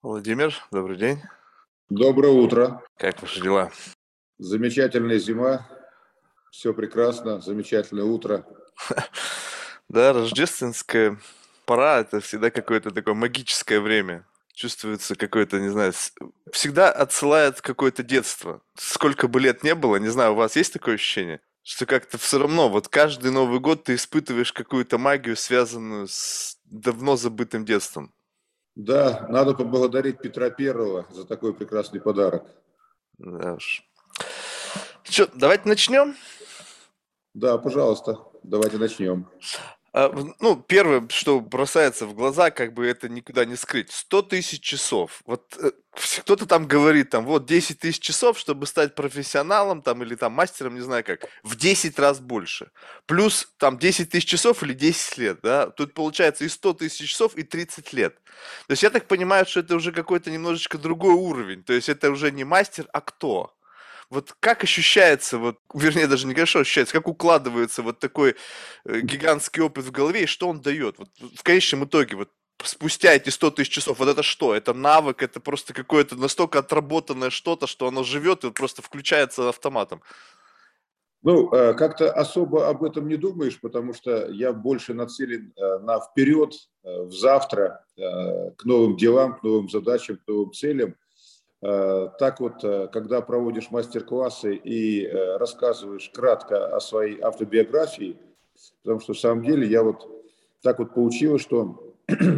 Владимир, добрый день. Доброе утро. Как ваши дела? Замечательная зима. Все прекрасно. Замечательное утро. Да, рождественская пора — это всегда какое-то такое магическое время. Чувствуется какое-то, не знаю, всегда отсылает в какое-то детство. Сколько бы лет не было, не знаю, у вас есть такое ощущение? Что как-то все равно, вот каждый Новый год ты испытываешь какую-то магию, связанную с давно забытым детством. Да, надо поблагодарить Петра Первого за такой прекрасный подарок. Да уж. Что, давайте начнем? Да, пожалуйста, давайте начнем. Ну, первое, что бросается в глаза, как бы это никуда не скрыть. 100 000 часов. Вот кто-то там говорит, там, вот 10 000 часов, чтобы стать профессионалом, там, или там мастером, не знаю как, в 10 раз больше. Плюс там 10 000 часов или 10 лет, да. Тут получается и 100 000 часов, и 30 лет. То есть я так понимаю, что это уже какой-то немножечко другой уровень. То есть это уже не мастер, а кто? Вот как ощущается, вот, вернее, даже не хорошо ощущается, как укладывается вот такой гигантский опыт в голове, и что он дает? Вот в конечном итоге, вот спустя эти 100 000 часов, вот это что? Это навык, это просто какое-то настолько отработанное что-то, что оно живет и вот просто включается автоматом. Ну, как-то особо об этом не думаешь, потому что я больше нацелен на вперед, в завтра, к новым делам, к новым задачам, к новым целям. Так вот, когда проводишь мастер-классы и рассказываешь кратко о своей автобиографии, потому что в самом деле я вот так вот получилось, что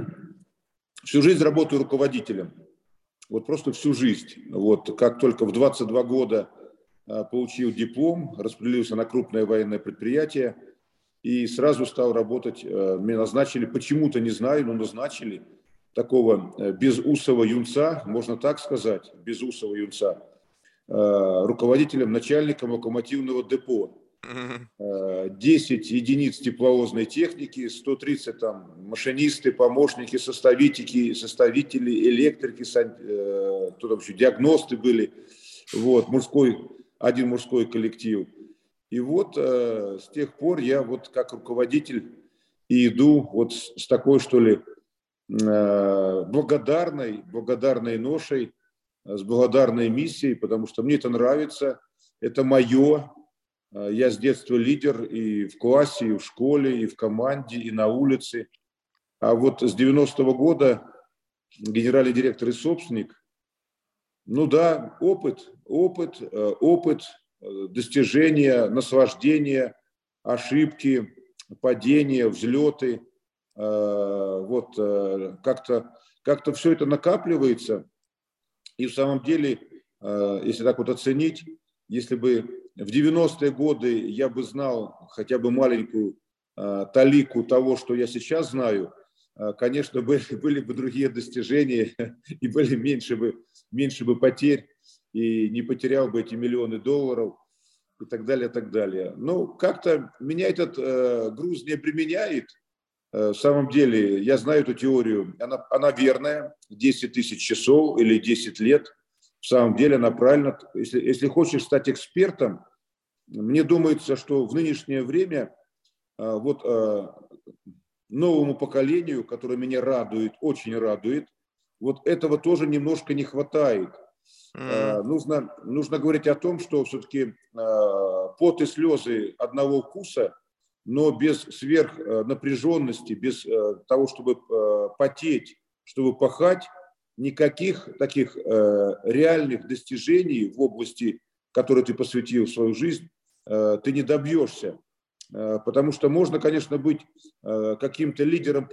всю жизнь работаю руководителем. Вот просто всю жизнь. Вот как только в 22 года получил диплом, распределился на крупное военное предприятие и сразу стал работать. Меня назначили, почему-то не знаю, но назначили такого безусого юнца, можно так сказать, безусого юнца, руководителем, начальником локомотивного депо. 10 единиц тепловозной техники, 130 там машинисты, помощники, составители, электрики, кто там еще, диагносты были, вот, один мужской коллектив. И вот с тех пор я вот как руководитель и иду вот с такой, что ли, благодарной ношей, с благодарной миссией, потому что мне это нравится, это мое. Я с детства лидер и в классе, и в школе, и в команде, и на улице. А вот с 90-го года генеральный директор и собственник, ну да, опыт, достижения, наслаждения, ошибки, падения, взлеты. Вот как-то все это накапливается. И в самом деле, если так вот оценить, если бы в 90-е годы я бы знал хотя бы маленькую талику того, что я сейчас знаю, конечно, были бы другие достижения и были меньше бы потерь, и не потерял бы эти миллионы долларов и так далее, и так далее. Но как-то меня этот груз не обременяет. В самом деле, я знаю эту теорию, она верная, 10 000 часов или 10 лет. В самом деле она правильна. Если хочешь стать экспертом, мне думается, что в нынешнее время вот новому поколению, которое меня радует, очень радует, вот этого тоже немножко не хватает. Нужно говорить о том, что все-таки пот и слезы одного вкуса, но без сверхнапряженности, без того, чтобы потеть, чтобы пахать, никаких таких реальных достижений в области, которой ты посвятил свою жизнь, ты не добьешься. Потому что можно, конечно, быть каким-то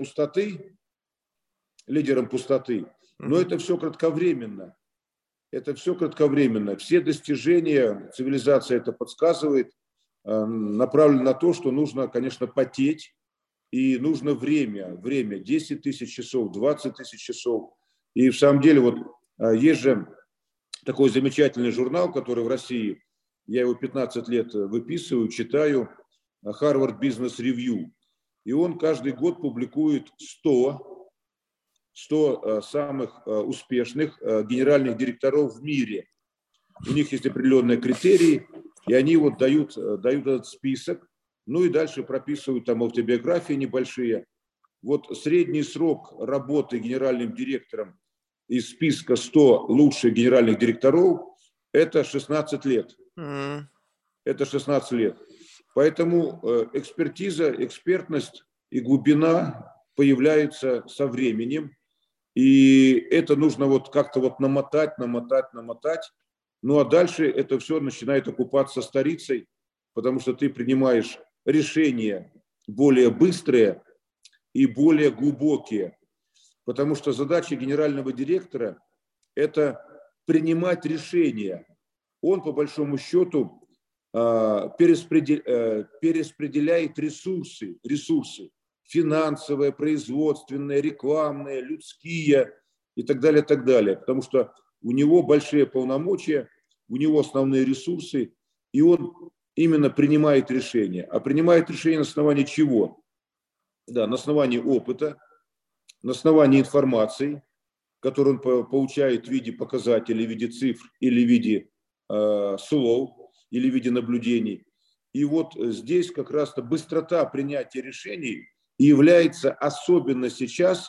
лидером пустоты, но это все кратковременно. Это все кратковременно. Все достижения, цивилизация это подсказывает, направлены на то, что нужно, конечно, потеть, и нужно время, 10 000 часов, 20 000 часов. И в самом деле вот есть же такой замечательный журнал, который в России, я его 15 лет выписываю, читаю, Harvard Business Review. И он каждый год публикует 100 самых успешных генеральных директоров в мире. У них есть определенные критерии, и они вот дают этот список, ну и дальше прописывают там автобиографии небольшие. Вот средний срок работы генеральным директором из списка 100 лучших генеральных директоров, это 16 лет. Это 16 лет. Поэтому экспертиза, экспертность и глубина появляются со временем. И это нужно вот как-то вот намотать. Ну а дальше это все начинает окупаться старицей, потому что ты принимаешь решения более быстрые и более глубокие. Потому что задача генерального директора – это принимать решения. Он, по большому счету, перераспределяет ресурсы финансовые, производственные, рекламные, людские и так далее, так далее. Потому что у него большие полномочия, у него основные ресурсы, и он именно принимает решения. А принимает решения на основании чего? Да, на основании опыта, на основании информации, которую он получает в виде показателей, в виде цифр или в виде слов, или в виде наблюдений. И вот здесь как раз-то быстрота принятия решений является особенно сейчас,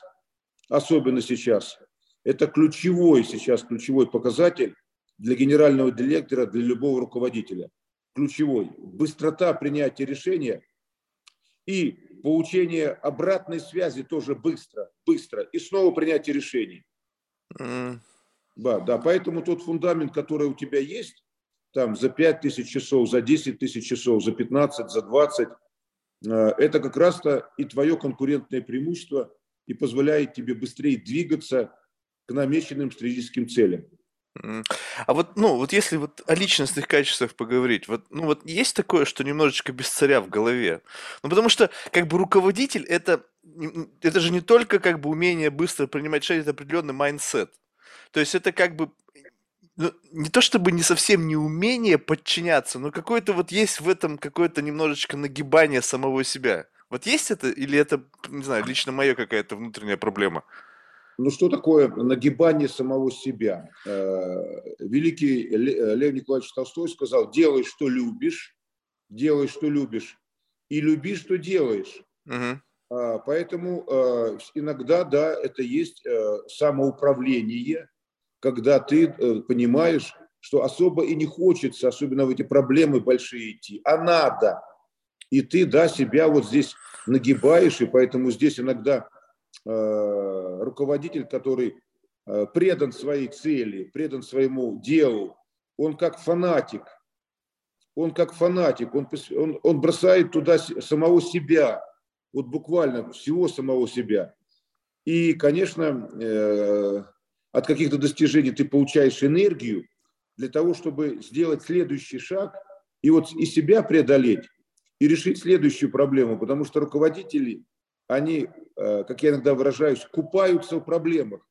это ключевой показатель для генерального директора, для любого руководителя. Ключевой. Быстрота принятия решения и получение обратной связи тоже быстро. И снова принятие решений. Да, поэтому тот фундамент, который у тебя есть, там за 5000 часов, за 10 тысяч часов, за 15, за 20, это как раз-то и твое конкурентное преимущество и позволяет тебе быстрее двигаться к намеченным стратегическим целям. А вот, ну, вот если вот о личностных качествах поговорить, вот, ну, вот есть такое, что немножечко без царя в голове? Ну, потому что, как бы, руководитель это же не только, как бы, умение быстро принимать решения, это определенный майндсет. То есть это, как бы, ну, не то чтобы не совсем не умение подчиняться, но какое-то вот есть в этом какое-то немножечко нагибание самого себя. Вот есть это, или это, не знаю, лично моя какая-то внутренняя проблема? Ну, что такое нагибание самого себя? Великий Лев Николаевич Толстой сказал: делай, что любишь, и люби, что делаешь. Мгм. Поэтому иногда, да, это есть самоуправление, когда ты понимаешь, что особо и не хочется, особенно в эти проблемы большие идти, а надо. И ты, да, себя вот здесь нагибаешь, и поэтому здесь иногда руководитель, который предан своей цели, предан своему делу, он как фанатик, он бросает туда самого себя, вот буквально всего самого себя. И, конечно, от каких-то достижений ты получаешь энергию для того, чтобы сделать следующий шаг и вот и себя преодолеть, и решить следующую проблему, потому что руководители, они, как я иногда выражаюсь, купаются в проблемах.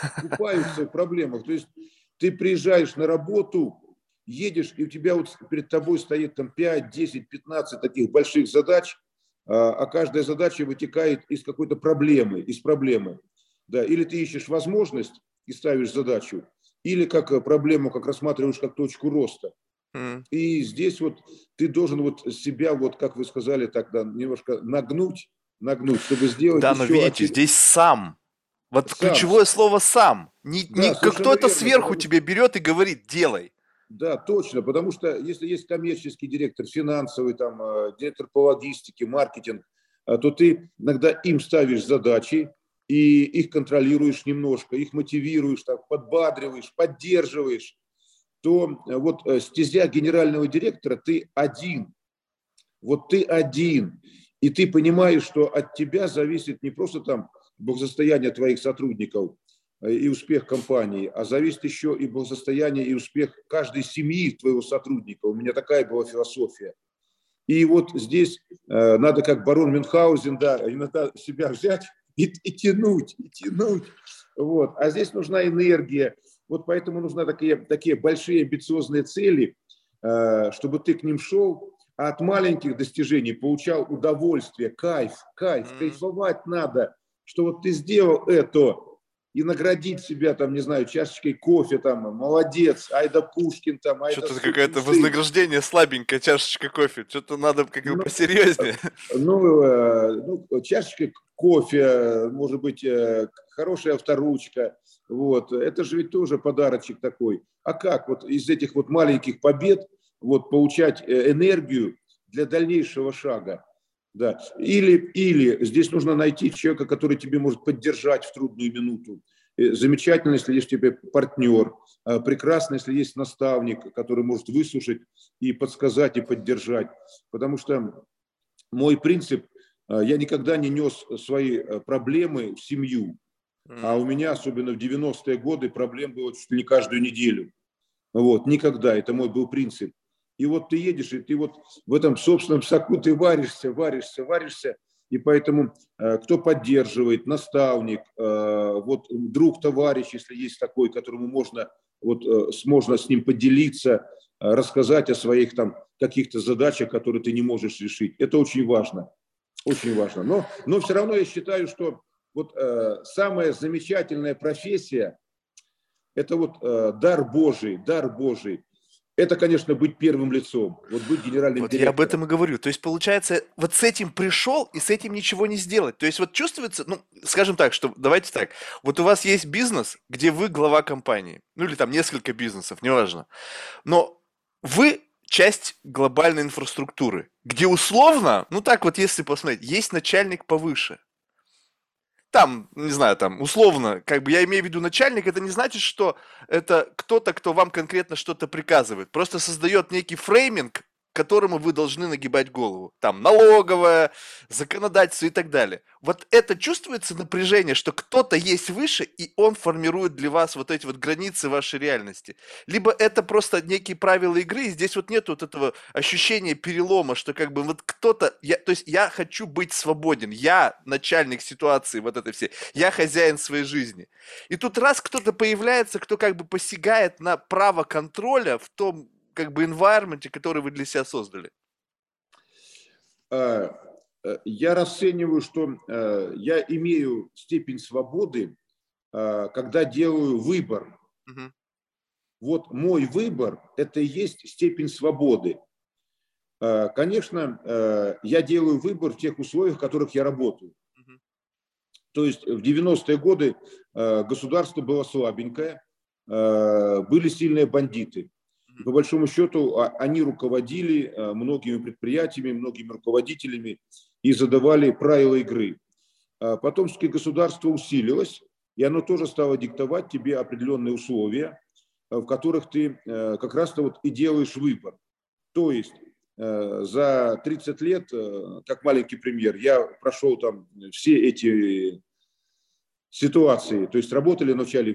То есть ты приезжаешь на работу, едешь, и у тебя вот перед тобой стоит там 5, 10, 15 таких больших задач, а каждая задача вытекает из какой-то проблемы, из проблемы. Да, или ты ищешь возможность и ставишь задачу, или как проблему, как рассматриваешь как точку роста. Мгм. И здесь вот ты должен вот себя, вот как вы сказали, тогда немножко нагнуть, чтобы сделать Да, но еще видите, здесь сам. Вот сам. ключевое слово сам. Да, Как совершенно кто-то верно, сверху потому что тебе берет и говорит, делай. да, точно, потому что если есть коммерческий директор, финансовый, там, директор по логистике, маркетинг, то ты иногда им ставишь задачи и их контролируешь немножко, их мотивируешь, так, подбадриваешь, поддерживаешь, то вот стезя генерального директора ты один, вот ты один, и ты понимаешь, что от тебя зависит не просто там благосостояние твоих сотрудников, и успех компании, а зависит еще и благосостояние и успех каждой семьи твоего сотрудника. У меня такая была философия. И вот здесь надо, как барон Мюнхгаузен, да, иногда себя взять и тянуть, и тянуть. Вот. А здесь нужна энергия. Вот поэтому нужны такие большие амбициозные цели, чтобы ты к ним шел, а от маленьких достижений получал удовольствие, кайф. М. Кайфовать надо, что вот ты сделал это, и наградить себя, там, не знаю, чашечкой кофе, там, молодец, айда Пушкин, там, айда Что-то сукин какое-то сын. вознаграждение слабенькое, чашечка кофе. Что-то надо как бы Ну, посерьезнее. чашечка кофе, может быть, хорошая авторучка. Вот. Это же ведь тоже подарочек такой. А как вот из этих вот маленьких побед вот получать энергию для дальнейшего шага? Да. Или здесь нужно найти человека, который тебе может поддержать в трудную минуту. Замечательно, если есть у тебя партнер. Прекрасно, если есть наставник, который может выслушать и подсказать, и поддержать. Потому что мой принцип, я никогда не нес свои проблемы в семью. А у меня, особенно в 90-е годы, проблем было чуть ли не каждую неделю. Вот, никогда, это мой был принцип. И вот ты едешь, и ты вот в этом собственном соку ты варишься. И поэтому кто поддерживает, наставник, вот друг, товарищ, если есть такой, которому можно с ним поделиться, рассказать о своих там каких-то задачах, которые ты не можешь решить. Это очень важно, очень важно. Но все равно я считаю, что вот самая замечательная профессия – это вот дар Божий, дар Божий. Это, конечно, быть первым лицом, вот быть генеральным Вот я об директором. этом и говорю. То есть, получается, вот с этим пришел, и с этим ничего не сделать. То есть, вот чувствуется, ну, скажем так, что, давайте так, вот у вас есть бизнес, где вы глава компании, ну, или там несколько бизнесов, неважно, но вы часть глобальной инфраструктуры, где условно, ну, так вот, если посмотреть, есть начальник повыше, там, не знаю, там, условно, как бы я имею в виду начальник, это не значит, что это кто-то, кто вам конкретно что-то приказывает. Просто создает некий фрейминг, которому вы должны нагибать голову. Там налоговая, законодательство и так далее. Вот это чувствуется напряжение, что кто-то есть выше, и он формирует для вас вот эти вот границы вашей реальности. Либо это просто некие правила игры, и здесь вот нет вот этого ощущения перелома, что как бы вот кто-то, то есть я хочу быть свободен, я начальник ситуации вот этой всей, я хозяин своей жизни. И тут раз кто-то появляется, кто как бы посягает на право контроля в том как бы environment, который вы для себя создали. Я расцениваю, что я имею степень свободы, когда делаю выбор. Мгм. Вот мой выбор – это и есть степень свободы. Конечно, я делаю выбор в тех условиях, в которых я работаю. Мгм. То есть в 90-е годы государство было слабенькое, были сильные бандиты. И Мгм. по большому счету они руководили многими предприятиями, многими руководителями и задавали правила игры. Потом все-таки государство усилилось, и оно тоже стало диктовать тебе определенные условия, в которых ты как раз-то вот и делаешь выбор. То есть за 30 лет, как маленький пример, я прошел там все эти ситуации. То есть работали вначале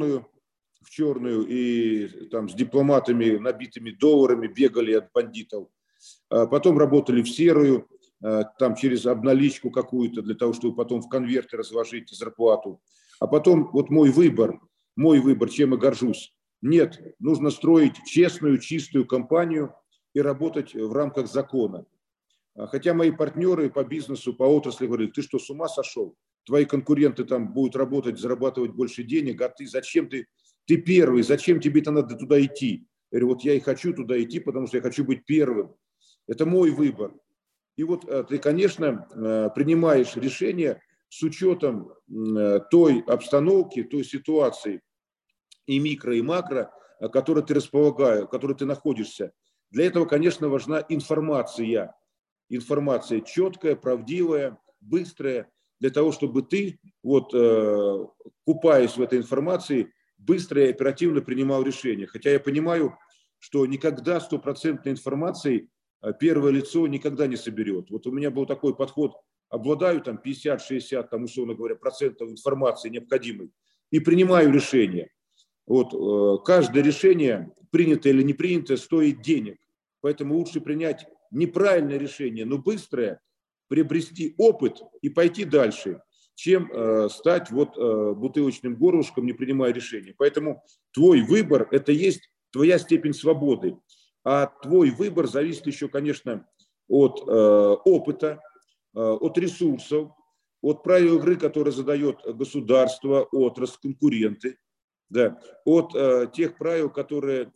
в черную и там с дипломатами, набитыми долларами, бегали от бандитов. Потом работали в серую, там через обналичку какую-то, для того, чтобы потом в конверты разложить зарплату. А потом вот мой выбор, чем я горжусь. Нет, нужно строить честную, чистую компанию и работать в рамках закона. Хотя мои партнеры по бизнесу, по отрасли говорят, ты что, с ума сошел? Твои конкуренты там будут работать, зарабатывать больше денег, а ты зачем ты первый, зачем тебе это надо туда идти? Я говорю, вот я и хочу туда идти, потому что я хочу быть первым. Это мой выбор. И вот ты, конечно, принимаешь решение с учетом той обстановки, той ситуации и микро, и макро, в которой ты располагаешь, в которой ты находишься. Для этого, конечно, важна информация. Информация четкая, правдивая, быстрая, для того, чтобы ты, вот, купаясь в этой информации, быстро и оперативно принимал решения. Хотя я понимаю, что никогда стопроцентной информацией первое лицо никогда не соберет. Вот у меня был такой подход, обладаю там 50-60, там, условно говоря, процентов информации необходимой и принимаю решение. Вот, каждое решение, принятое или не принятое, стоит денег. Поэтому лучше принять неправильное решение, но быстрое, приобрести опыт и пойти дальше, чем стать вот бутылочным горлышком, не принимая решения. Поэтому твой выбор – это есть твоя степень свободы. А твой выбор зависит еще, конечно, от опыта, от ресурсов, от правил игры, которые задает государство, отрасль, конкуренты, да, от тех правил, которые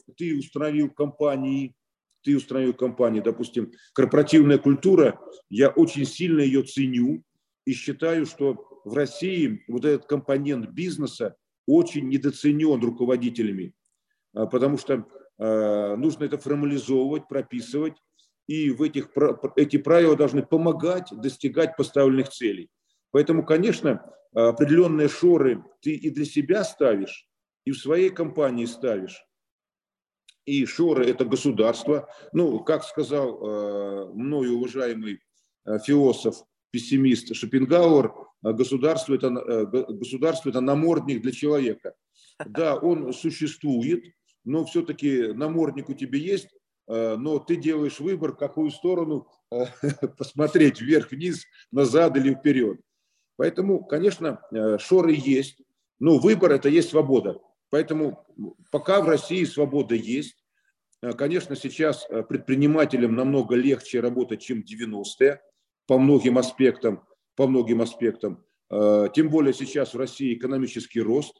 ты установил в компании, допустим, корпоративная культура, я очень сильно ее ценю и считаю, что в России вот этот компонент бизнеса очень недооценен руководителями, потому что нужно это формализовывать, прописывать, и эти правила должны помогать достигать поставленных целей. Поэтому, конечно, определенные шоры ты и для себя ставишь, и в своей компании ставишь. И шоры – это государство. Ну, как сказал мною уважаемый философ, пессимист Шопенгауэр, государство – это намордник для человека. Да, он существует, но все-таки намордник у тебя есть, но ты делаешь выбор, в какую сторону посмотреть, вверх-вниз, назад или вперед. Поэтому, конечно, шоры есть, но выбор – это есть свобода. Поэтому пока в России свобода есть, конечно, сейчас предпринимателям намного легче работать, чем в 90-е по многим аспектам, по многим аспектам. Тем более сейчас в России экономический рост,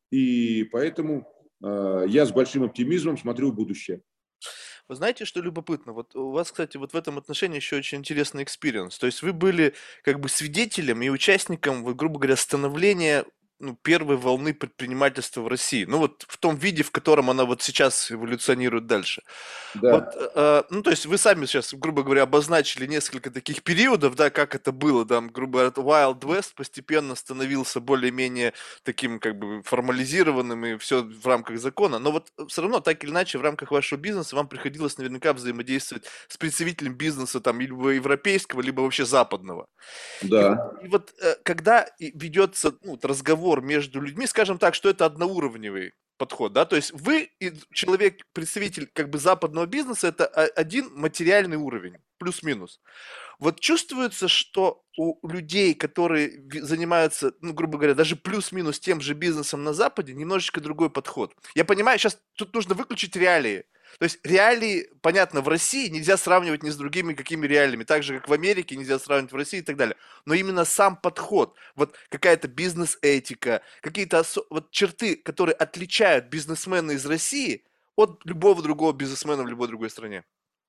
и поэтому я с большим оптимизмом смотрю в будущее. Вы знаете, что любопытно? Вот у вас, кстати, вот в этом отношении еще очень интересный экспириенс. То есть вы были как бы свидетелем и участником, вот, грубо говоря, становления первой волны предпринимательства в России. Ну вот в том виде, в котором она вот сейчас эволюционирует дальше. Вот, Да, ну, то есть вы сами сейчас, грубо говоря, обозначили несколько таких периодов, да, как это было, там, грубо говоря, Wild West постепенно становился более-менее таким, как бы, формализированным и все в рамках закона, но вот все равно, так или иначе, в рамках вашего бизнеса вам приходилось наверняка взаимодействовать с представителем бизнеса, там, либо европейского, либо вообще западного. да, И вот когда ведется ну, вот разговор между людьми, скажем так, что это одноуровневый подход, да, то есть вы и человек, представитель как бы западного бизнеса, это один материальный уровень, плюс-минус. Вот чувствуется, что у людей, которые занимаются, ну, грубо говоря, даже плюс-минус тем же бизнесом на Западе, немножечко другой подход. Я понимаю, сейчас тут нужно выключить реалии. То есть реалии, понятно, в России нельзя сравнивать ни с другими какими реалиями, так же, как в Америке нельзя сравнивать в России и так далее. Но именно сам подход, вот какая-то бизнес-этика, какие-то вот черты, которые отличают бизнесмена из России от любого другого бизнесмена в любой другой стране.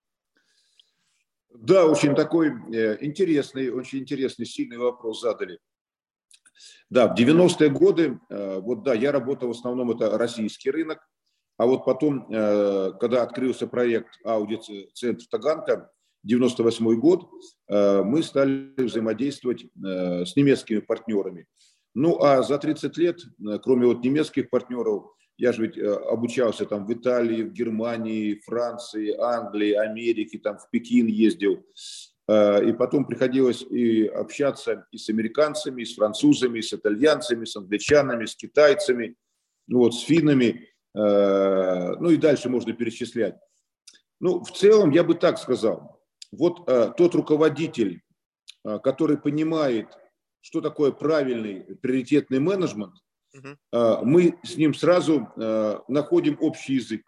да, очень такой интересный, очень интересный, сильный вопрос задали. Да, в 90-е годы, вот да, я работал в основном это российский рынок, а вот потом, когда открылся проект аудит-центр Таганка, 98 год, мы стали взаимодействовать с немецкими партнерами. Ну, а за 30 лет, кроме вот немецких партнеров, я же ведь обучался там в Италии, в Германии, Франции, Англии, Америке, там в Пекин ездил. И потом приходилось и общаться и с американцами, и с французами, и с итальянцами, с англичанами, с китайцами, ну вот, с финнами. Ну и дальше можно перечислять. Ну, в целом, я бы так сказал. Вот тот руководитель, который понимает, что такое правильный приоритетный менеджмент, Мгм. мы с ним сразу находим общий язык.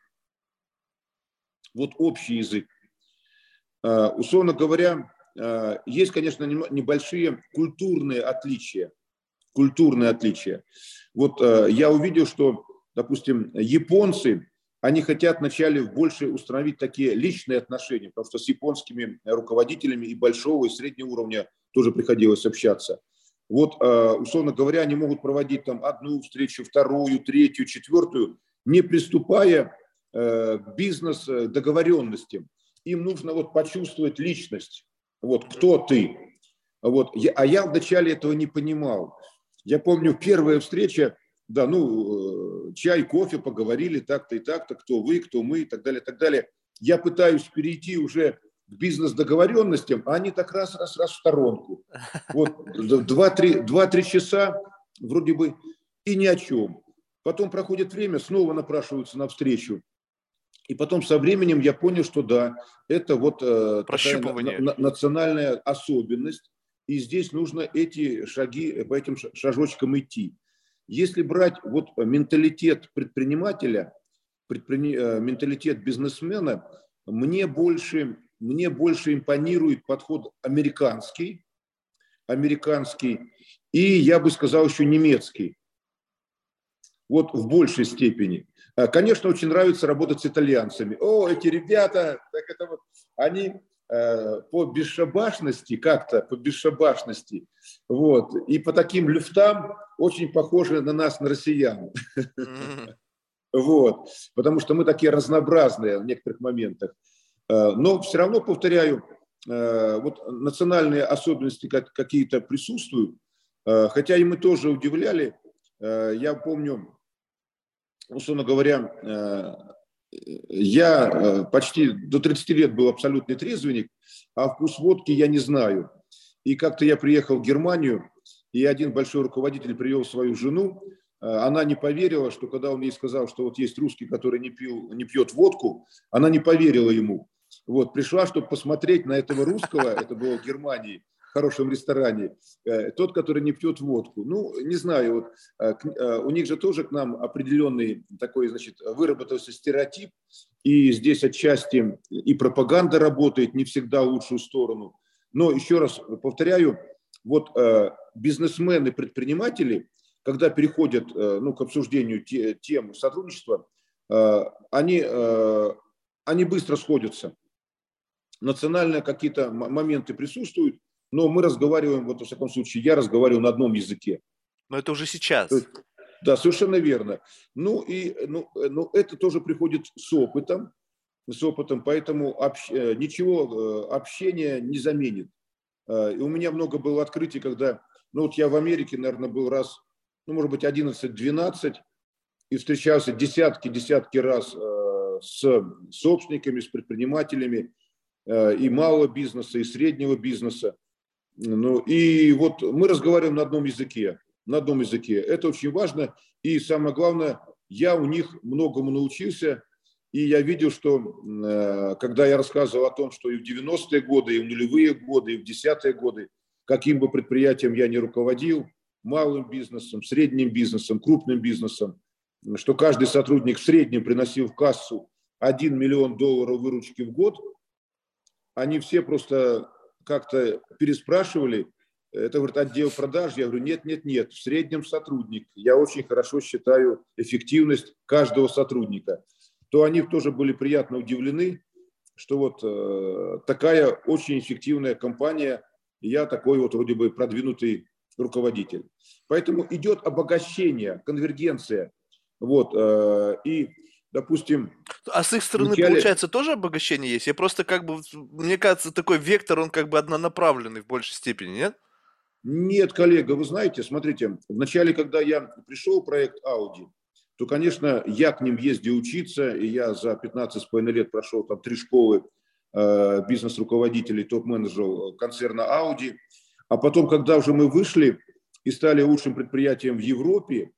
Вот общий язык. Условно говоря, есть, конечно, небольшие культурные отличия. Культурные отличия. Вот я увидел, что, допустим, японцы, они хотят вначале больше установить такие личные отношения, потому что с японскими руководителями и большого, и среднего уровня тоже приходилось общаться. Вот, условно говоря, они могут проводить там одну встречу, вторую, третью, четвертую, не приступая к бизнес-договоренностям. Им нужно вот почувствовать личность. Вот кто ты. Вот. А я вначале этого не понимал. Я помню, первая встреча, да, ну, чай, кофе, поговорили так-то и так-то, кто вы, кто мы и так далее, так далее. Я пытаюсь перейти уже к бизнес-договоренностям, а они так раз в сторонку. Вот 2-3 часа вроде бы и ни о чем. Потом проходит время, снова напрашиваются на встречу. И потом со временем я понял, что да, это вот такая Прощупывание. национальная особенность, и здесь нужно эти шаги, по этим шажочкам идти. Если брать вот менталитет предпринимателя, менталитет бизнесмена, мне больше импонирует подход американский, американский и, я бы сказал, еще немецкий. Вот в большей степени. Конечно, очень нравится работать с итальянцами. О, эти ребята, так это вот, они по бесшабашности, как-то по бесшабашности, вот, и по таким люфтам очень похожи на нас, на россиян. Вот, потому что мы такие разнообразные в некоторых моментах. Но все равно, повторяю, вот национальные особенности какие-то присутствуют, хотя и мы тоже удивляли. Я помню, условно говоря, я почти до 30 лет был абсолютный трезвенник, а вкус водки я не знаю. И как-то я приехал в Германию, и один большой руководитель привел свою жену. Она не поверила, что когда он ей сказал, что вот есть русский, который не пьет водку, она не поверила ему. Вот, пришла, чтобы посмотреть на этого русского, это было в Германии, в хорошем ресторане, тот, который не пьет водку. Ну, не знаю, вот, у них же тоже к нам определенный такой, значит, выработался стереотип, и здесь отчасти и пропаганда работает не всегда в лучшую сторону. Но еще раз повторяю, вот бизнесмены, предприниматели, когда переходят к обсуждению тем сотрудничества, они быстро сходятся. Национальные какие-то моменты присутствуют, но мы разговариваем, вот во всяком случае, я разговариваю на одном языке. Но это уже сейчас. Да, совершенно верно. Ну, это тоже приходит с опытом, поэтому ничего общения не заменит. И у меня много было открытий, когда, вот я в Америке, наверное, был раз, может быть, 11-12, и встречался десятки раз с собственниками, с предпринимателями и малого бизнеса, и среднего бизнеса. Ну, и вот мы разговариваем на одном языке. Это очень важно. И самое главное, я у них многому научился. И я видел, что когда я рассказывал о том, что и в 90-е годы, и в нулевые годы, и в 10-е годы, каким бы предприятием я ни руководил, малым бизнесом, средним бизнесом, крупным бизнесом, что каждый сотрудник в среднем приносил в кассу $1 миллион выручки в год, они все просто как-то переспрашивали. Это, говорит, отдел продаж. Я говорю, нет, в среднем сотрудник. Я очень хорошо считаю эффективность каждого сотрудника. То они тоже были приятно удивлены, что вот такая очень эффективная компания, и я такой вот вроде бы продвинутый руководитель. Поэтому идет обогащение, конвергенция. Вот, и, допустим... А с их стороны, получается, тоже обогащение есть? Я просто мне кажется, такой вектор, он как бы однонаправленный в большей степени, нет? Нет, коллега, вы знаете, смотрите, вначале, когда я пришел в проект Audi, то, конечно, я к ним ездил учиться, и я за 15,5 лет прошел там 3 школы бизнес-руководителей, топ-менеджеров концерна Audi. А потом, когда уже мы вышли и стали лучшим предприятием в Европе,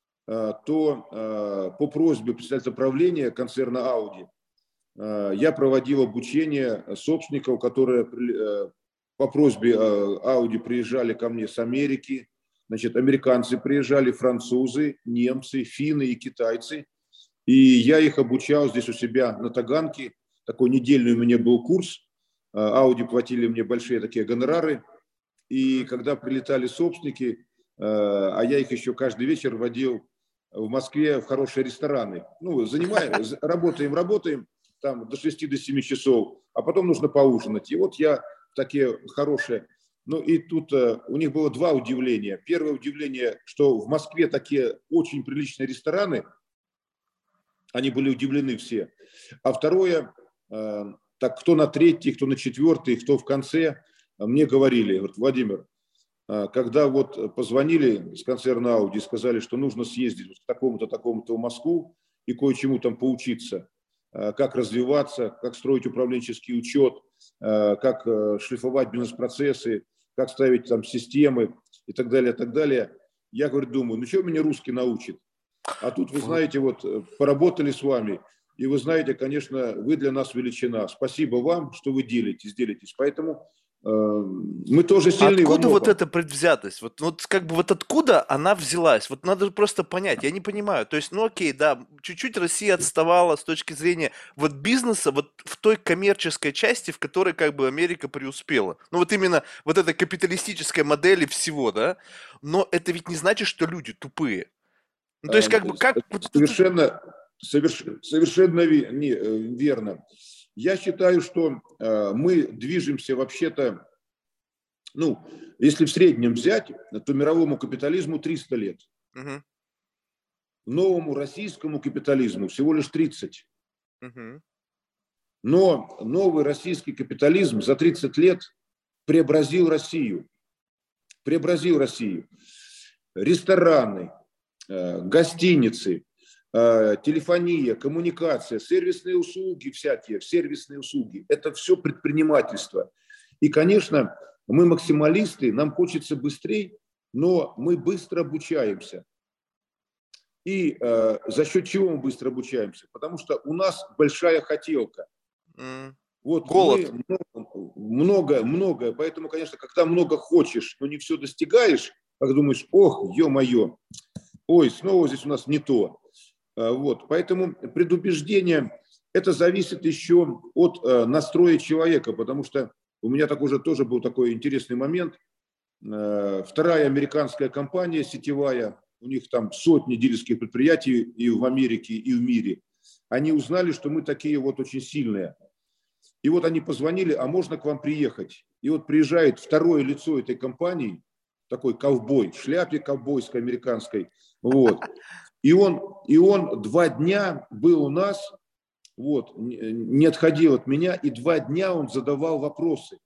то по просьбе председателя правления концерна Audi я проводил обучение собственников, которые по просьбе Audi приезжали ко мне с Америки. Значит, американцы приезжали, французы, немцы, финны и китайцы. И я их обучал здесь у себя на Таганке. Такой недельный у меня был курс. Audi платили мне большие такие гонорары. И когда прилетали собственники, а я их еще каждый вечер водил в Москве в хорошие рестораны. Ну, работаем там до 6-7 часов, а потом нужно поужинать. И вот я такие хорошие. Ну и тут у них было 2 удивления. Первое удивление, что в Москве такие очень приличные рестораны, они были удивлены все. А второе, так кто на 3-й, кто на 4-й, кто в конце, мне говорили, говорят, Владимир, когда вот позвонили с концерна Audi и сказали, что нужно съездить к такому-то в Москву и кое-чему там поучиться, как развиваться, как строить управленческий учет, как шлифовать бизнес-процессы, как ставить там системы и так далее, так далее. Я, говорю, думаю, ну что меня русский научит? А тут, вы знаете, вот поработали с вами, и вы знаете, конечно, вы для нас величина. Спасибо вам, что вы делитесь. Поэтому Мы тоже А сильны во откуда вот многом. эта предвзятость? Вот как бы вот откуда она взялась? Вот надо просто понять, я не понимаю. То есть, ну окей, да, чуть-чуть Россия отставала с точки зрения вот бизнеса, вот в той коммерческой части, в которой как бы Америка преуспела. Ну вот именно вот этой капиталистической модели всего, да? Но это ведь не значит, что люди тупые. Ну то есть Э, как бы как вот это... Совершенно, совершенно верно. Я считаю, что мы движемся вообще-то, ну, если в среднем взять, то мировому капитализму 300 лет. Мгм, Новому российскому капитализму всего лишь 30. мгм. Но новый российский капитализм за 30 лет преобразил Россию. Преобразил Россию. Рестораны, гостиницы, телефония, коммуникация, сервисные услуги всякие, сервисные услуги. Это все предпринимательство. И, конечно, мы максималисты, нам хочется быстрее, но мы быстро обучаемся. И за счет чего мы быстро обучаемся? Потому что у нас большая хотелка. М. Вот Голод. мы много, поэтому, конечно, когда много хочешь, но не все достигаешь, как думаешь, ох, ё-моё, ой, снова здесь у нас не то. Вот, поэтому предубеждение, это зависит еще от настроя человека, потому что у меня так уже тоже был такой интересный момент. Вторая американская компания сетевая, у них там сотни дилерских предприятий и в Америке, и в мире. Они узнали, что мы такие вот очень сильные. И вот они позвонили, а можно к вам приехать? И вот приезжает второе лицо этой компании, такой ковбой, в шляпе ковбойской американской. Вот. И он 2 дня был у нас, вот, не отходил от меня, и 2 дня он задавал вопросы.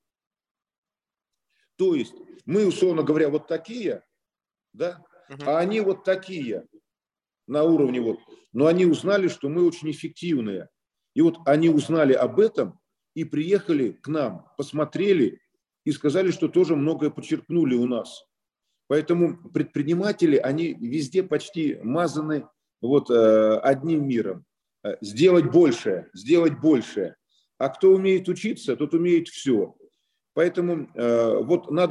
То есть мы, условно говоря, вот такие, да, Мгм. а они вот такие на уровне вот. Но они узнали, что мы очень эффективные. И вот они узнали об этом и приехали к нам, посмотрели и сказали, что тоже многое подчеркнули у нас. Поэтому предприниматели, они везде почти мазаны вот одним миром. Сделать большее, сделать большее. А кто умеет учиться, тот умеет все. Поэтому вот надо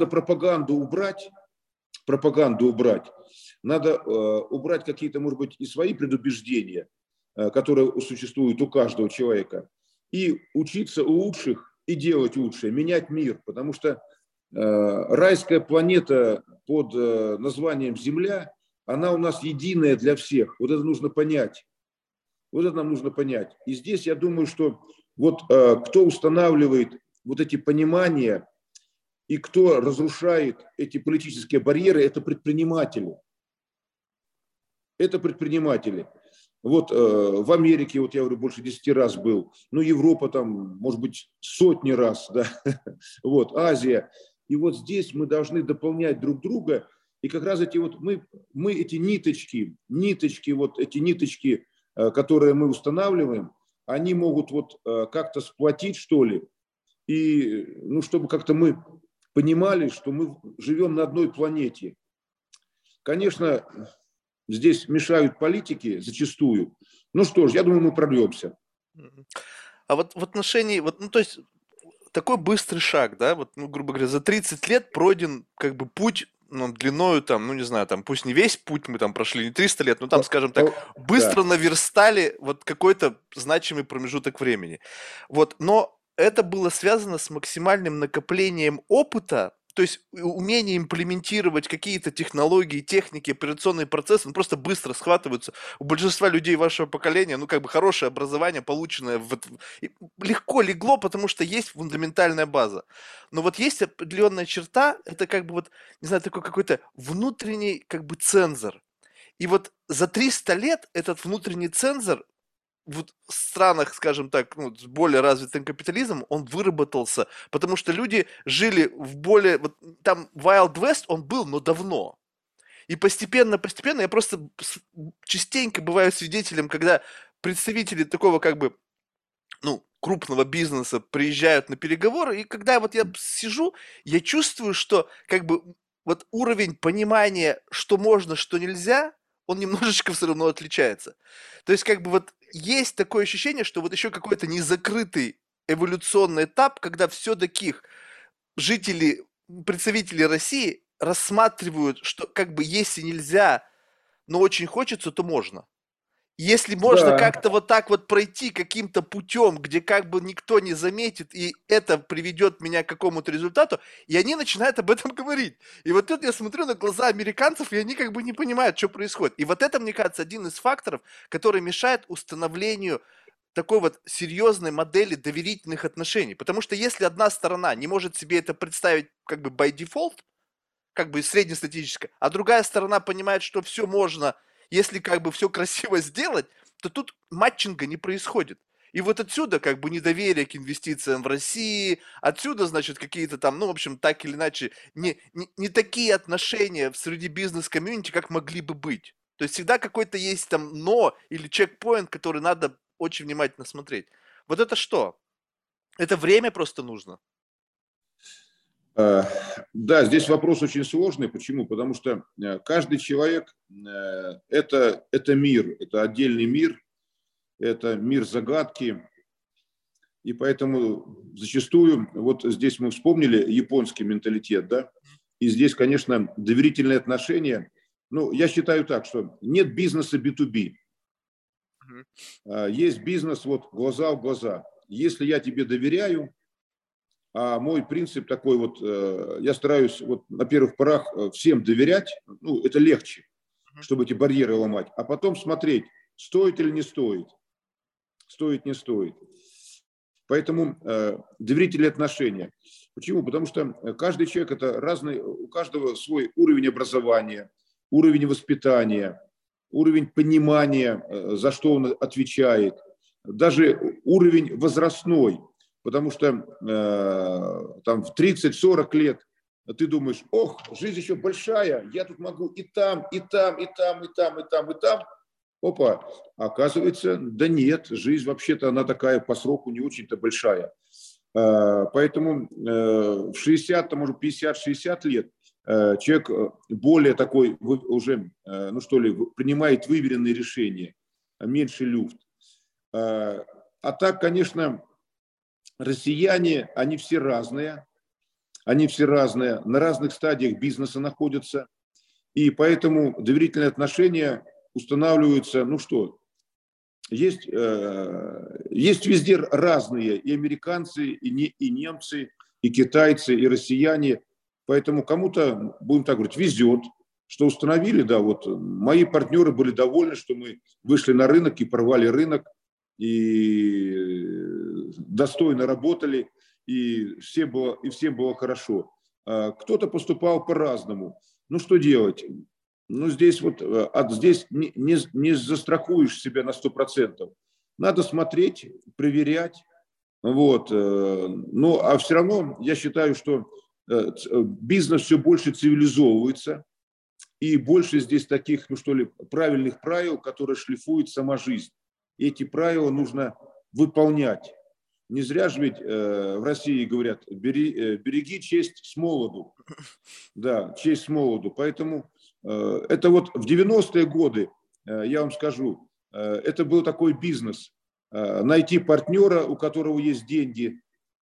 пропаганду убрать. Надо убрать какие-то, может быть, и свои предубеждения, которые существуют у каждого человека, и учиться у лучших и делать лучшее, менять мир, потому что райская планета под названием Земля, она у нас единая для всех. Вот это нужно понять. Вот это нам нужно понять. И здесь я думаю, что вот кто устанавливает вот эти понимания и кто разрушает эти политические барьеры, это предприниматели. Это предприниматели. Вот в Америке, вот я говорю, больше 10 раз был. Ну, Европа там, может быть, сотни раз, да. Вот, Азия. И вот здесь мы должны дополнять друг друга. И как раз эти вот мы эти ниточки, вот эти ниточки, которые мы устанавливаем, они могут вот как-то сплотить, что ли. И, ну, чтобы как-то мы понимали, что мы живем на одной планете. Конечно, здесь мешают политики зачастую. Ну что ж, я думаю, мы прорвемся. Мгм. А вот в отношении, вот, ну, то есть, такой быстрый шаг, да, вот, ну, грубо говоря, за 30 лет пройден как бы путь, ну, длиною там, ну, не знаю, там, пусть не весь путь мы там прошли, не 300 лет, но там, скажем так, быстро Да. наверстали вот какой-то значимый промежуток времени. Вот, но это было связано с максимальным накоплением опыта, то есть умение имплементировать какие-то технологии, техники, операционные процессы, ну, просто быстро схватываются. У большинства людей вашего поколения, ну, как бы хорошее образование, полученное и легко легло, потому что есть фундаментальная база. Но вот есть определенная черта, это как бы вот, не знаю, такой какой-то внутренний как бы цензор. И вот за 300 лет этот внутренний цензор вот в странах, скажем так, ну, с более развитым капитализмом, он выработался, потому что люди жили в более... Вот, там Wild West, он был, но давно. И постепенно, я просто частенько бываю свидетелем, когда представители такого как бы ну, крупного бизнеса приезжают на переговоры, и когда вот я сижу, я чувствую, что как бы вот уровень понимания, что можно, что нельзя, он немножечко все равно отличается. То есть как бы вот есть такое ощущение, что вот еще какой-то незакрытый эволюционный этап, когда все-таки жители, представители России рассматривают, что как бы если нельзя, но очень хочется, то можно. Если можно Да, как-то вот так вот пройти каким-то путем, где как бы никто не заметит, и это приведет меня к какому-то результату, и они начинают об этом говорить. И вот тут я смотрю на глаза американцев, и они как бы не понимают, что происходит. И вот это, мне кажется, один из факторов, который мешает установлению такой вот серьезной модели доверительных отношений. Потому что если одна сторона не может себе это представить как бы by default, как бы среднестатистическое, а другая сторона понимает, что все можно, если как бы все красиво сделать, то тут матчинга не происходит. И вот отсюда как бы недоверие к инвестициям в России, отсюда, значит, какие-то там, ну, в общем, так или иначе, не такие отношения среди бизнес-комьюнити, как могли бы быть. То есть всегда какой-то есть там но или чекпоинт, который надо очень внимательно смотреть. Вот это что? Это время просто нужно. э, да, здесь вопрос очень сложный. Почему? Потому что каждый человек это мир, это отдельный мир, это мир загадки. И поэтому зачастую, вот здесь мы вспомнили японский менталитет, да, и здесь, конечно, доверительные отношения. Ну, я считаю так, что нет бизнеса B2B. Мгм. Есть бизнес вот глаза в глаза. Если я тебе доверяю, а мой принцип такой вот, я стараюсь вот на первых порах всем доверять, ну, это легче, Мгм. чтобы эти барьеры ломать, а потом смотреть, стоит или не стоит, стоит, не стоит. Поэтому доверительные отношения. Почему? Потому что каждый человек это разный, у каждого свой уровень образования, уровень воспитания, уровень понимания, за что он отвечает, даже уровень возрастной. Потому что там в 30-40 лет ты думаешь, ох, жизнь еще большая, я тут могу и там, и там, и там, и там, и там, и там. Опа, оказывается, да нет, жизнь вообще-то она такая по сроку не очень-то большая. Поэтому в 60, может 50-60 лет человек более такой уже, ну что ли, принимает выверенные решения, меньше люфт. А так, конечно, россияне, они все разные, на разных стадиях бизнеса находятся, и поэтому доверительные отношения устанавливаются, ну что, есть везде разные, и американцы, и немцы, и китайцы, и россияне. Поэтому кому-то, будем так говорить, везет, что установили, да, вот мои партнеры были довольны, что мы вышли на рынок и порвали рынок, и достойно работали, и всем было хорошо. Кто-то поступал по-разному. Ну, что делать? Ну, здесь вот здесь не застрахуешь себя на 100%. Надо смотреть, проверять. Вот. Ну, а все равно я считаю, что бизнес все больше цивилизовывается, и больше здесь таких, ну что ли, правильных правил, которые шлифует сама жизнь. И эти правила нужно выполнять. Не зря же ведь в России говорят, береги честь с молоду. Да, честь с молоду. Поэтому это вот в 90-е годы, я вам скажу, это был такой бизнес. Найти партнера, у которого есть деньги,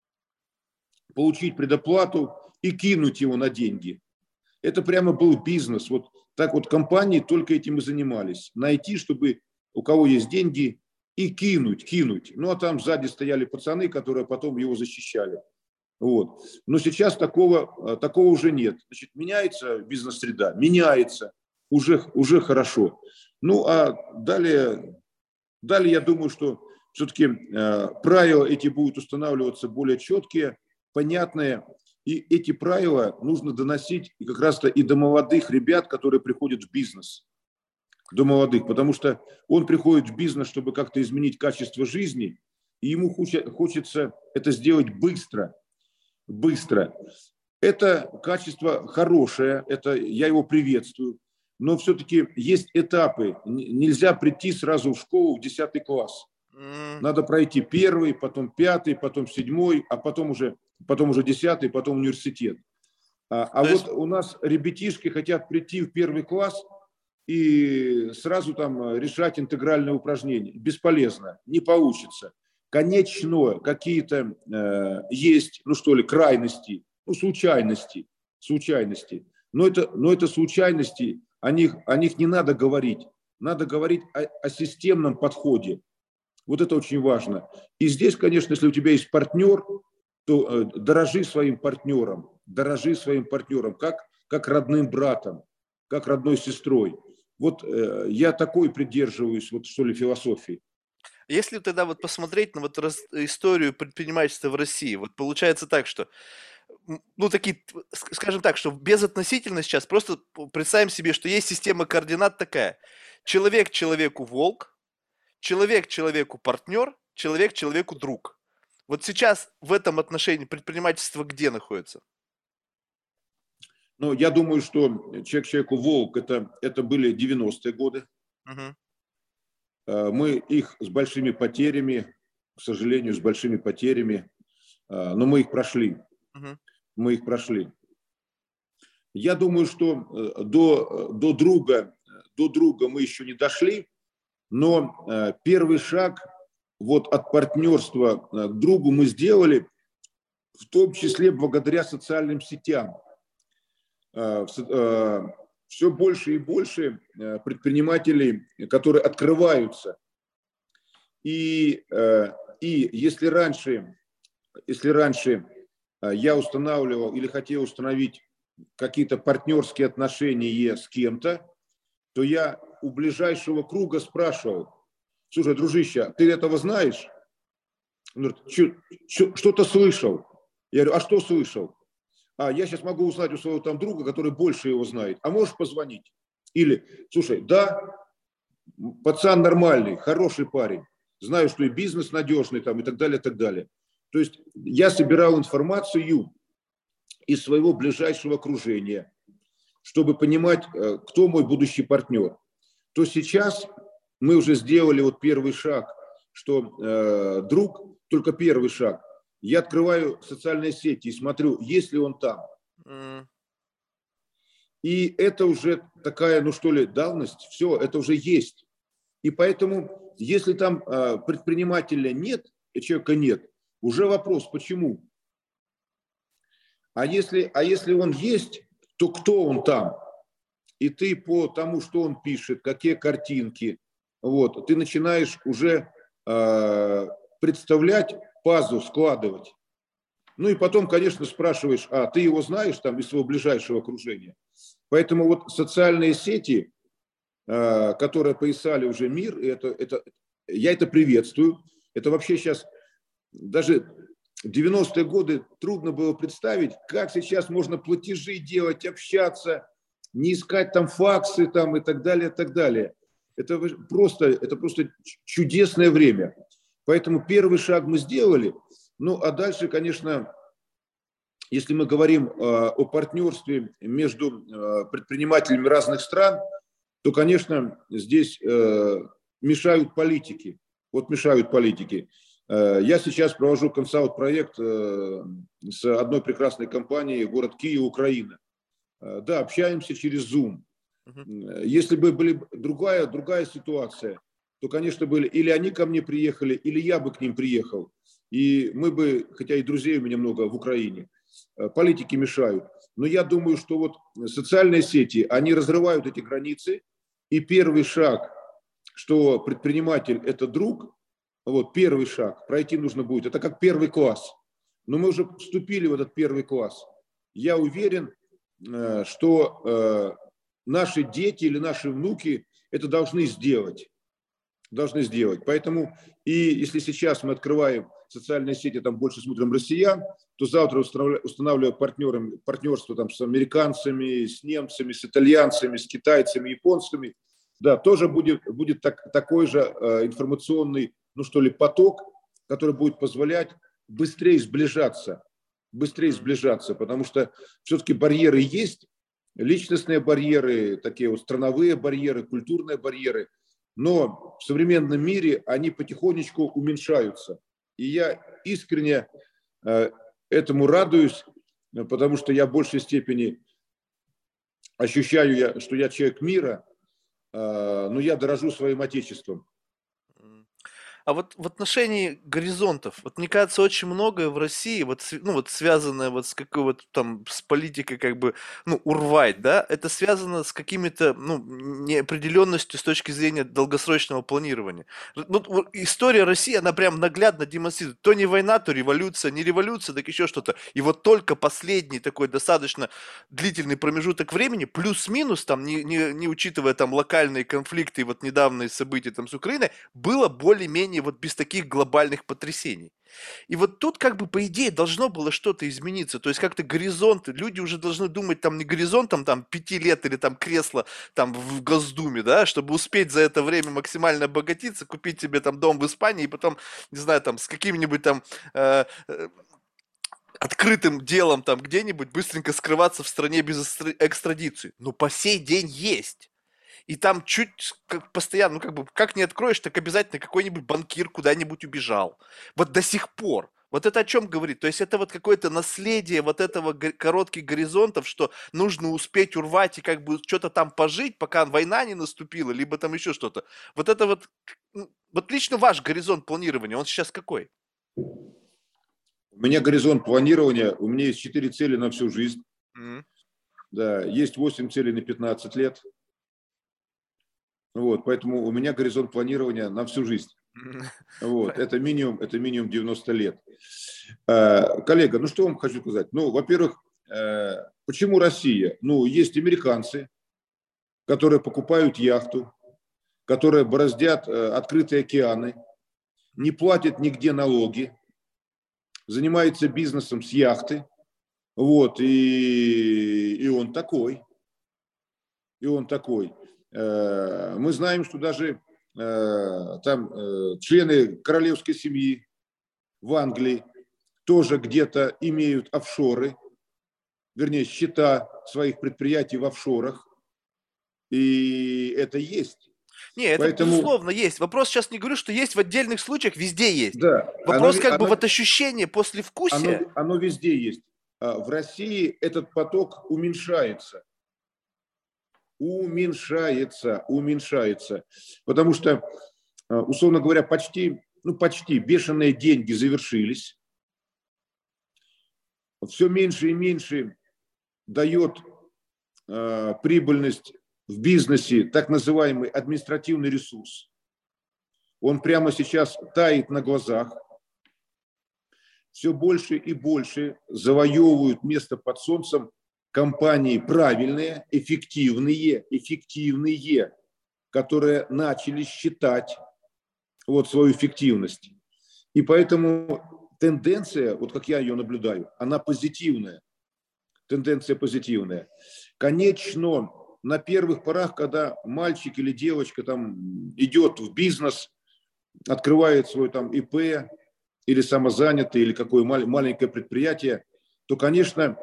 получить предоплату и кинуть его на деньги. Это прямо был бизнес. Вот так вот компании только этим и занимались. Найти, чтобы у кого есть деньги, и кинуть. Ну, а там сзади стояли пацаны, которые потом его защищали. Вот. Но сейчас такого уже нет. Значит, меняется бизнес-среда, меняется, уже хорошо. Ну, а далее я думаю, что все-таки правила эти будут устанавливаться более четкие, понятные. И эти правила нужно доносить и как раз-то и до молодых ребят, которые приходят в бизнес. До молодых, потому что он приходит в бизнес, чтобы как-то изменить качество жизни, и ему хочется это сделать быстро. Это качество хорошее, это я его приветствую, но все-таки есть этапы. Нельзя прийти сразу в школу в 10 класс. Надо пройти первый, потом пятый, потом седьмой, а потом уже 10, потом университет. А То есть вот у нас ребятишки хотят прийти в первый класс и сразу там решать интегральные упражнения. Бесполезно, не получится. Конечно, какие-то есть, ну что ли, крайности. ну, случайности. Но это случайности, о них не надо говорить. Надо говорить о системном подходе. Вот это очень важно. И здесь, конечно, если у тебя есть партнер, то дорожи своим партнером, как родным братом, как родной сестрой. Вот я такой придерживаюсь, вот что ли, философии. Если тогда вот посмотреть на вот историю предпринимательства в России, вот получается так, что, ну, такие, скажем так, что безотносительно сейчас, просто представим себе, что есть система координат такая. Человек человеку волк, человек человеку партнер, человек человеку друг. Вот сейчас в этом отношении предпринимательство где находится? Но я думаю, что человек человеку волк, это были 90-е годы. Мгм. Мы их с большими потерями, к сожалению, с большими потерями, но мы их прошли. Мгм. Мы их прошли. Я думаю, что до друга мы еще не дошли, но первый шаг вот от партнерства к другу мы сделали, в том числе благодаря социальным сетям. Все больше и больше предпринимателей, которые открываются. И если раньше я устанавливал или хотел установить какие-то партнерские отношения с кем-то, то я у ближайшего круга спрашивал: слушай, дружище, ты этого знаешь? Он говорит: что-то слышал. Я говорю: а что слышал? Я сейчас могу узнать у своего там друга, который больше его знает. А можешь позвонить? Или: слушай, да, пацан нормальный, хороший парень. Знаю, что и бизнес надежный там и так далее, и так далее. То есть я собирал информацию из своего ближайшего окружения, чтобы понимать, кто мой будущий партнер. То сейчас мы уже сделали вот первый шаг, что друг, только первый шаг. Я открываю социальные сети и смотрю, есть ли он там. М. И это уже такая, ну что ли, давность, все, это уже есть. И поэтому, если там предпринимателя нет, человека нет, уже вопрос, почему? А если он есть, то кто он там? И ты по тому, что он пишет, какие картинки, вот, ты начинаешь уже представлять, пазл складывать. Ну и потом, конечно, спрашиваешь: ты его знаешь там из своего ближайшего окружения? Поэтому вот социальные сети, которые поясали уже мир, я это приветствую. Это вообще сейчас даже в 90-е годы трудно было представить, как сейчас можно платежи делать, общаться, не искать там факсы там, и так далее, и так далее. Это просто чудесное время. Поэтому первый шаг мы сделали. Ну, а дальше, конечно, если мы говорим о партнерстве между предпринимателями разных стран, то, конечно, здесь мешают политики. Вот мешают политики. Я сейчас провожу консалт-проект с одной прекрасной компанией, город Киев, Украина. Да, общаемся через Zoom. Мгм. Если бы была другая ситуация, то, конечно, были или они ко мне приехали, или я бы к ним приехал. И мы бы, хотя и друзей у меня много в Украине, политики мешают. Но я думаю, что вот социальные сети, они разрывают эти границы. И первый шаг, что предприниматель – это друг, вот первый шаг, пройти нужно будет. Это как первый класс. Но мы уже вступили в этот первый класс. Я уверен, что наши дети или наши внуки это должны сделать. Должны сделать. Поэтому и если сейчас мы открываем социальные сети, там больше смотрим россиян, то завтра устанавливаем партнерство там, с американцами, с немцами, с итальянцами, с китайцами, японцами. Да, тоже будет такой же информационный, ну что ли, поток, который будет позволять быстрее сближаться, потому что все-таки барьеры есть, личностные барьеры, такие вот страновые барьеры, культурные барьеры, но в современном мире они потихонечку уменьшаются. И я искренне этому радуюсь, потому что я в большей степени ощущаю, что я человек мира, но я дорожу своим отечеством. А вот в отношении горизонтов, вот мне кажется, очень многое в России, вот, ну вот связанное вот с какой вот там, с политикой как бы, ну, урвать, да, это связано с какими-то, ну, неопределенностью с точки зрения долгосрочного планирования. Ну, вот история России, она прям наглядно демонстрирует, то не война, то революция, не революция, так еще что-то. И вот только последний такой достаточно длительный промежуток времени, плюс-минус, там, не учитывая там локальные конфликты и вот недавние события там с Украиной, было более-менее вот без таких глобальных потрясений. И вот тут как бы по идее должно было что-то измениться, то есть как-то горизонты, люди уже должны думать там не горизонтом там 5 лет или там кресло там в Госдуме, да, чтобы успеть за это время максимально обогатиться, купить себе там дом в Испании и потом, не знаю, там с каким-нибудь там э, э, открытым делом там где-нибудь быстренько скрываться в стране без экстрадиции. Но по сей день есть. И там чуть как постоянно, ну как бы, как не откроешь, так обязательно какой-нибудь банкир куда-нибудь убежал. Вот до сих пор. Вот это о чем говорит? То есть это вот какое-то наследие вот этого коротких горизонтов, что нужно успеть урвать и как бы что-то там пожить, пока война не наступила, либо там еще что-то. Вот это вот, вот лично ваш горизонт планирования, он сейчас какой? У меня горизонт планирования, у меня есть 4 цели на всю жизнь. Мгм. Да, есть 8 целей на 15 лет. Вот, поэтому у меня горизонт планирования на всю жизнь. Вот, это минимум 90 лет. Коллега, ну что вам хочу сказать? Ну, во-первых, почему Россия? Ну, есть американцы, которые покупают яхту, которые бороздят открытые океаны, не платят нигде налоги, занимаются бизнесом с яхты. Вот, и он такой. И он такой. Мы знаем, что даже там члены королевской семьи в Англии тоже где-то имеют офшоры, вернее, счета своих предприятий в офшорах. И это есть. Не, это Поэтому, безусловно есть. Вопрос сейчас не говорю, что есть в отдельных случаях, везде есть. да, Вопрос как бы вот ощущение послевкусия. оно везде есть. В России этот поток уменьшается. Уменьшается. Потому что, условно говоря, почти бешеные деньги завершились. Все меньше и меньше дает прибыльность в бизнесе так называемый административный ресурс. Он прямо сейчас тает на глазах. Все больше и больше завоевывают место под солнцем компании правильные, эффективные, которые начали считать вот свою эффективность. И поэтому тенденция, вот как я ее наблюдаю, она позитивная. Тенденция позитивная. Конечно, на первых порах, когда мальчик или девочка там идет в бизнес, открывает свой там ИП или самозанятый, или какое маленькое предприятие, то, конечно,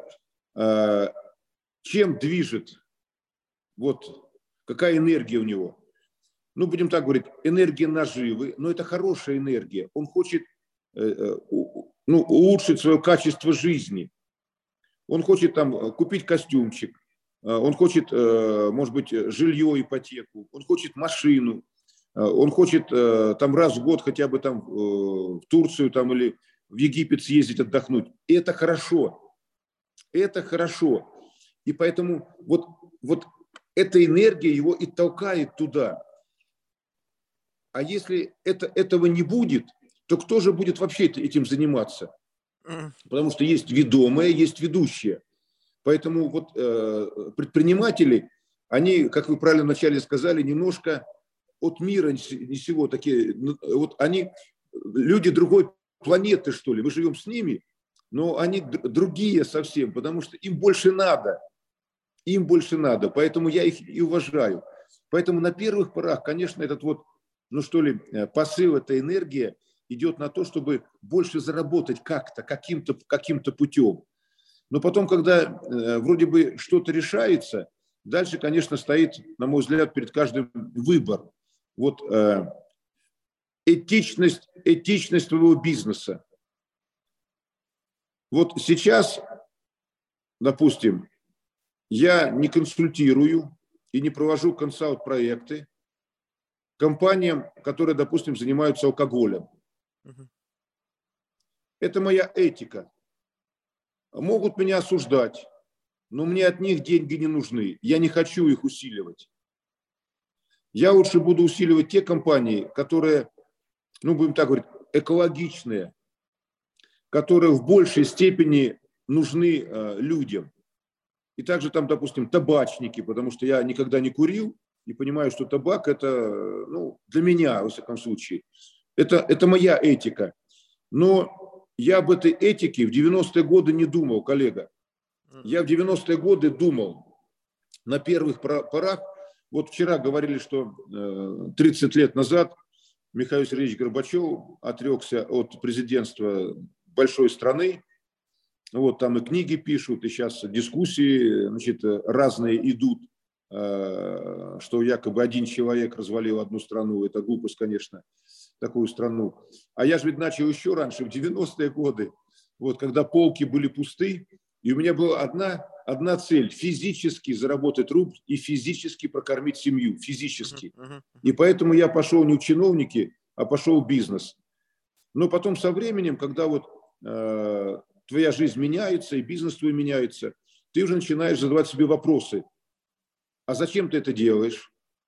чем движет, вот какая энергия у него. Ну, будем так говорить, энергия наживы, но это хорошая энергия. Он хочет улучшить свое качество жизни. Он хочет там купить костюмчик, он хочет, может быть, жилье, ипотеку, он хочет машину, он хочет там раз в год хотя бы там в Турцию там, или в Египет съездить отдохнуть. И это хорошо. Это хорошо. И поэтому вот эта энергия его и толкает туда. А если этого не будет, то кто же будет вообще этим заниматься? Потому что есть ведомые, есть ведущие. Поэтому вот предприниматели, они, как вы правильно вначале сказали, немножко от мира не сего такие, вот они люди другой планеты, что ли. Мы живем с ними, но они другие совсем, потому что им больше надо. Им больше надо. Поэтому я их и уважаю. Поэтому на первых порах, конечно, этот вот, ну что ли, посыл, эта энергия идет на то, чтобы больше заработать как-то, каким-то путем. Но потом, когда вроде бы что-то решается, дальше, конечно, стоит, на мой взгляд, перед каждым выбор. Вот этичность твоего бизнеса. Вот сейчас, допустим, я не консультирую и не провожу консалт-проекты компаниям, которые, допустим, занимаются алкоголем. Это моя этика. Могут меня осуждать, но мне от них деньги не нужны. Я не хочу их усиливать. Я лучше буду усиливать те компании, которые, ну, будем так говорить, экологичные, которые в большей степени нужны людям. И также там, допустим, табачники, потому что я никогда не курил и понимаю, что табак это, ну, для меня, во всяком случае, это моя этика. Но я об этой этике в 90-е годы не думал, коллега. Я в 90-е годы думал на первых порах. Вот вчера говорили, что 30 лет назад Михаил Сергеевич Горбачев отрекся от президентства большой страны. Вот там и книги пишут, и сейчас дискуссии, значит, разные идут, что якобы один человек развалил одну страну. Это глупость, конечно, такую страну. А я же ведь начал еще раньше, в 90-е годы, вот, когда полки были пусты, и у меня была одна цель – физически заработать рубль и физически прокормить семью, физически. И поэтому я пошел не в чиновники, а пошел в бизнес. Но потом со временем, когда вот твоя жизнь меняется, и бизнес твой меняется, ты уже начинаешь задавать себе вопросы. А зачем ты это делаешь?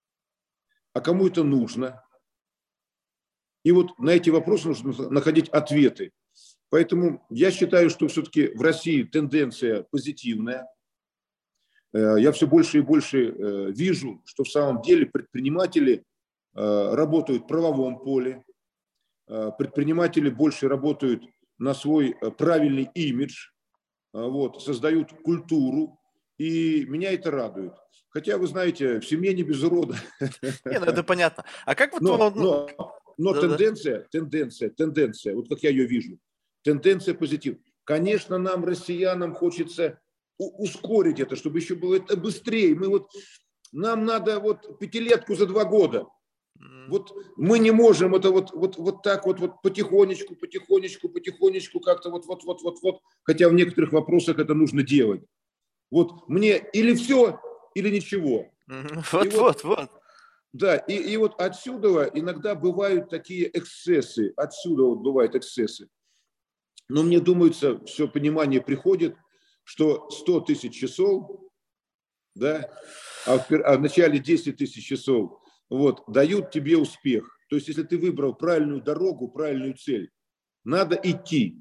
А кому это нужно? И вот на эти вопросы нужно находить ответы. Поэтому я считаю, что все-таки в России тенденция позитивная. Я все больше и больше вижу, что в самом деле предприниматели работают в правовом поле, предприниматели больше работают на свой правильный имидж, вот, создают культуру, и меня это радует. Хотя, вы знаете, в семье не без урода. Не, ну это понятно. А как вот... Но тенденция, вот как я ее вижу, тенденция позитивная. Конечно, нам, россиянам, хочется ускорить это, чтобы еще было это быстрее. Нам надо вот пятилетку за 2 года. Вот мы не можем это вот так вот потихонечку как-то вот. Хотя в некоторых вопросах это нужно делать. Вот мне или все, или ничего. Вот. Да, и вот отсюда иногда бывают такие эксцессы. Но мне думается, все понимание приходит, что 100 тысяч часов, да, а в начале 10 тысяч часов, вот, дают тебе успех. То есть, если ты выбрал правильную дорогу, правильную цель, надо идти.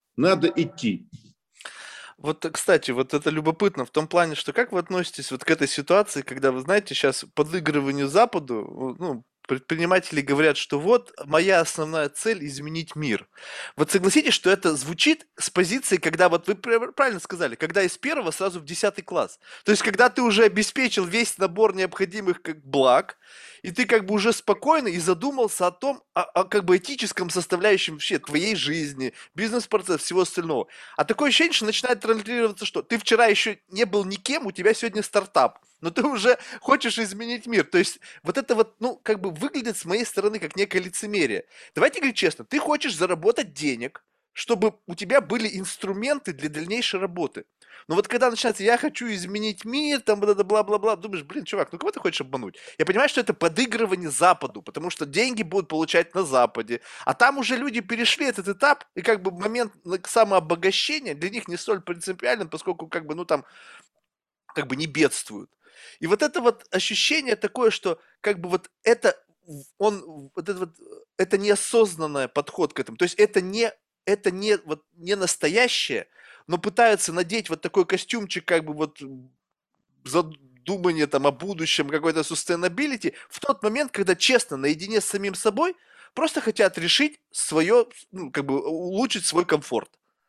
Вот, кстати, вот это любопытно в том плане, что как вы относитесь вот к этой ситуации, когда, вы знаете, сейчас подыгрыванию Западу, ну, предприниматели говорят, что вот моя основная цель – изменить мир. Вот согласитесь, что это звучит с позиции, когда, вот вы правильно сказали, когда из первого сразу в 10 класс. То есть, когда ты уже обеспечил весь набор необходимых как благ, и ты как бы уже спокойно и задумался о том, о как бы этическом составляющем вообще твоей жизни, бизнес-процесс, всего остального. А такое ощущение, что начинает транслироваться, что ты вчера еще не был никем, у тебя сегодня стартап, но ты уже хочешь изменить мир. То есть вот это вот, ну, как бы выглядит с моей стороны как некое лицемерие. Давайте говорить честно, ты хочешь заработать денег, чтобы у тебя были инструменты для дальнейшей работы. Но вот когда начинается, я хочу изменить мир, там, бла-бла-бла, думаешь, блин, чувак, ну кого ты хочешь обмануть? Я понимаю, что это подыгрывание Западу, потому что деньги будут получать на Западе, а там уже люди перешли этот этап, и как бы момент самообогащения для них не столь принципиален, поскольку как бы, ну там, как бы не бедствуют. И вот это вот ощущение такое, что как бы вот это, это неосознанный подход к этому. То есть это не, вот, не настоящее, но пытаются надеть вот такой костюмчик, как бы вот задумание там о будущем, какой-то sustainability, в тот момент, когда честно, наедине с самим собой, просто хотят решить свое, ну, как бы улучшить свой комфорт.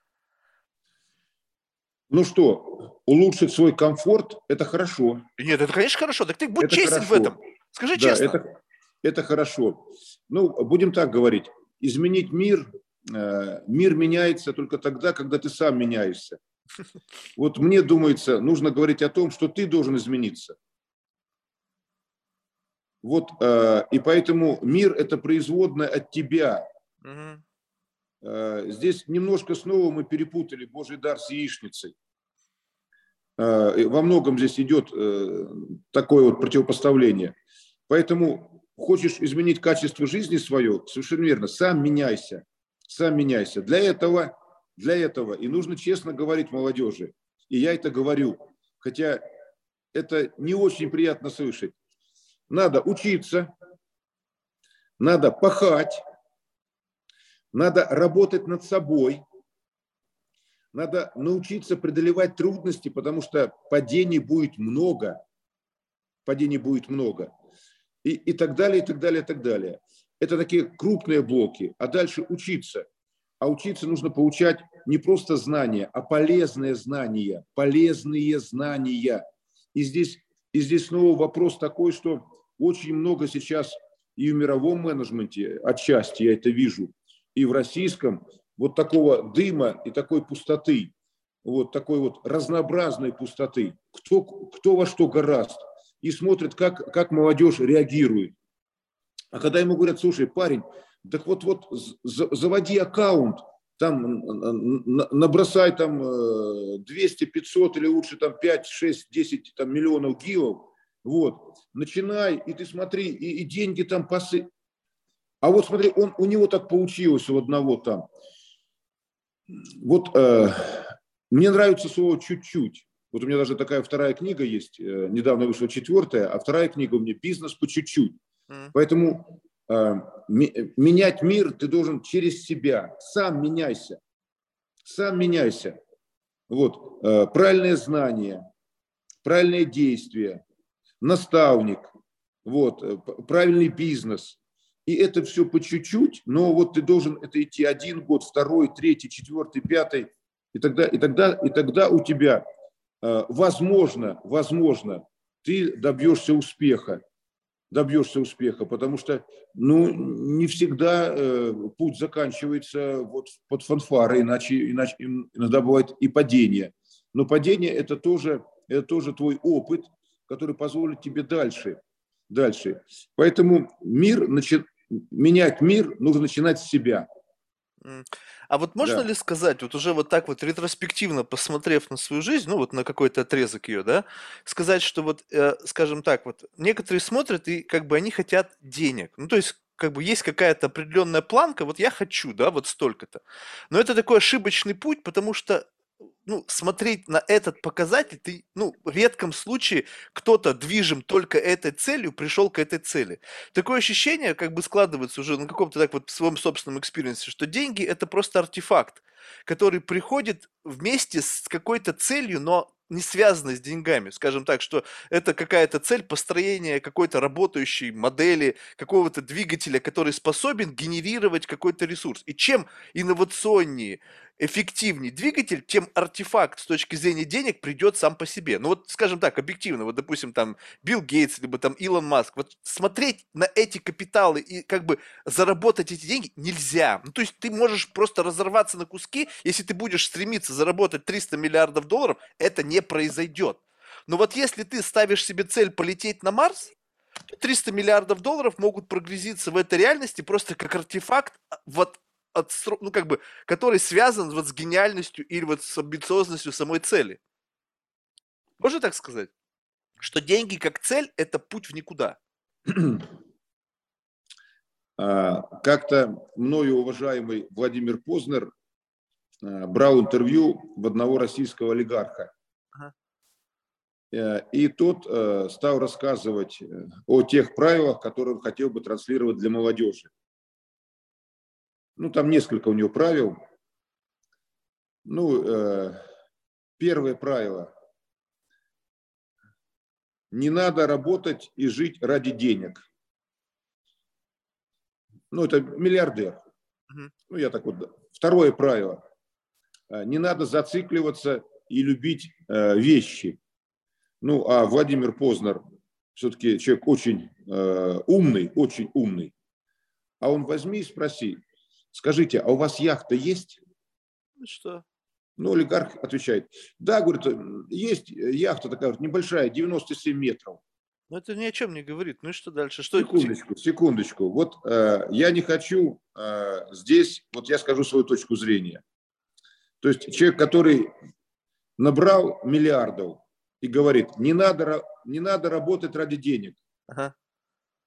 Ну что, улучшить свой комфорт – это хорошо. Нет, это, конечно, хорошо. Так ты будь Это честен в хорошо. этом. Скажи Да, честно. это хорошо. Ну, будем так говорить. Изменить мир, мир меняется только тогда, когда ты сам меняешься. Вот мне думается, нужно говорить о том, что ты должен измениться. Вот, и поэтому мир – это производное от тебя. Здесь немножко снова мы перепутали Божий дар с яичницей. Во многом здесь идет такое вот противопоставление. Поэтому Хочешь изменить качество жизни свое, совершенно верно, сам меняйся. Сам меняйся. Для этого и нужно честно говорить молодежи. И я это говорю. Хотя это не очень приятно слышать. Надо учиться, надо пахать, надо работать над собой, надо научиться преодолевать трудности, потому что падений будет много. Падений будет много. И так далее, и так далее, и так далее. Это такие крупные блоки. А дальше учиться. А учиться нужно получать не просто знания, а полезные знания. Полезные знания. И здесь снова вопрос такой, что очень много сейчас и в мировом менеджменте, отчасти я это вижу, и в российском, вот такого дыма и такой пустоты, вот такой вот разнообразной пустоты. Кто во что гораст. И смотрит, как молодежь реагирует. А когда ему говорят, слушай, парень, так вот заводи аккаунт, там набросай там 200, 500 или лучше там 5, 6, 10 там, миллионов гивов, вот, начинай, и ты смотри, и деньги там А вот смотри, у него так получилось у одного там. Вот мне нравится слово «чуть-чуть». Вот у меня даже такая вторая книга есть, недавно вышла четвертая, а вторая книга у меня «Бизнес по чуть-чуть». Поэтому менять мир ты должен через себя. Сам меняйся. Сам меняйся. Вот. Правильные знания, правильные действия, наставник, вот, правильный бизнес. И это все по чуть-чуть, но вот ты должен это идти 1 год, 2, 3, 4, 5, и тогда у тебя, возможно, ты добьешься успеха, потому что, не всегда путь заканчивается вот под фанфары, иначе иногда бывает и падение. Но падение это тоже твой опыт, который позволит тебе дальше. Поэтому менять мир нужно начинать с себя. А вот можно Да. ли сказать, вот уже вот так вот ретроспективно посмотрев на свою жизнь, ну вот на какой-то отрезок ее, да, сказать, что вот, скажем так, вот некоторые смотрят и как бы они хотят денег. Ну то есть как бы есть какая-то определенная планка, вот я хочу, да, вот столько-то. Но это такой ошибочный путь, потому что смотреть на этот показатель, ты, в редком случае кто-то движим только этой целью пришел к этой цели. Такое ощущение как бы складывается уже на каком-то так вот своем собственном экспириенсе, что деньги это просто артефакт, который приходит вместе с какой-то целью, но не связанной с деньгами. Скажем так, что это какая-то цель построения какой-то работающей модели, какого-то двигателя, который способен генерировать какой-то ресурс. И чем инновационнее, эффективнее двигатель, тем артефакт с точки зрения денег придет сам по себе. Ну вот, скажем так, объективно, вот, допустим, там Билл Гейтс, либо там Илон Маск, вот смотреть на эти капиталы и как бы заработать эти деньги нельзя. Ну, то есть ты можешь просто разорваться на куски, если ты будешь стремиться заработать 300 миллиардов долларов, это не произойдет. Но вот если ты ставишь себе цель полететь на Марс, 300 миллиардов долларов могут прогрузиться в этой реальности просто как артефакт, вот как бы, который связан вот с гениальностью или вот с амбициозностью самой цели. Можно так сказать? Что деньги как цель – это путь в никуда. Как-то мною уважаемый Владимир Познер брал интервью в одного российского олигарха. Ага. И тот стал рассказывать о тех правилах, которые он хотел бы транслировать для молодежи. Там несколько у него правил. Первое правило. Не надо работать и жить ради денег. Это миллиардер. Я так вот. Второе правило. Не надо зацикливаться и любить вещи. А Владимир Познер все-таки человек очень умный. А он возьми и спроси, скажите, а у вас яхта есть? Что? Олигарх отвечает, да, говорит, есть яхта такая небольшая, 97 метров. Это ни о чем не говорит. Ну и что дальше? Секундочку. Вот я не хочу здесь, вот я скажу свою точку зрения. То есть человек, который набрал миллиардов и говорит, не надо работать ради денег. Ага.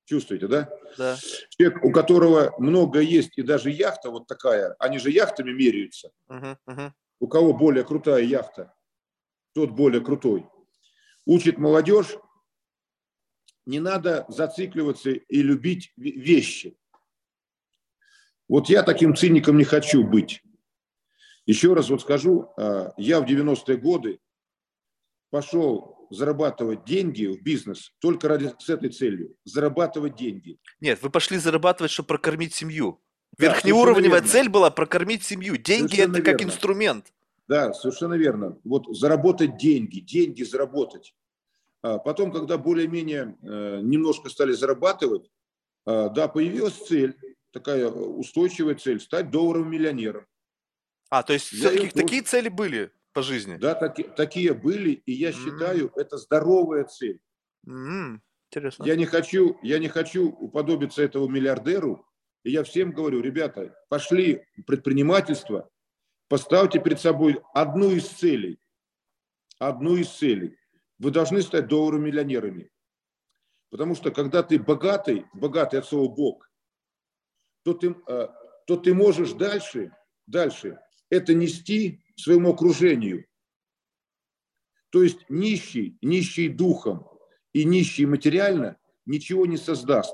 Чувствуете, да? Да. Человек, у которого много есть, и даже яхта вот такая, они же яхтами меряются. Мгм, мгм. У кого более крутая яхта, тот более крутой. Учит молодежь, не надо зацикливаться и любить вещи. Вот я таким циником не хочу быть. Еще раз вот скажу, я в 90-е годы пошел зарабатывать деньги в бизнес только с этой целью. Зарабатывать деньги. Нет, вы пошли зарабатывать, чтобы прокормить семью. Да, совершенно Верхнеуровневая верно. цель была прокормить семью. Деньги Совершенно это как верно. инструмент. Да, совершенно верно. Вот заработать деньги заработать. Потом, когда более-менее немножко стали зарабатывать, да, появилась цель, такая устойчивая цель, стать долларовым миллионером. То есть Я ее все-таки такие тоже, цели были по жизни? да, такие были, и я М, считаю, это здоровая цель. Интересно. Я не хочу уподобиться этому миллиардеру, и я всем говорю, ребята, пошли в предпринимательство, поставьте перед собой одну из целей. Одну из целей. Вы должны стать долларовыми миллионерами. Потому что когда ты богатый от слова Бог, то ты можешь дальше это нести своему окружению. То есть нищий духом и нищий материально ничего не создаст.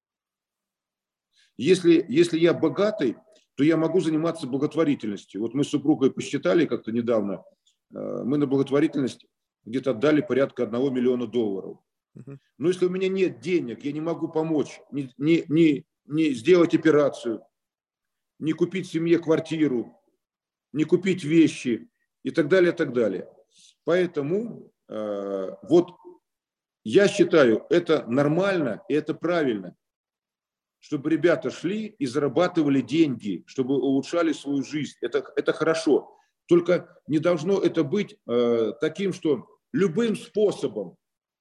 Если я богатый, то я могу заниматься благотворительностью. Вот мы с супругой посчитали как-то недавно, мы на благотворительность где-то отдали порядка $1 миллиона. Мгм. Но если у меня нет денег, я не могу помочь, не сделать операцию, не купить семье квартиру, не купить вещи и так далее, так далее. Поэтому вот я считаю, это нормально и это правильно, чтобы ребята шли и зарабатывали деньги, чтобы улучшали свою жизнь. Это хорошо. Только не должно это быть таким, что любым способом.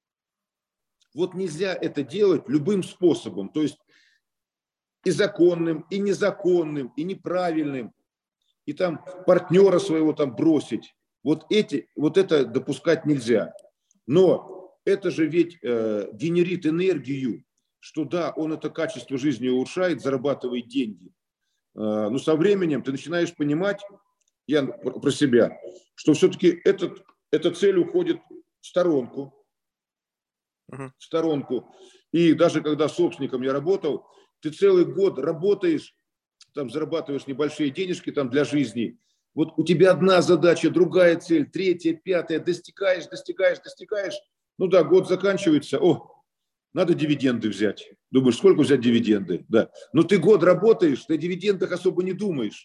Вот нельзя это делать любым способом. То есть и законным, и незаконным, и неправильным. И там партнера своего там бросить. Вот это допускать нельзя. Но это же ведь генерит энергию, что да, он это качество жизни улучшает, зарабатывает деньги. Но со временем ты начинаешь понимать, я про себя, что все-таки эта цель уходит в сторонку. Мгм. В сторонку. И даже когда собственником я работал, ты целый год работаешь, там зарабатываешь небольшие денежки там для жизни. Вот у тебя одна задача, другая цель, третья, пятая, достигаешь. Ну да, год заканчивается, надо дивиденды взять. Думаешь, сколько взять дивиденды? Да. Но ты год работаешь, ты о дивидендах особо не думаешь.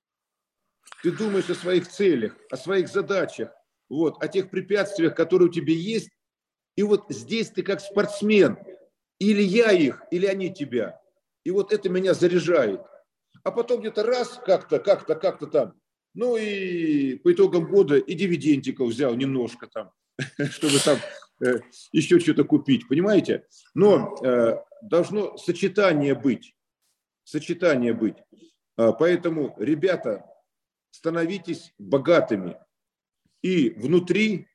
Ты думаешь о своих целях, о своих задачах, вот, о тех препятствиях, которые у тебя есть. И вот здесь ты как спортсмен. Или я их, или они тебя. И вот это меня заряжает. А потом где-то раз, как-то там, ну и по итогам года и дивидендиков взял немножко там, чтобы там еще что-то купить, понимаете? Мгм. Но должно сочетание быть. Сочетание быть. Поэтому, ребята, становитесь богатыми и внутри,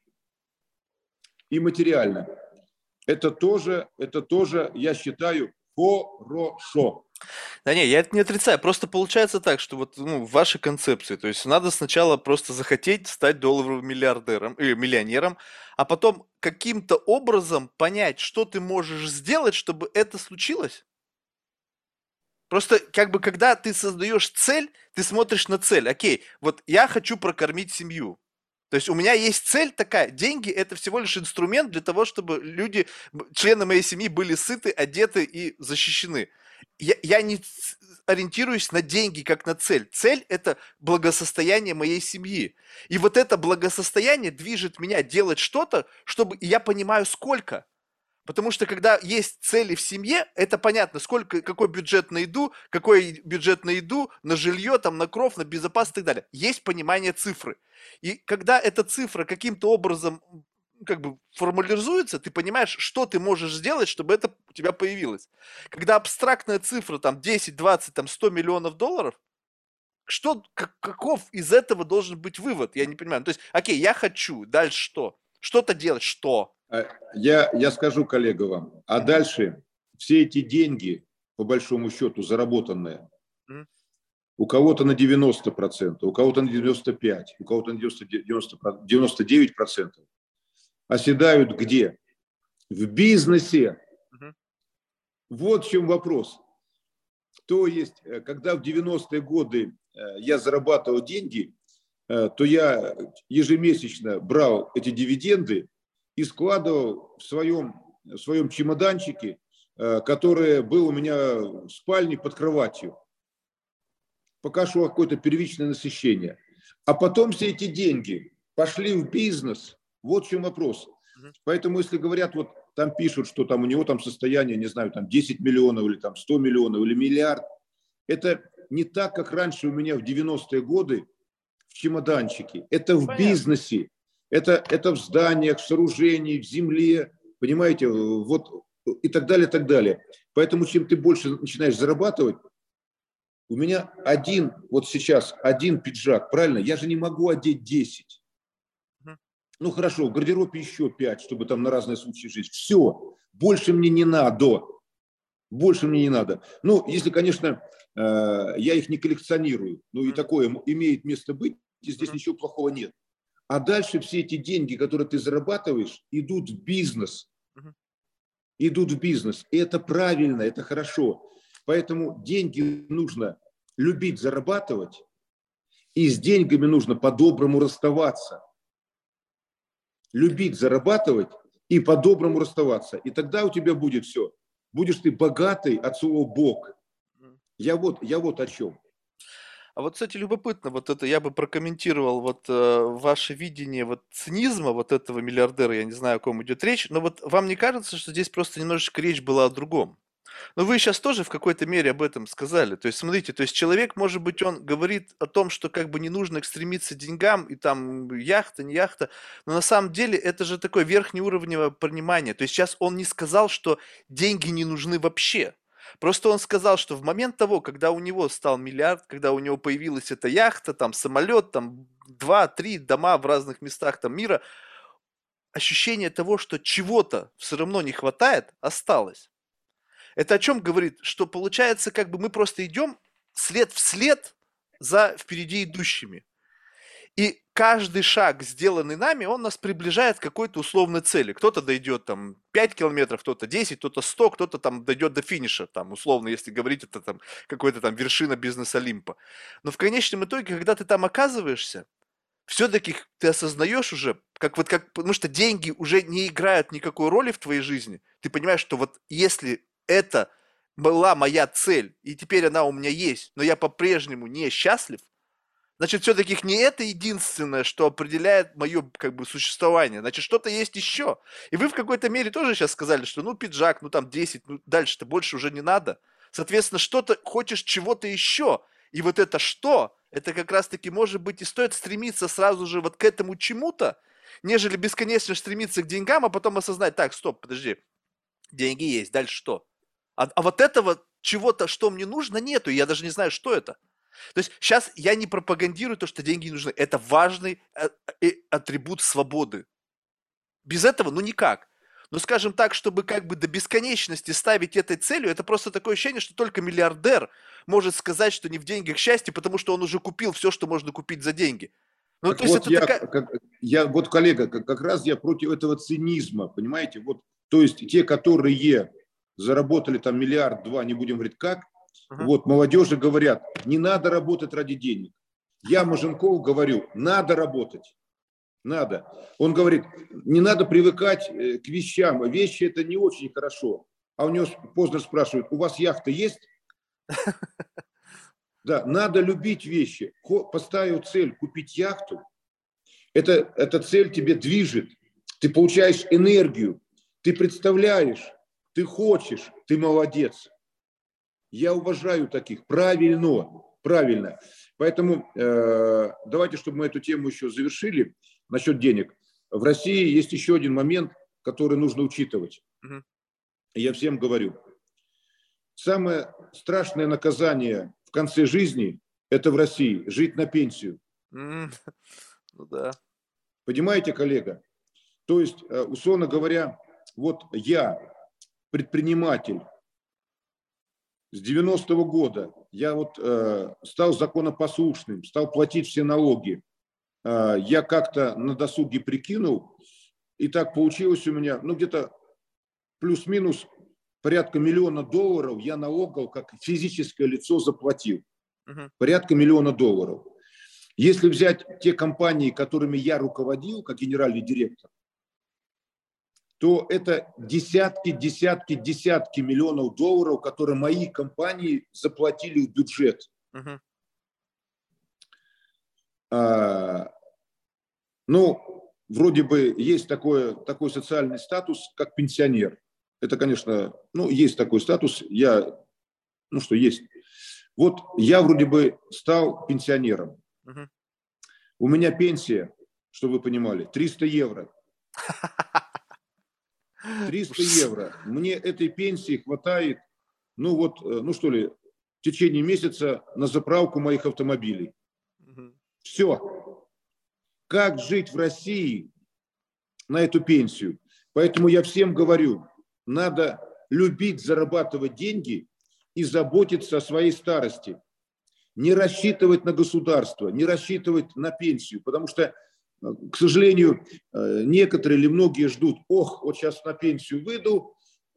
и материально. Это тоже, я считаю, хорошо. Да не, я это не отрицаю. Просто получается так, что вот в вашей концепции, то есть надо сначала просто захотеть стать долларовым миллиардером или миллионером, а потом каким-то образом понять, что ты можешь сделать, чтобы это случилось. Просто как бы когда ты создаешь цель, ты смотришь на цель. Окей, вот я хочу прокормить семью. То есть у меня есть цель такая. Деньги это всего лишь инструмент для того, чтобы люди, члены моей семьи были сыты, одеты и защищены. Я не ориентируюсь на деньги как на цель. Цель это благосостояние моей семьи. И вот это благосостояние движет меня делать что-то, чтобы и я понимаю сколько. Потому что когда есть цели в семье, это понятно, сколько, какой бюджет на еду, какой бюджет на еду, на жилье, там, на кров, на безопасность и так далее. Есть понимание цифры. И когда эта цифра каким-то образом как бы формализуется, ты понимаешь, что ты можешь сделать, чтобы это у тебя появилось. Когда абстрактная цифра, там, 10, 20, там, 100 миллионов долларов, каков из этого должен быть вывод? Я не понимаю. То есть, окей, я хочу, дальше что? Что-то делать, что? Я скажу, коллега, вам. А Мгм. дальше все эти деньги, по большому счету, заработанные, Мгм. у кого-то на 90%, у кого-то на 95%, у кого-то на 99%, оседают где? В бизнесе. Мгм. Вот в чем вопрос. То есть, когда в 90-е годы я зарабатывал деньги, то я ежемесячно брал эти дивиденды и складывал в своем чемоданчике, который был у меня в спальне под кроватью, пока шло какое-то первичное насыщение. А потом все эти деньги пошли в бизнес. Вот в чем вопрос. Мгм. Поэтому, если говорят, вот там пишут, что там у него там состояние, не знаю, там 10 миллионов или там 100 миллионов или миллиард, это не так, как раньше у меня в 90-е годы в чемоданчике. Это в Понятно. бизнесе, это в зданиях, в сооружении, в земле, понимаете, вот и так далее, и так далее. Поэтому чем ты больше начинаешь зарабатывать, у меня вот сейчас один пиджак, правильно? Я же не могу одеть 10. Мгм. Ну хорошо, в гардеробе еще 5, чтобы там на разные случаи жить. Все, больше мне не надо. Больше мне не надо. Ну, если, конечно, я их не коллекционирую. Ну и Мгм. такое имеет место быть, и здесь Мгм. ничего плохого нет. А дальше все эти деньги, которые ты зарабатываешь, идут в бизнес. Мгм. Идут в бизнес. И это правильно, это хорошо. Поэтому деньги нужно любить зарабатывать, и с деньгами нужно по-доброму расставаться. Любить зарабатывать и по-доброму расставаться. И тогда у тебя будет все. Будешь ты богатый от слова «бог». Мгм. Я вот о чем. А вот, кстати, любопытно, вот это я бы прокомментировал вот ваше видение вот цинизма вот этого миллиардера, я не знаю, о ком идет речь, но вот вам не кажется, что здесь просто немножечко речь была о другом? Но вы сейчас тоже в какой-то мере об этом сказали. То есть, смотрите, то есть человек, может быть, он говорит о том, что как бы не нужно стремиться к деньгам, и там яхта, не яхта, но на самом деле это же такое верхнеуровневое понимание. То есть сейчас он не сказал, что деньги не нужны вообще. Просто он сказал, что в момент того, когда у него стал миллиард, когда у него появилась эта яхта, там самолет, там два-три дома в разных местах там мира, ощущение того, что чего-то все равно не хватает, осталось. Это о чем говорит? Что получается, как бы мы просто идем след в след за впереди идущими. И каждый шаг, сделанный нами, он нас приближает к какой-то условной цели. Кто-то дойдет там 5 километров, кто-то 10, кто-то 100, кто-то там дойдет до финиша, там, условно, если говорить, это там какой-то там вершина бизнес-олимпа. Но в конечном итоге, когда ты там оказываешься, все-таки ты осознаешь уже, потому что деньги уже не играют никакой роли в твоей жизни. Ты понимаешь, что вот если это была моя цель, и теперь она у меня есть, но я по-прежнему не счастлив, значит, все-таки не это единственное, что определяет мое как бы существование. Значит, что-то есть еще. И вы в какой-то мере тоже сейчас сказали, что ну пиджак, ну там 10, ну дальше-то больше уже не надо. Соответственно, что-то хочешь чего-то еще. И вот это что? Это как раз-таки может быть и стоит стремиться сразу же вот к этому чему-то, нежели бесконечно стремиться к деньгам, а потом осознать, так, стоп, подожди, деньги есть, дальше что? А вот этого чего-то, что мне нужно, нету, и я даже не знаю, что это. То есть сейчас я не пропагандирую то, что деньги не нужны. Это важный атрибут свободы. Без этого, ну никак. Но скажем так, чтобы как бы до бесконечности ставить этой целью, это просто такое ощущение, что только миллиардер может сказать, что не в деньгах счастье, потому что он уже купил все, что можно купить за деньги. Ну, Так то есть вот это такая... вот, коллега, как раз я против этого цинизма, понимаете? Вот, то есть те, которые заработали там миллиард, два, не будем говорить как, Мгм. вот молодежи говорят, не надо работать ради денег. Я Маженкову говорю, надо работать. Надо. Он говорит, не надо привыкать к вещам. Вещи это не очень хорошо. А у него поздно спрашивают, у вас яхта есть? Да, надо любить вещи. Поставил цель купить яхту, эта цель тебе движет. Ты получаешь энергию. Ты представляешь, ты хочешь, ты молодец. Я уважаю таких. Правильно, правильно. Поэтому давайте, чтобы мы эту тему еще завершили насчет денег. В России есть еще один момент, который нужно учитывать. Мгм. И я всем говорю. Самое страшное наказание в конце жизни – это в России – жить на пенсию. М, Ну да. Понимаете, коллега? То есть, условно говоря, вот я предприниматель, С 90-го года я вот стал законопослушным, стал платить все налоги. Я как-то на досуге прикинул, и так получилось у меня, ну, где-то плюс-минус порядка $1 миллиона я налогов как физическое лицо заплатил. Мгм. Порядка $1 миллиона. Если взять те компании, которыми я руководил, как генеральный директор, то это десятки миллионов долларов, которые мои компании заплатили в бюджет. Мгм. Ну, вроде бы есть такой социальный статус, как пенсионер. Это, конечно, ну, есть такой статус, ну, что есть. Вот я вроде бы стал пенсионером. Мгм. У меня пенсия, чтобы вы понимали, 300 евро. 300 евро. Мне этой пенсии хватает, ну вот, ну что ли, в течение месяца на заправку моих автомобилей. Мгм. Все. Как жить в России на эту пенсию? Поэтому я всем говорю, надо любить зарабатывать деньги и заботиться о своей старости. Не рассчитывать на государство, не рассчитывать на пенсию, потому что, к сожалению, некоторые или многие ждут, ох, вот сейчас на пенсию выйду,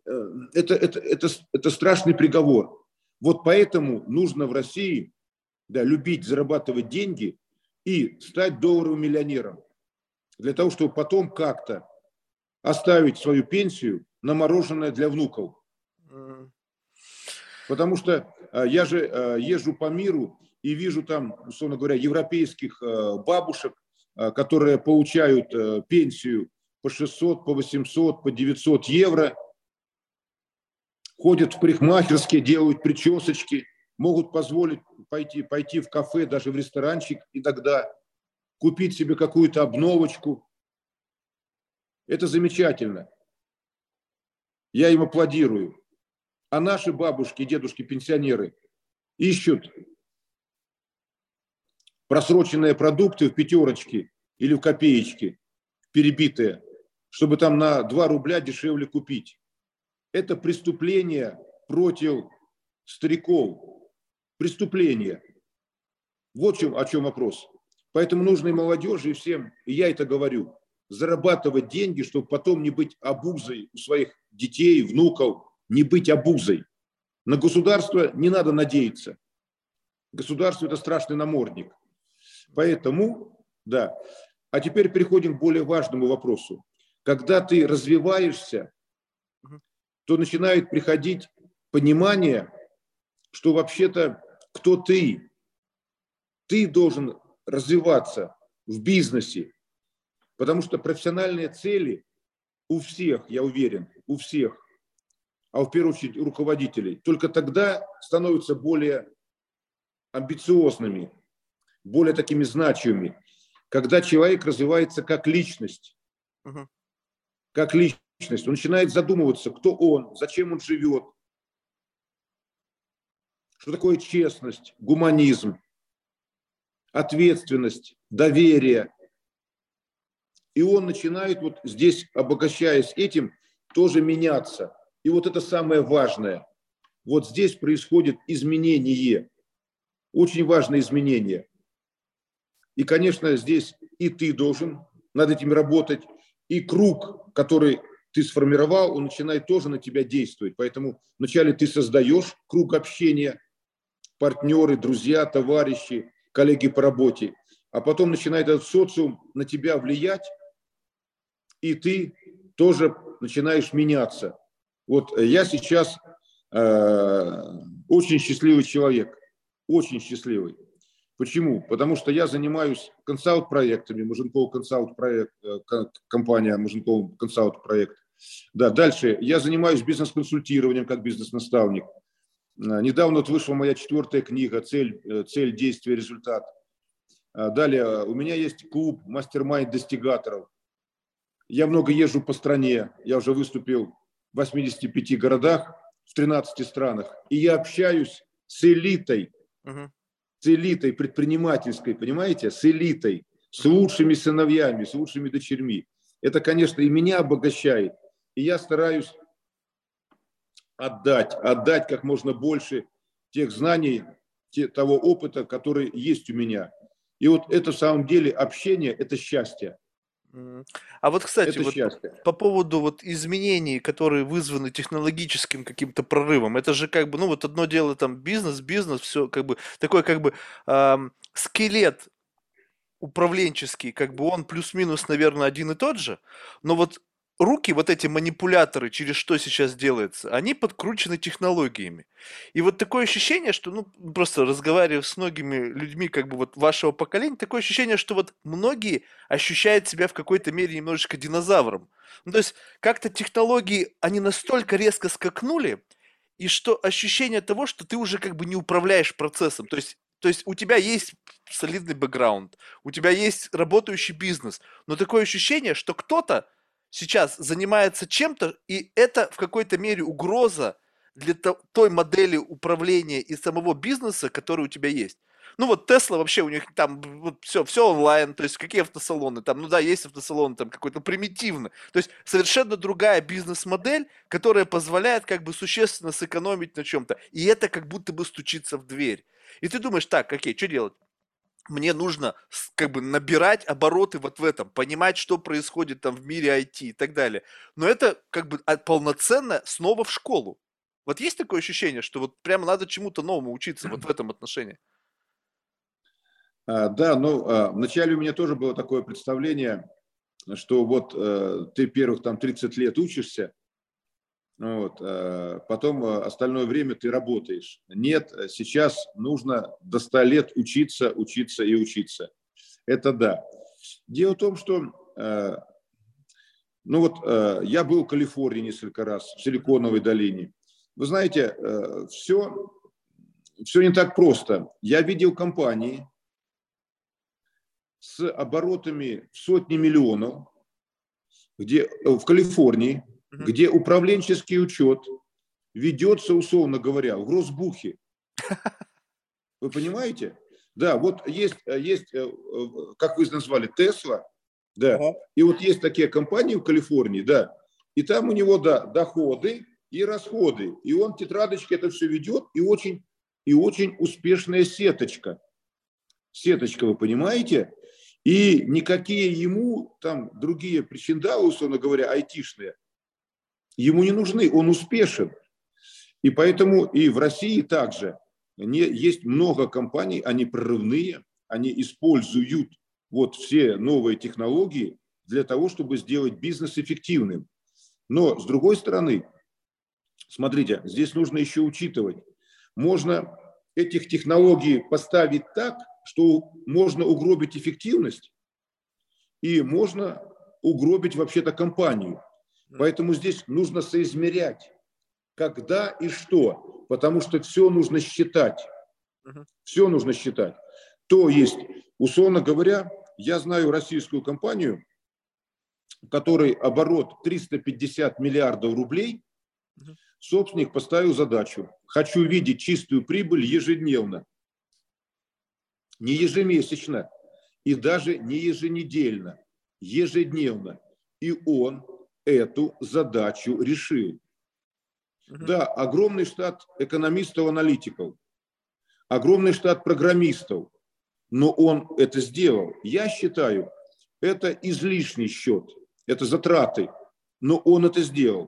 это страшный приговор. Вот поэтому нужно в России, да, любить зарабатывать деньги и стать долларовым миллионером, для того, чтобы потом как-то оставить свою пенсию на мороженое для внуков. М. Потому что я же езжу по миру и вижу там, условно говоря, европейских бабушек, которые получают пенсию по 600, по 800, по 900 евро, ходят в парикмахерские, делают причесочки, могут позволить пойти в кафе, даже в ресторанчик иногда, купить себе какую-то обновочку. Это замечательно. Я им аплодирую. А наши бабушки, дедушки, пенсионеры ищут просроченные продукты в пятерочке или в копеечке, перебитые, чтобы там на 2 рубля дешевле купить. Это преступление против стариков. Преступление. Вот о чем вопрос. Поэтому нужно и молодежи, и всем, и я это говорю, зарабатывать деньги, чтобы потом не быть обузой у своих детей, внуков, не быть обузой. На государство не надо надеяться. Государство – это страшный намордник. Поэтому, да. А теперь переходим к более важному вопросу. Когда ты развиваешься, Мгм. то начинает приходить понимание, что вообще-то кто ты? Ты должен развиваться в бизнесе, потому что профессиональные цели у всех, я уверен, у всех, а в первую очередь у руководителей, только тогда становятся более амбициозными, более такими значимыми, когда человек развивается как личность, Мгм. как личность, он начинает задумываться, кто он, зачем он живет, что такое честность, гуманизм, ответственность, доверие. И он начинает вот здесь, обогащаясь этим, тоже меняться. И вот это самое важное. Вот здесь происходит изменение, очень важное изменение. И, конечно, здесь и ты должен над этим работать, и круг, который ты сформировал, он начинает тоже на тебя действовать. Поэтому вначале ты создаешь круг общения, партнеры, друзья, товарищи, коллеги по работе, а потом начинает этот социум на тебя влиять, и ты тоже начинаешь меняться. Вот я сейчас очень счастливый человек, очень счастливый. Почему? Потому что я занимаюсь консалт-проектами, Маженков консалт-проект, компания Маженков консалт-проект. Да, дальше я занимаюсь бизнес-консультированием как бизнес-наставник. Недавно вот вышла моя 4-я книга «Цель, действие, результат». Далее у меня есть клуб мастер-майнд достигаторов. Я много езжу по стране, я уже выступил в 85 городах, в 13 странах, и я общаюсь с элитой, Мгм. предпринимательской, понимаете, с элитой, с Мгм. лучшими сыновьями, с лучшими дочерьми. Это, конечно, и меня обогащает, и я стараюсь отдать как можно больше тех знаний, того опыта, который есть у меня. И вот это в самом деле общение, это счастье. Мгм. А вот, кстати, Это вот счастье. по поводу вот изменений, которые вызваны технологическим каким-то прорывом, это же как бы, ну вот одно дело там бизнес, все как бы такой как бы скелет управленческий, как бы он плюс-минус, наверное, один и тот же, но вот руки, вот эти манипуляторы, через что сейчас делается, они подкручены технологиями. И вот такое ощущение, что, ну, просто разговаривая с многими людьми, как бы вот вашего поколения, такое ощущение, что вот многие ощущают себя в какой-то мере немножечко динозавром. Ну, то есть как-то технологии, они настолько резко скакнули, и что ощущение того, что ты уже как бы не управляешь процессом. То есть у тебя есть солидный бэкграунд, у тебя есть работающий бизнес, но такое ощущение, что кто-то сейчас занимается чем-то, и это в какой-то мере угроза для той модели управления и самого бизнеса, который у тебя есть. Ну вот Тесла вообще у них там вот все онлайн, то есть какие автосалоны там, ну да, есть автосалоны там какой-то примитивно. То есть совершенно другая бизнес-модель, которая позволяет как бы существенно сэкономить на чем-то. И это как будто бы стучится в дверь. И ты думаешь, так, окей, что делать? Мне нужно как бы набирать обороты вот в этом, понимать, что происходит там в мире IT и так далее. Но это как бы полноценно снова в школу. Вот есть такое ощущение, что вот прямо надо чему-то новому учиться вот в этом отношении? Да, ну, вначале у меня тоже было такое представление, что вот ты первых там 30 лет учишься, вот, потом остальное время ты работаешь. Нет, сейчас нужно до 100 лет учиться, учиться и учиться. Это да. Дело в том, что ну вот я был в Калифорнии несколько раз, в Силиконовой долине. Вы знаете, все не так просто. Я видел компании с оборотами в сотни миллионов, где, в Калифорнии, Мгм. где управленческий учет ведется, условно говоря, в Гросбухе. Вы понимаете? Да, вот есть, как вы назвали, Тесла, да, Ага. и вот есть такие компании в Калифорнии, да, и там у него, да, доходы и расходы, и он тетрадочки это все ведет, и очень успешная сеточка, вы понимаете? И никакие ему там другие причиндалы, условно говоря, айтишные, ему не нужны, он успешен. И поэтому и в России также есть много компаний, они прорывные, они используют вот все новые технологии для того, чтобы сделать бизнес эффективным. Но с другой стороны, смотрите, здесь нужно еще учитывать, можно этих технологий поставить так, что можно угробить эффективность и можно угробить вообще-то компанию. Поэтому здесь нужно соизмерять, когда и что, потому что все нужно считать. Мгм. Все нужно считать. То есть, условно говоря, я знаю российскую компанию, в которой оборот 350 миллиардов рублей, Мгм. собственник поставил задачу. Хочу видеть чистую прибыль ежедневно, не ежемесячно и даже не еженедельно, ежедневно. И он эту задачу решил. Мгм. Да, огромный штат экономистов-аналитиков, огромный штат программистов, но он это сделал. Я считаю, это излишний счет, это затраты, но он это сделал.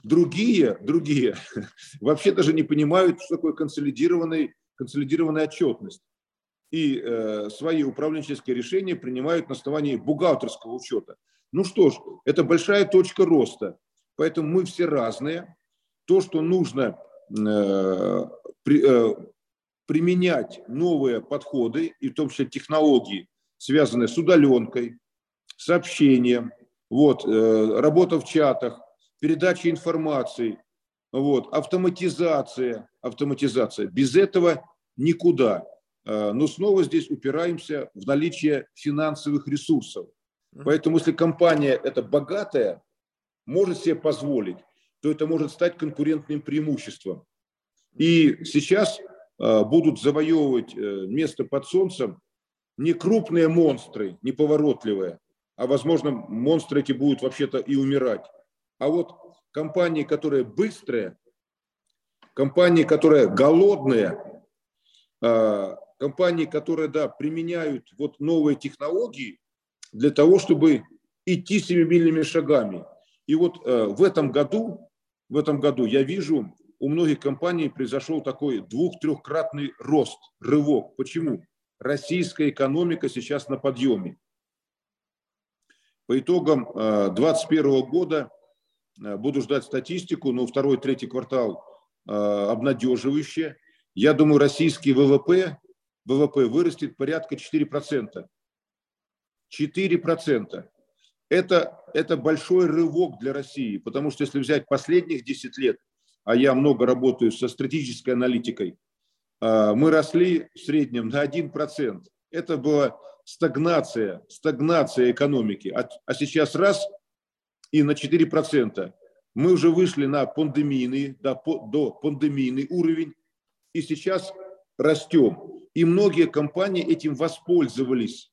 Другие вообще даже не понимают, что такое консолидированная отчетность. И свои управленческие решения принимают на основании бухгалтерского учета. Ну что ж, это большая точка роста. Поэтому мы все разные. То, что нужно э, при, э, применять новые подходы, и в том числе технологии, связанные с удаленкой, с общением, вот, работа в чатах, передача информации, вот, автоматизация. Без этого никуда. Но снова здесь упираемся в наличие финансовых ресурсов. Мгм. Поэтому если компания эта богатая, может себе позволить, то это может стать конкурентным преимуществом. Мгм. И сейчас будут завоевывать место под солнцем не крупные монстры, неповоротливые, а, возможно, монстры эти будут вообще-то и умирать. А вот компании, которые быстрые, компании, которые голодные, компании, которые, да, применяют вот новые технологии для того, чтобы идти семимильными шагами. И вот в этом году я вижу, у многих компаний произошел такой 2-3-кратный рост, рывок. Почему? Российская экономика сейчас на подъеме. По итогам 2021 года буду ждать статистику, но второй-третий квартал обнадеживающие. Я думаю, российский ВВП вырастет порядка 4%. 4%. Это большой рывок для России, потому что если взять последних 10 лет, а я много работаю со стратегической аналитикой, мы росли в среднем на 1%. Это была стагнация экономики. А сейчас раз и на 4%. Мы уже вышли на пандемийный, до пандемийный уровень, и сейчас растем. И многие компании этим воспользовались.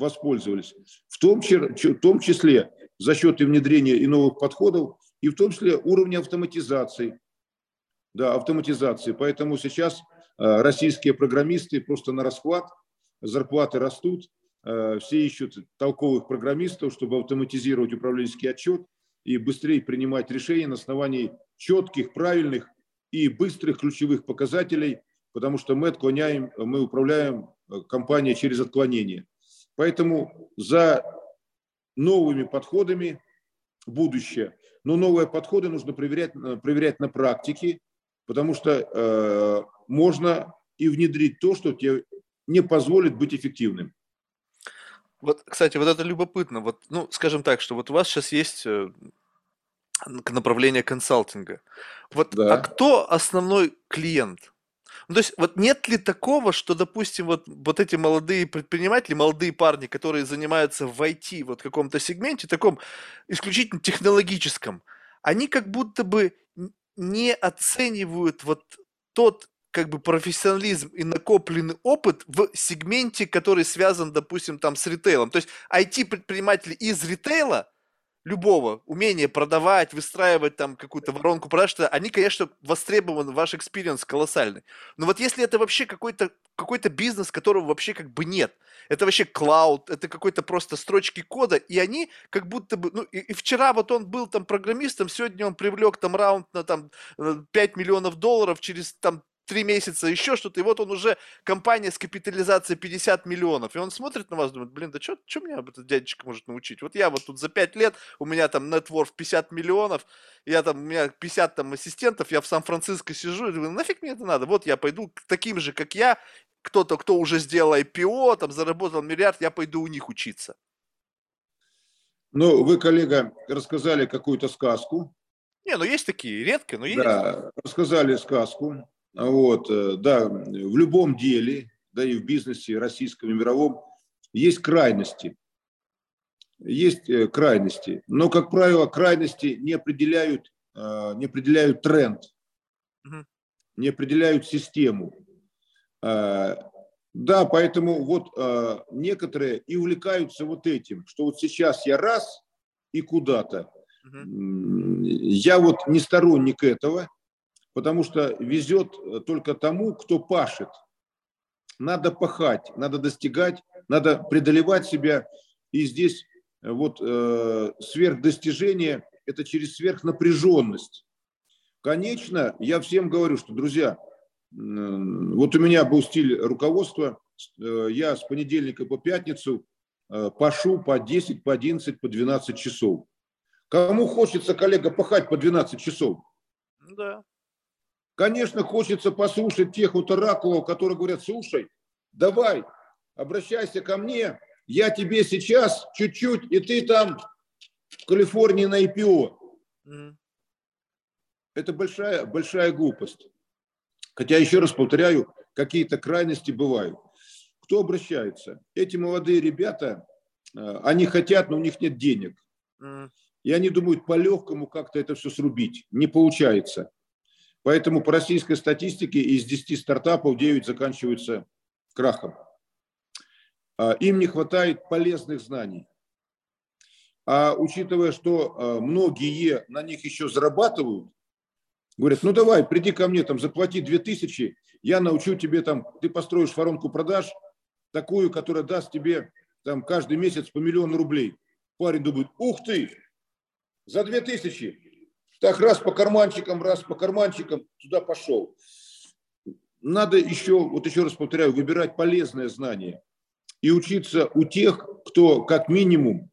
В том числе за счет и внедрения и новых подходов, и в том числе уровня автоматизации. Да, автоматизации. Поэтому сейчас российские программисты просто на расхват, зарплаты растут, все ищут толковых программистов, чтобы автоматизировать управленческий отчет и быстрее принимать решения на основании четких, правильных и быстрых ключевых показателей, потому что мы управляем компанией через отклонение. Поэтому за новыми подходами будущее. Но новые подходы нужно проверять на практике, потому что можно и внедрить то, что тебе не позволит быть эффективным. Вот, кстати, вот это любопытно. Вот, ну, скажем так, что вот у вас сейчас есть направление консалтинга. Вот, а Да. кто основной клиент? Ну, то есть, вот нет ли такого, что, допустим, вот эти молодые предприниматели, молодые парни, которые занимаются в IT, вот в каком-то сегменте, таком исключительно технологическом, они как будто бы не оценивают вот тот как бы профессионализм и накопленный опыт в сегменте, который связан, допустим, там с ритейлом. То есть IT-предприниматели из ритейла, любого, умение продавать, выстраивать там какую-то воронку продаж, они, конечно, востребованы, ваш экспириенс колоссальный. Но вот если это вообще какой-то бизнес, которого вообще как бы нет, это вообще клауд, это какой-то просто строчки кода, и они как будто бы, ну и вчера вот он был там программистом, сегодня он привлек там раунд на там 5 миллионов долларов, через там 3 месяца еще что-то, и вот он уже компания с капитализацией 50 миллионов, и он смотрит на вас, думает, блин, да что меня этот дядечка может научить? Вот я вот тут за 5 лет, у меня там нетворк 50 миллионов, у меня 50 там ассистентов, я в Сан-Франциско сижу, и думаю, нафиг мне это надо? Вот я пойду к таким же, как я, кто уже сделал IPO, там заработал миллиард, я пойду у них учиться. Ну, вы, коллега, рассказали какую-то сказку. Не, ну есть такие, редко, но есть. Да, рассказали сказку. Вот, да, в любом деле, да и в бизнесе российском и мировом есть крайности. Есть крайности. Но, как правило, крайности не определяют тренд, Мгм. не определяют систему. Да, поэтому вот некоторые и увлекаются вот этим, что вот сейчас я раз и куда-то. Мгм. Я вот не сторонник этого, потому что везет только тому, кто пашет. Надо пахать, надо достигать, надо преодолевать себя. И здесь вот сверхдостижение – это через сверхнапряженность. Конечно, я всем говорю, что, друзья, вот у меня был стиль руководства, я с понедельника по пятницу пашу по 10, по 11, по 12 часов. Кому хочется, коллега, пахать по 12 часов? Да. Конечно, хочется послушать тех вот оракулов, которые говорят, слушай, давай, обращайся ко мне, я тебе сейчас чуть-чуть, и ты там в Калифорнии на IPO. Мгм. Это большая глупость. Хотя, еще раз повторяю, какие-то крайности бывают. Кто обращается? Эти молодые ребята, они хотят, но у них нет денег. Мгм. И они думают, по-легкому как-то это все срубить. Не получается. Поэтому по российской статистике из 10 стартапов 9 заканчиваются крахом. Им не хватает полезных знаний. А учитывая, что многие на них еще зарабатывают, Говорят, ну давай, приди ко мне, там, заплати 2000, я научу тебе, там, ты построишь воронку продаж, такую, которая даст тебе там каждый месяц по 1 000 000 рублей. Парень думает, ух ты, за 2000. Так раз по карманчикам, туда пошел. Надо еще, вот еще раз повторяю, выбирать полезное знание и учиться у тех, кто как минимум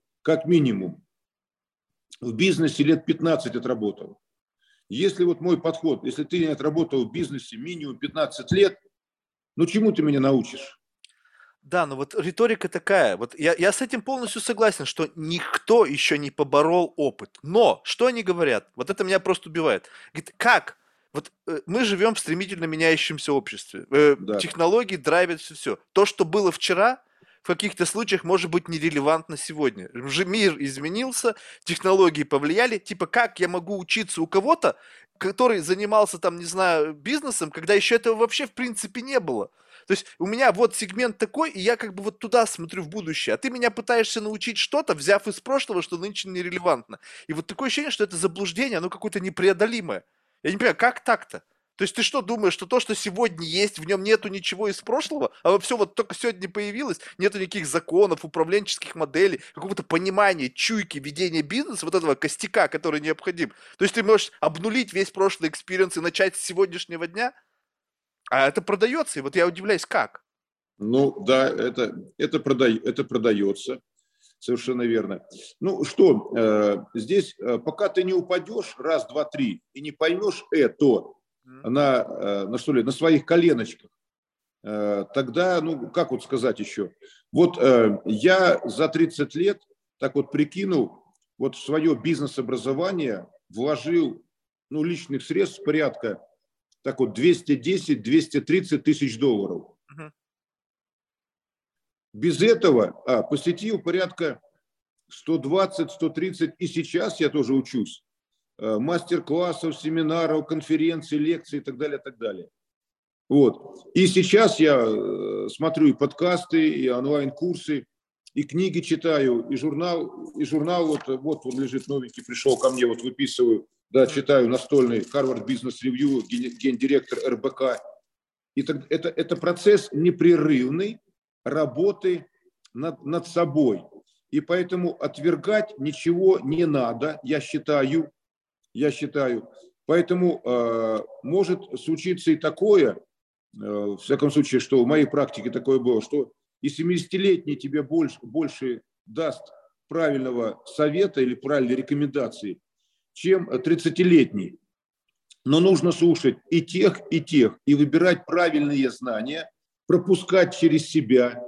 в бизнесе лет 15 отработал. Если вот мой подход, если ты не отработал в бизнесе минимум 15 лет, ну чему ты меня научишь? Да, но вот риторика такая. Вот я с этим полностью согласен, что никто еще не поборол опыт. Но что они говорят? Вот это меня просто убивает. Говорит, как? Вот мы живем в стремительно меняющемся обществе. Да. Технологии драйвят все. То, что было вчера, в каких-то случаях может быть нерелевантно сегодня. Мир изменился, технологии повлияли. Типа, как я могу учиться у кого-то, который занимался там, не знаю, бизнесом, когда еще этого вообще в принципе не было? То есть у меня вот сегмент такой, и я как бы вот туда смотрю в будущее, а ты меня пытаешься научить что-то, взяв из прошлого, что нынче нерелевантно. И вот такое ощущение, что это заблуждение, оно какое-то непреодолимое. Я не понимаю, как так-то? То есть ты что думаешь, что то, что сегодня есть, в нем нету ничего из прошлого, а все вот только сегодня появилось, нету никаких законов, управленческих моделей, какого-то понимания, чуйки, ведения бизнеса, вот этого костяка, который необходим. То есть ты можешь обнулить весь прошлый экспириенс и начать с сегодняшнего дня, а это продается, и вот я удивляюсь, как? Ну да, это продается, совершенно верно. Ну что, здесь пока ты не упадешь раз, два, три и не поймешь это на что ли, на своих коленочках, тогда, ну как вот сказать еще, вот я за 30 лет так вот прикинул, вот в свое бизнес-образование вложил, ну, личных средств порядка так вот 210-230 тысяч долларов. Мгм. Без этого посетил порядка 120-130, и сейчас я тоже учусь, мастер-классов, семинаров, конференций, лекций и так далее, и так далее. Вот. И сейчас я смотрю и подкасты, и онлайн-курсы, и книги читаю, и журнал вот он лежит новенький, пришел ко мне, вот выписываю, да, читаю настольный Harvard Business Review, гендиректор РБК. И это процесс непрерывный работы над собой. И поэтому отвергать ничего не надо, я считаю. Поэтому может случиться и такое, в всяком случае, что в моей практике такое было, что и 70-летний тебе больше даст правильного совета или правильной рекомендации, чем 30-летний. Но нужно слушать и тех, и выбирать правильные знания, пропускать через себя,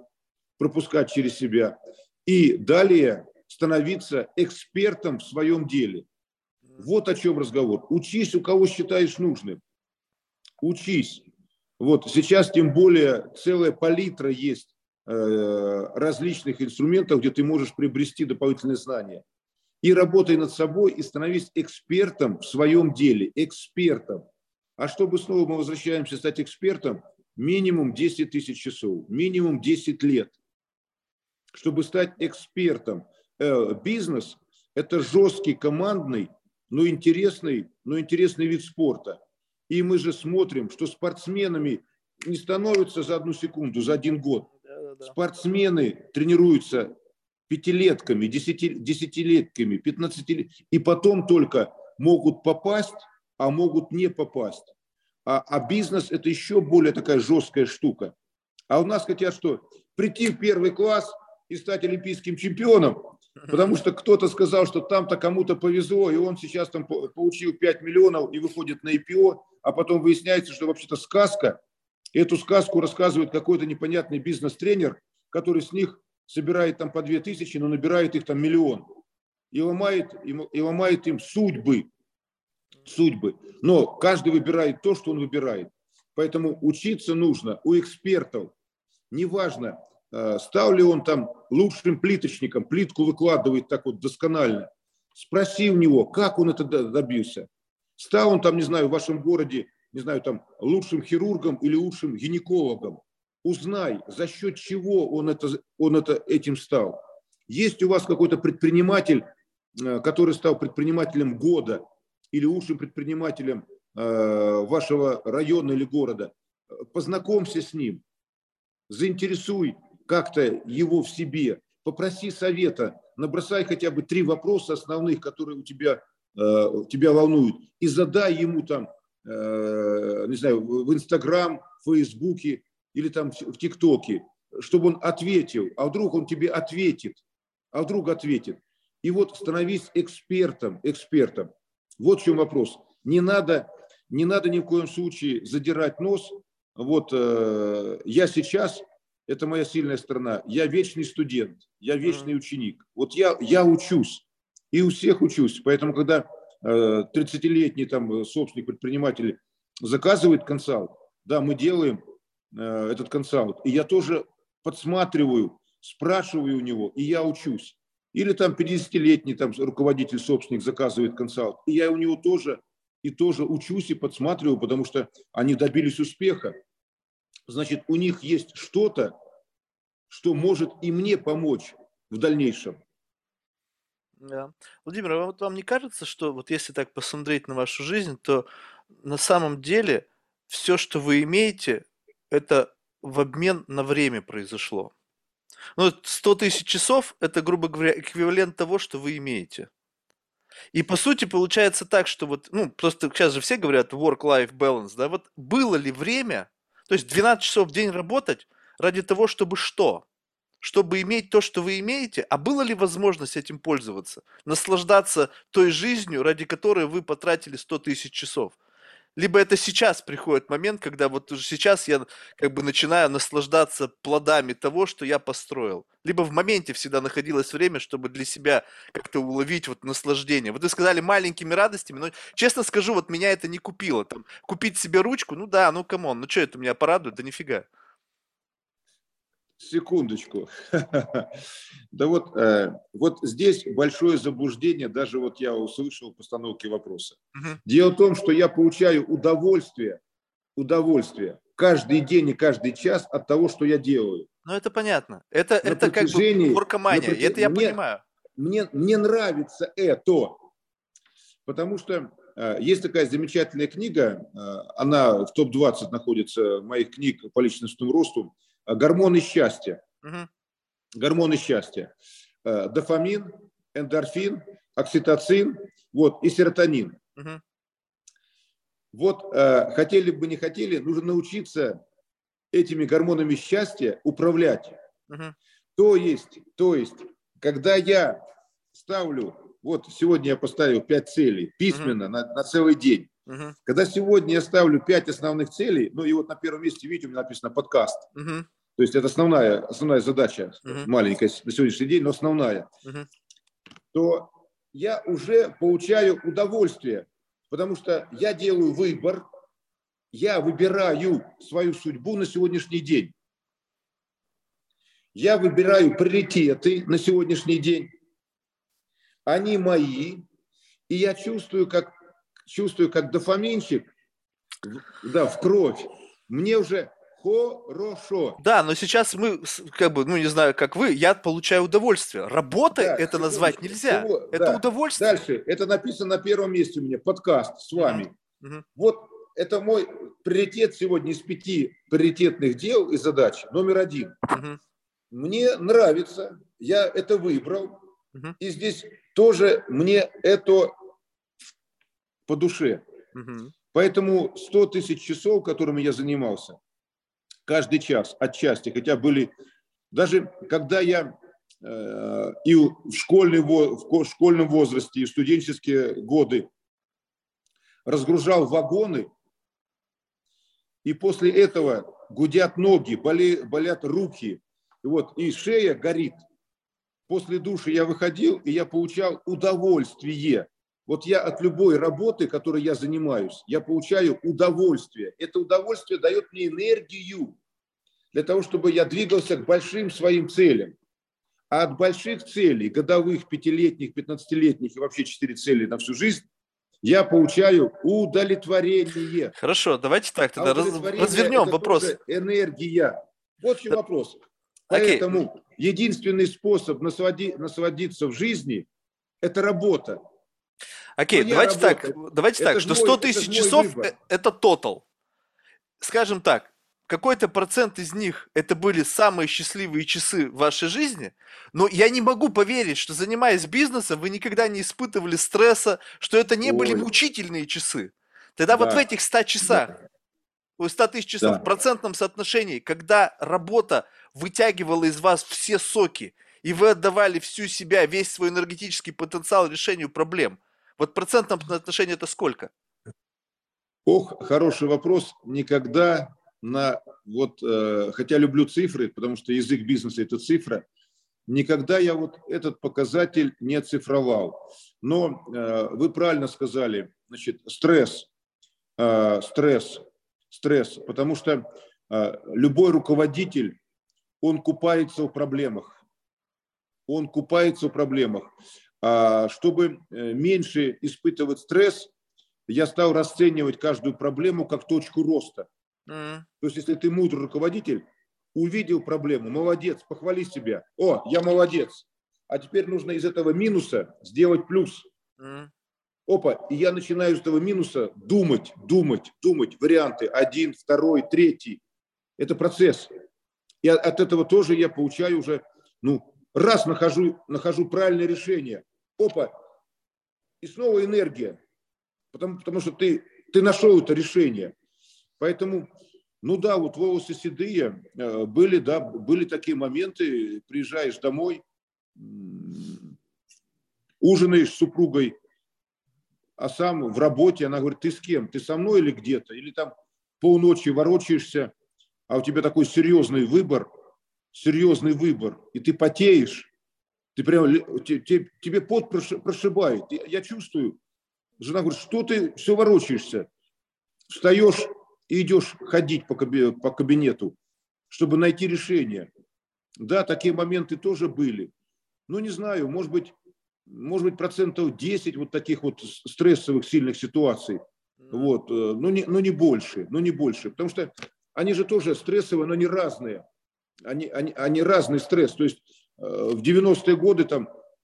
и далее становиться экспертом в своем деле. Вот о чем разговор. Учись, у кого считаешь нужным. Учись. Вот сейчас тем более целая палитра есть различных инструментов, где ты можешь приобрести дополнительные знания. И работай над собой, и становись экспертом в своем деле. Экспертом. А чтобы снова мы возвращаемся стать экспертом, минимум 10 тысяч часов, минимум 10 лет. Чтобы стать экспертом. Бизнес – это жесткий, командный, но интересный вид спорта. И мы же смотрим, что спортсменами не становятся за 1 секунду, за 1 год. Спортсмены тренируются пятилетками, десятилетками, 15 и потом только могут попасть, а могут не попасть. А бизнес – это еще более такая жесткая штука. А у нас хотят что? Прийти в 1 класс и стать олимпийским чемпионом, потому что кто-то сказал, что там-то кому-то повезло, и он сейчас там получил 5 миллионов и выходит на IPO, а потом выясняется, что вообще-то сказка. Эту сказку рассказывает какой-то непонятный бизнес-тренер, который с них собирает там по 2000, но набирает их там 1 000 000 и ломает им судьбы. Но каждый выбирает то, что он выбирает. Поэтому учиться нужно у экспертов. Неважно, стал ли он там лучшим плиточником, плитку выкладывает так вот досконально. Спроси у него, как он это добился. Стал он там, не знаю, в вашем городе, не знаю, там лучшим хирургом или лучшим гинекологом. Узнай, за счет чего он этим стал. Есть у вас какой-то предприниматель, который стал предпринимателем года или лучшим предпринимателем вашего района или города, познакомься с ним, заинтересуй как-то его в себе, попроси совета, набросай хотя бы 3 вопроса основных, которые тебя волнуют, и задай ему там, не знаю, в Инстаграм, в Фейсбуке или там в ТикТоке, чтобы он ответил, а вдруг он тебе ответит, а вдруг ответит. И вот становись экспертом. Вот в чем вопрос. Не надо ни в коем случае задирать нос. Вот я сейчас, это моя сильная сторона, я вечный студент, я вечный ученик. Вот я учусь, и у всех учусь. Поэтому, когда 30-летний там собственник, предприниматель заказывает консалт, да, мы делаем этот консалт, и я тоже подсматриваю, спрашиваю у него, и я учусь. Или там 50-летний там руководитель, собственник заказывает консалт, и я у него тоже учусь и подсматриваю, потому что они добились успеха. Значит, у них есть что-то, что может и мне помочь в дальнейшем. Да. Владимир, а вот вам не кажется, что вот если так посмотреть на вашу жизнь, то на самом деле все, что вы имеете, это в обмен на время произошло? Ну, вот 100 тысяч часов – это, грубо говоря, эквивалент того, что вы имеете. И по сути получается так, что вот, ну, просто сейчас же все говорят work-life balance, да, вот было ли время, то есть 12 часов в день работать ради того, чтобы что? Чтобы иметь то, что вы имеете, а было ли возможность этим пользоваться, наслаждаться той жизнью, ради которой вы потратили 100 тысяч часов? Либо это сейчас приходит момент, когда вот уже сейчас я как бы начинаю наслаждаться плодами того, что я построил. Либо в моменте всегда находилось время, чтобы для себя как-то уловить вот наслаждение. Вот вы сказали маленькими радостями, но честно скажу, вот меня это не купило. Там, купить себе ручку, ну да, ну камон, ну что это меня порадует? Да нифига. Секундочку. Да вот здесь большое заблуждение, даже вот я услышал в постановке вопроса. Мгм. Дело в том, что я получаю удовольствие каждый день и каждый час от того, что я делаю. Ну это понятно. Это, На это как бы протяжении, воркомания, и это я понимаю. мне нравится это, потому что есть такая замечательная книга, она в топ-20 находится моих книг по личностному росту, «Гормоны счастья». Мгм. Гормоны счастья. Дофамин, эндорфин, окситоцин, вот, и серотонин. Мгм. Вот, хотели бы, не хотели, нужно научиться этими гормонами счастья управлять. Мгм. То есть, когда я ставлю, вот сегодня я поставил 5 целей Мгм. письменно на целый день. Мгм. Когда сегодня я ставлю 5 основных целей, ну и вот на первом месте, видите, у меня написано подкаст. Мгм. То есть это основная задача, Мгм. маленькая на сегодняшний день, но основная. Мгм. То я уже получаю удовольствие, потому что я делаю выбор, я выбираю свою судьбу на сегодняшний день. Я выбираю приоритеты на сегодняшний день. Они мои, и я чувствую, как дофаминчик, да, в кровь. Мне уже хорошо. Да, но сейчас мы, как бы, ну не знаю, как вы, я получаю удовольствие. Работой Да, это назвать секундочку. нельзя. Это Да. удовольствие. Дальше. Это написано на первом месте у меня. Подкаст с Мгм. вами. Мгм. Вот это мой приоритет сегодня из 5 приоритетных дел и задач. Номер 1. Мгм. Мне нравится, я это выбрал, Мгм. и здесь тоже мне это по душе. Мгм. Поэтому 100 тысяч часов, которыми я занимался, каждый час, отчасти, хотя были, даже когда я и в школьном возрасте, и в студенческие годы разгружал вагоны, и после этого гудят ноги, болят руки, и шея горит. После душа я выходил, и я получал удовольствие. Вот я от любой работы, которой я занимаюсь, я получаю удовольствие. Это удовольствие дает мне энергию для того, чтобы я двигался к большим своим целям. А от больших целей, годовых, 5-летних, 15-летних и вообще 4 цели на всю жизнь, я получаю удовлетворение. Хорошо, давайте так, А тогда удовлетворение – развернем это вопрос. тоже энергия. Вот в чем вопрос. Окей, Поэтому единственный способ насладиться в жизни – это работа. Окей, Моя давайте так, что 100 это ж тысяч мой часов выбор. это тотал. Скажем так, какой-то процент из них это были самые счастливые часы в вашей жизни, но я не могу поверить, что занимаясь бизнесом, вы никогда не испытывали стресса, что это не были Ой, мучительные часы. Тогда вот в да, этих 100 часах, да, у 100 тысяч часов, в да. процентном соотношении, когда работа вытягивала из вас все соки, и вы отдавали всю себя, весь свой энергетический потенциал решению проблем, вот в процентном соотношении это сколько? Ох, хороший вопрос. Никогда хотя люблю цифры, потому что язык бизнеса – это цифра, никогда я вот этот показатель не оцифровал. Но вы правильно сказали, значит, стресс, потому что любой руководитель, он купается в проблемах, Чтобы меньше испытывать стресс, я стал расценивать каждую проблему как точку роста. М, То есть, если ты мудрый руководитель, увидел проблему, молодец, похвали себя. О, я молодец. А теперь нужно из этого минуса сделать плюс. м, Опа, и я начинаю из этого минуса думать. Варианты один, второй, третий. Это процесс. И от этого тоже я получаю уже, раз нахожу правильное решение. Опа, и снова энергия. Потому что ты нашел это решение. Поэтому, вот волосы седые были такие моменты. Приезжаешь домой, ужинаешь с супругой, а сам в работе, она говорит, ты с кем? Ты со мной или где-то? Или там полночи ворочаешься, а у тебя такой серьезный выбор, и ты потеешь, тебе пот прошибает. Я чувствую. Жена говорит, что ты все ворочаешься? Встаешь и идешь ходить по кабинету, чтобы найти решение. Да, такие моменты тоже были. Ну, не знаю, может быть, процентов 10 вот таких вот стрессовых сильных ситуаций. м. Вот, не больше, Потому что они же тоже стрессовые, но не разные. Они разный стресс. То есть в 90-е годы там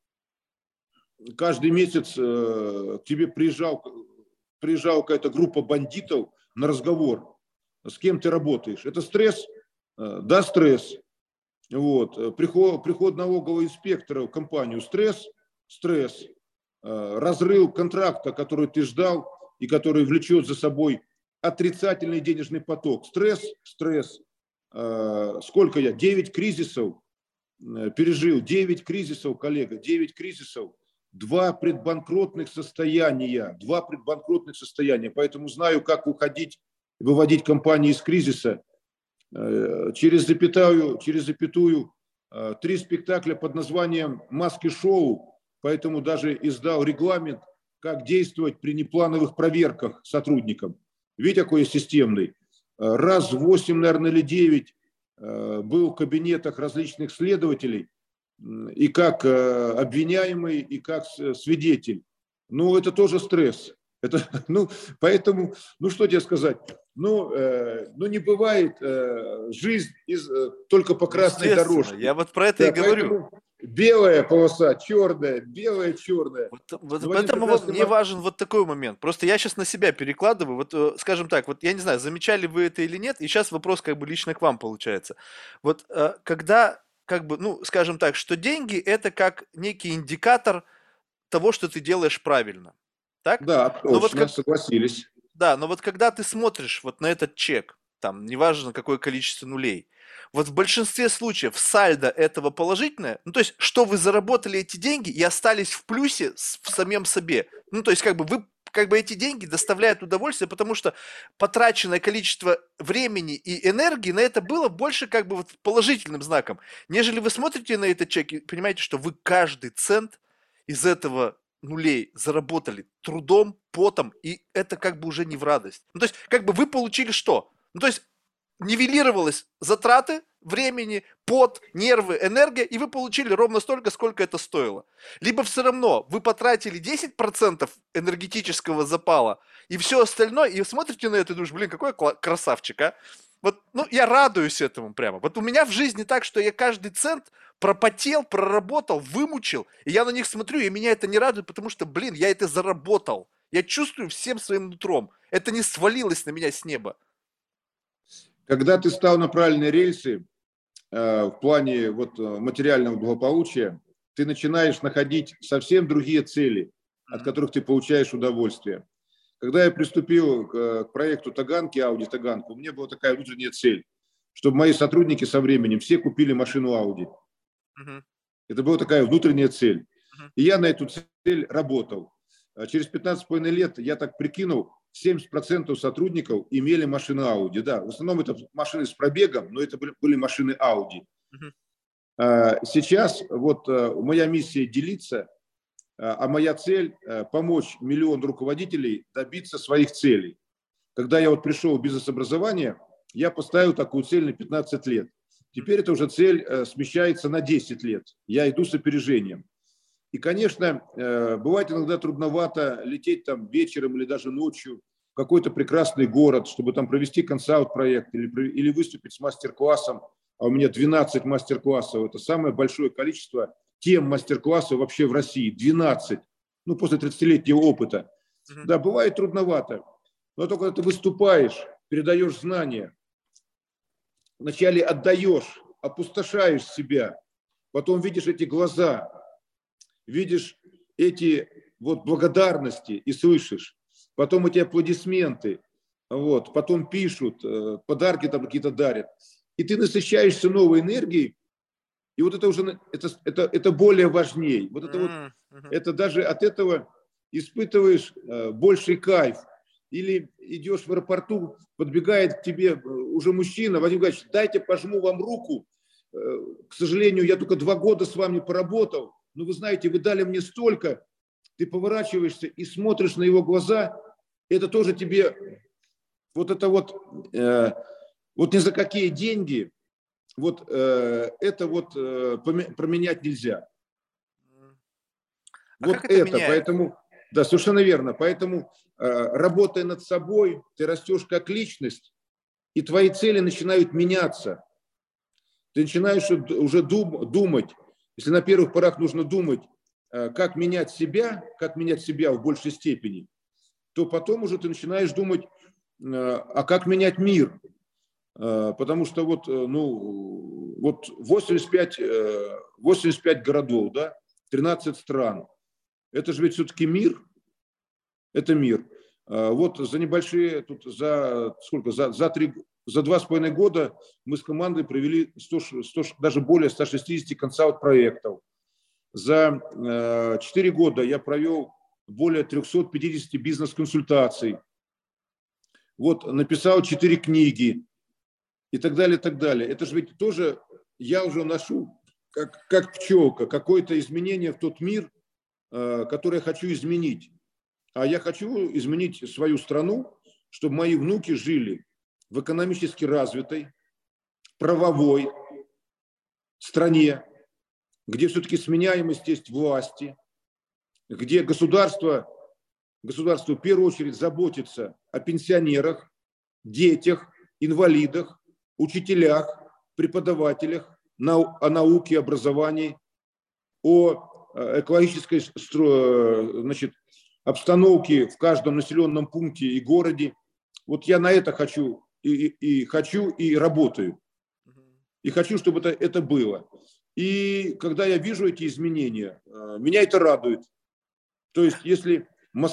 каждый месяц к тебе приезжала какая-то группа бандитов на разговор. С кем ты работаешь? Это стресс? Да, стресс. Вот. Приход налогового инспектора в компанию – стресс. Разрыв контракта, который ты ждал и который влечет за собой отрицательный денежный поток. Стресс. Сколько я? 9 кризисов пережил. 9 кризисов, коллега, 9 кризисов. 2 предбанкротных состояния. Поэтому знаю, как выводить компании из кризиса. Через запятую 3 спектакля под названием «Маски-шоу», поэтому даже издал регламент, как действовать при неплановых проверках сотрудникам. Видите, какой я системный. Раз 8, наверное, или 9 был в кабинетах различных следователей, и как обвиняемый, и как свидетель. Это тоже стресс. Поэтому, что тебе сказать? Не бывает жизнь только по Ну, красной естественно, дорожке. я вот про это и Да, говорю. поэтому белая полоса, черная, белая, черная. Вот Но в один поэтому прекрасный мне момент... важен вот такой момент. Просто я сейчас на себя перекладываю. Вот, скажем так, вот я не знаю, замечали вы это или нет, и сейчас вопрос как бы лично к вам получается. Вот когда, как бы, ну, скажем так, что деньги это как некий индикатор того, что ты делаешь правильно. Так? Да, Но вот точно, как, согласились. да, но вот когда ты смотришь вот на этот чек, там, неважно какое количество нулей, вот в большинстве случаев сальдо этого положительное, ну, то есть, что вы заработали эти деньги и остались в плюсе в самом себе. Ну, то есть, как бы вы как бы эти деньги доставляют удовольствие, потому что потраченное количество времени и энергии на это было больше как бы вот положительным знаком, нежели вы смотрите на этот чек и понимаете, что вы каждый цент из этого нулей заработали трудом, потом, и это как бы уже не в радость. Ну, то есть, как бы вы получили что? Ну, то есть, нивелировалось затраты времени, пот, нервы, энергия, и вы получили ровно столько, сколько это стоило. Либо все равно вы потратили 10% энергетического запала, и все остальное, и смотрите на это и думаешь, блин, какой красавчик, а? Вот, ну, я радуюсь этому прямо. Вот у меня в жизни так, что я каждый цент пропотел, проработал, вымучил, и я на них смотрю, и меня это не радует, потому что, блин, я это заработал. Я чувствую всем своим нутром. Это не свалилось на меня с неба. Когда ты стал на правильные рельсы, в плане вот материального благополучия, ты начинаешь находить совсем другие цели, от Мгм. которых ты получаешь удовольствие. Когда я приступил к проекту Таганки, Audi Таганка, у меня была такая внутренняя цель, чтобы мои сотрудники со временем все купили машину Audi. Мгм. Это была такая внутренняя цель. Мгм. И я на эту цель работал. Через 15,5 лет я так прикинул, 70% сотрудников имели машины Audi. Да, в основном это машины с пробегом, но это были машины Audi. Мгм. Сейчас вот моя миссия делиться, а моя цель помочь миллиону руководителей добиться своих целей. Когда я вот пришел в бизнес-образование, я поставил такую цель на 15 лет. Теперь эта уже цель смещается на 10 лет. Я иду с опережением. И, конечно, бывает иногда трудновато лететь там вечером или даже ночью в какой-то прекрасный город, чтобы там провести консалт-проект или выступить с мастер-классом. А у меня 12 мастер-классов. Это самое большое количество тем мастер-классов вообще в России. 12. Ну, после 30-летнего опыта. Мгм. Да, бывает трудновато. Но только когда ты выступаешь, передаешь знания, вначале отдаешь, опустошаешь себя, потом видишь эти глаза, видишь эти вот благодарности и слышишь, потом эти аплодисменты, вот, потом пишут, подарки там какие-то дарят, и ты насыщаешься новой энергией, и вот это уже это более важнее. Вот это вот, Мгм. это даже от этого испытываешь больший кайф. Или идешь в аэропорту, подбегает к тебе уже мужчина, Вадим Гайевич, дайте пожму вам руку. К сожалению, я только 2 года с вами поработал, но вы знаете, вы дали мне столько. Ты поворачиваешься и смотришь на его глаза, это тоже тебе, вот это вот ни за какие деньги, вот это вот променять нельзя. А как Вот это это, меняет? поэтому, да, совершенно верно. Поэтому, работая над собой, ты растешь как личность, и твои цели начинают меняться. Ты начинаешь уже думать, если на первых порах нужно думать, как менять себя в большей степени, то потом уже ты начинаешь думать, а как менять мир. Потому что вот 85 городов, да, 13 стран. Это же ведь все-таки мир, это мир. Вот за небольшие, тут за сколько, за 2,5 года мы с командой провели 100, даже более 160 консалт-проектов. За 4 года я провел более 350 бизнес-консультаций. Вот, написал 4 книги и так далее, и так далее. Это же ведь тоже я уже ношу, как пчелка, какое-то изменение в тот мир, который я хочу изменить. А я хочу изменить свою страну, чтобы мои внуки жили в экономически развитой, правовой стране, где все-таки сменяемость есть власти, где государство в первую очередь заботится о пенсионерах, детях, инвалидах, учителях, преподавателях, о науке, образовании, о экологической значит, обстановке в каждом населенном пункте и городе. Вот я на это хочу и работаю. И хочу, чтобы это было. И когда я вижу эти изменения, меня это радует. То есть, если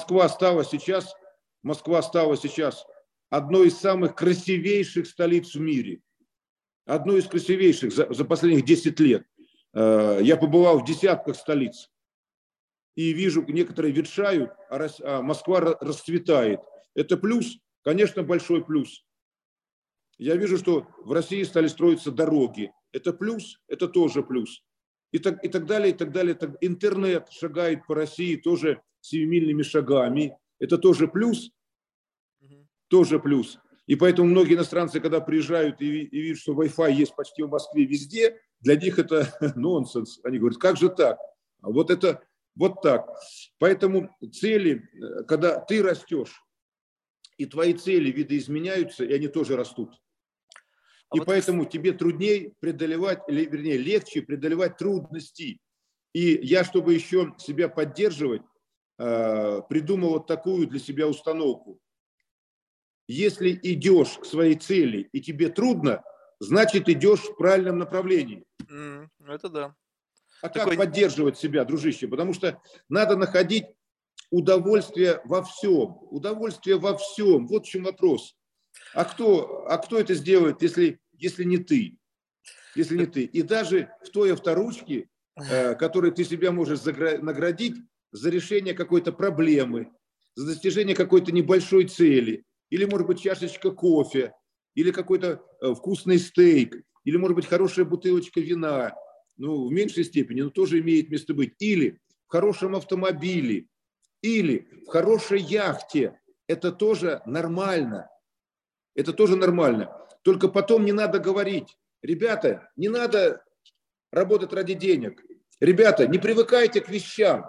Москва стала сейчас одной из самых красивейших столиц в мире, одной из красивейших за последних 10 лет. Я побывал в десятках столиц и вижу, некоторые ветшают, а Москва расцветает. Это плюс, конечно, большой плюс. Я вижу, что в России стали строиться дороги. Это плюс, это тоже плюс. И так далее, и так далее. Интернет шагает по России тоже семимильными шагами. Это тоже плюс, тоже плюс. И поэтому многие иностранцы, когда приезжают и видят, что Wi-Fi есть почти в Москве везде, для них это нонсенс. Они говорят, как же так? А вот это вот так. Поэтому цели, когда ты растешь, и твои цели видоизменяются, и они тоже растут. И поэтому тебе труднее преодолевать, или, вернее, легче преодолевать трудности. И я, чтобы еще себя поддерживать, придумал вот такую для себя установку. Если идешь к своей цели и тебе трудно, значит, идешь в правильном направлении. Это да. А как поддерживать себя, дружище? Потому что надо находить удовольствие во всем. Удовольствие во всем. Вот в чем вопрос. А кто это сделает, если не ты? Если не ты. И даже в той авторучке, которой ты себя можешь наградить за решение какой-то проблемы, за достижение какой-то небольшой цели, или, может быть, чашечка кофе, или какой-то вкусный стейк, или, может быть, хорошая бутылочка вина, ну, в меньшей степени, но тоже имеет место быть. Или в хорошем автомобиле, или в хорошей яхте. Это тоже нормально. Это тоже нормально. Только потом не надо говорить: ребята, не надо работать ради денег. Ребята, не привыкайте к вещам.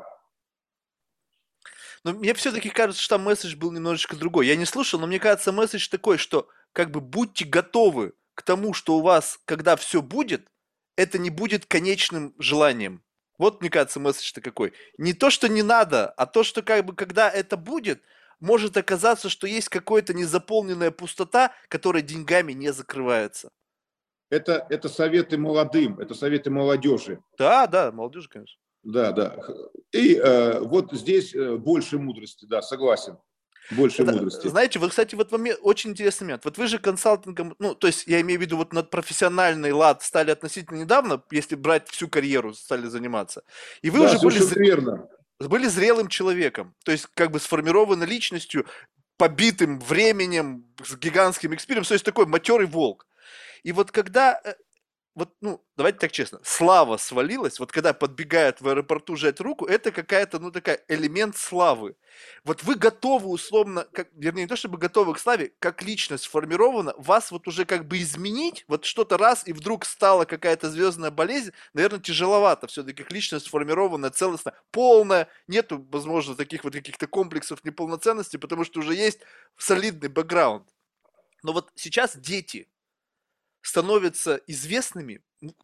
Но мне все-таки кажется, что там месседж был немножечко другой. Я не слушал, но мне кажется, месседж такой, что как бы будьте готовы к тому, что у вас, когда все будет, это не будет конечным желанием. Вот, мне кажется, месседж-то какой. Не то, что не надо, а то, что как бы, когда это будет, может оказаться, что есть какая-то незаполненная пустота, которая деньгами не закрывается. Это советы молодым, это советы молодежи. Да, молодежь, конечно. Да. И вот здесь больше мудрости, да, согласен. Больше мудрости. Знаете, вот, кстати, вот очень интересный момент. Вот вы же консалтингом, ну, то есть я имею в виду вот над профессиональный лад стали относительно недавно, если брать всю карьеру, стали заниматься. И вы уже верно. Были зрелым человеком, то есть как бы сформированной личностью, побитым временем, с гигантским экспириенсом, то есть такой матерый волк. И вот когда вот, ну, давайте так честно, слава свалилась, вот когда подбегают в аэропорту жать руку, это какая-то, ну, такая элемент славы. Вот вы готовы условно, вернее, не то чтобы готовы к славе, как личность сформирована, вас вот уже как бы изменить, вот что-то раз, и вдруг стала какая-то звездная болезнь, наверное, тяжеловато все-таки, как личность сформированная, целостная, полная, нету, возможно, таких вот каких-то комплексов неполноценности, потому что уже есть солидный бэкграунд. Но вот сейчас дети становятся известными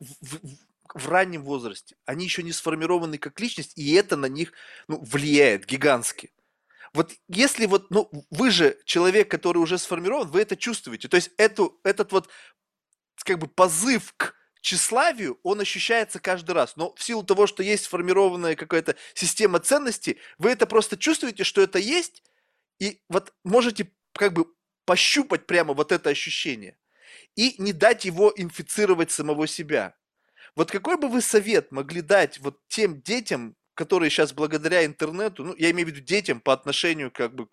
в раннем возрасте. Они еще не сформированы как личность, и это на них, ну, влияет гигантски. Вот если вот, ну, вы же человек, который уже сформирован, вы это чувствуете. То есть этот вот как бы позыв к тщеславию, он ощущается каждый раз. Но в силу того, что есть сформированная какая-то система ценностей, вы это просто чувствуете, что это есть, и вот можете как бы пощупать прямо вот это ощущение и не дать его инфицировать самого себя. Вот какой бы вы совет могли дать вот тем детям, которые сейчас благодаря интернету, ну, я имею в виду детям по отношению как бы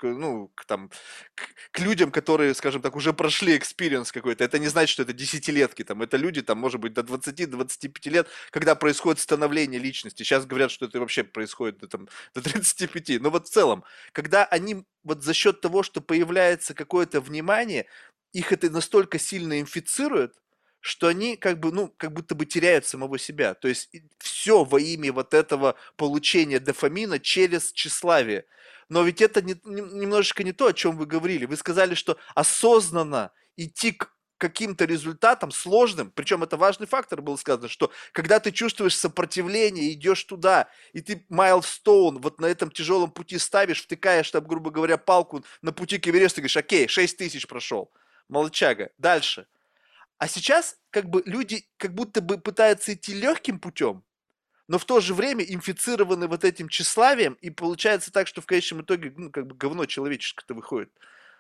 к людям, которые, скажем так, уже прошли экспириенс какой-то. Это не значит, что это десятилетки, там, это люди, там, может быть, до 20-25 лет, когда происходит становление личности. Сейчас говорят, что это вообще происходит до 35. Но вот в целом, когда они вот за счет того, что появляется какое-то внимание, их это настолько сильно инфицирует, что они как бы, ну, как будто бы теряют самого себя. То есть все во имя вот этого получения дофамина через тщеславие. Но ведь это немножечко не то, о чем вы говорили. Вы сказали, что осознанно идти к каким-то результатам сложным, причем это важный фактор был сказано, что когда ты чувствуешь сопротивление, идешь туда, и ты майлстоун вот на этом тяжелом пути ставишь, втыкаешь там, грубо говоря, палку на пути к Эвересту, и говоришь: окей, 6000 прошел, молодчага, дальше. А сейчас как бы люди как будто бы пытаются идти легким путем, но в то же время инфицированы вот этим тщеславием, и получается так, что в конечном итоге, ну, как бы говно человеческое-то выходит.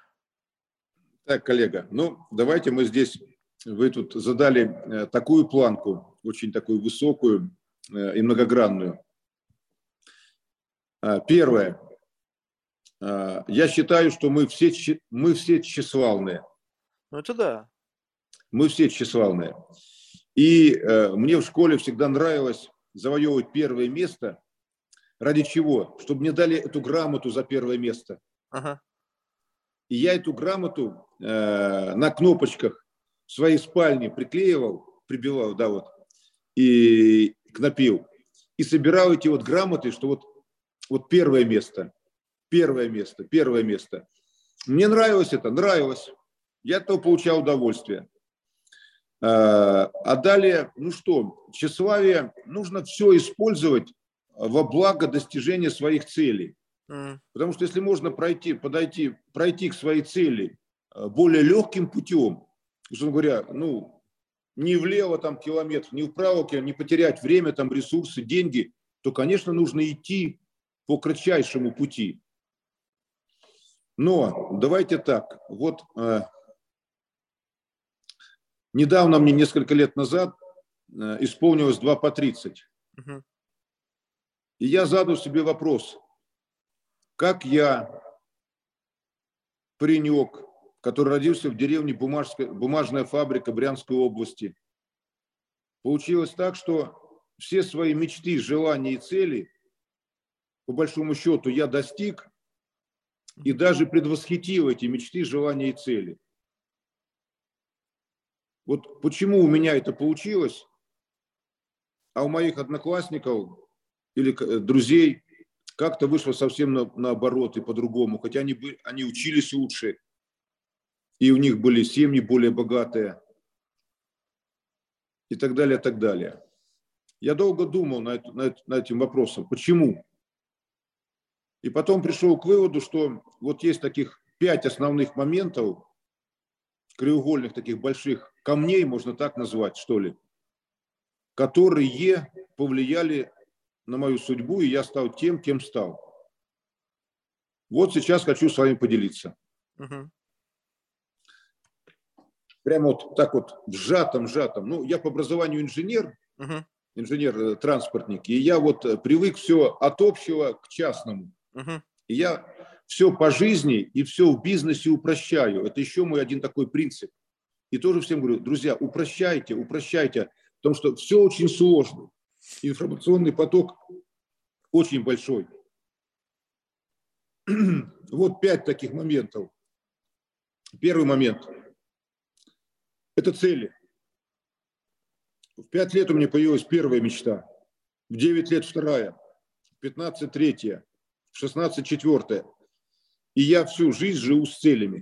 Так, коллега, ну, давайте мы здесь, вы тут задали такую планку, очень такую высокую и многогранную. Первое. Я считаю, что мы все тщеславные. Ну, это да. Мы все тщеславные. И мне в школе всегда нравилось завоевывать первое место. Ради чего? Чтобы мне дали эту грамоту за первое место. Ага. И я эту грамоту на кнопочках в своей спальне прибивал, да, вот, и кнопил. И собирал эти вот грамоты, что вот первое место. Мне нравилось это, нравилось. Я от этого получал удовольствие. А далее, ну что, тщеславие, нужно все использовать во благо достижения своих целей. Потому что если можно пройти к своей цели более легким путем, условно говоря, ну, не влево там километр, не вправо километр, не потерять время, там, ресурсы, деньги, то, конечно, нужно идти по кратчайшему пути. Но давайте так, вот недавно мне, несколько лет назад, исполнилось 2 по 30. И я задал себе вопрос, как я, паренек, который родился в деревне Бумажная фабрика Брянской области, получилось так, что все свои мечты, желания и цели, по большому счету, я достиг и даже предвосхитил эти мечты, желания и цели. Вот почему у меня это получилось, а у моих одноклассников или друзей как-то вышло совсем наоборот и по-другому. Хотя они учились лучше, и у них были семьи более богатые, и так далее, и так далее. Я долго думал над этим вопросом, почему. И потом пришел к выводу, что вот есть таких 5 основных моментов, краеугольных таких больших камней, можно так назвать, что ли, которые повлияли на мою судьбу, и я стал тем, кем стал. Вот сейчас хочу с вами поделиться. Прямо вот так вот сжатым. Ну, я по образованию инженер-транспортник, и я вот привык все от общего к частному. И я все по жизни и все в бизнесе упрощаю. Это еще мой один такой принцип. И тоже всем говорю, друзья, упрощайте, потому что все очень сложно. Информационный поток очень большой. Вот 5 таких моментов. Первый момент – это цели. В 5 лет у меня появилась первая мечта, в 9 лет вторая, в 15 третья, в 16 четвертая. И я всю жизнь живу с целями.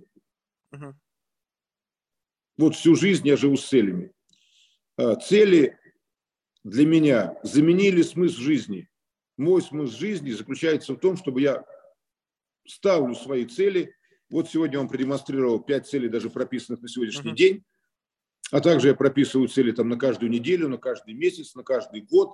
Вот всю жизнь я живу с целями. Цели для меня заменили смысл жизни. Мой смысл жизни заключается в том, чтобы я ставлю свои цели. Вот сегодня я вам продемонстрировал 5 целей, даже прописанных на сегодняшний день. А также я прописываю цели там на каждую неделю, на каждый месяц, на каждый год.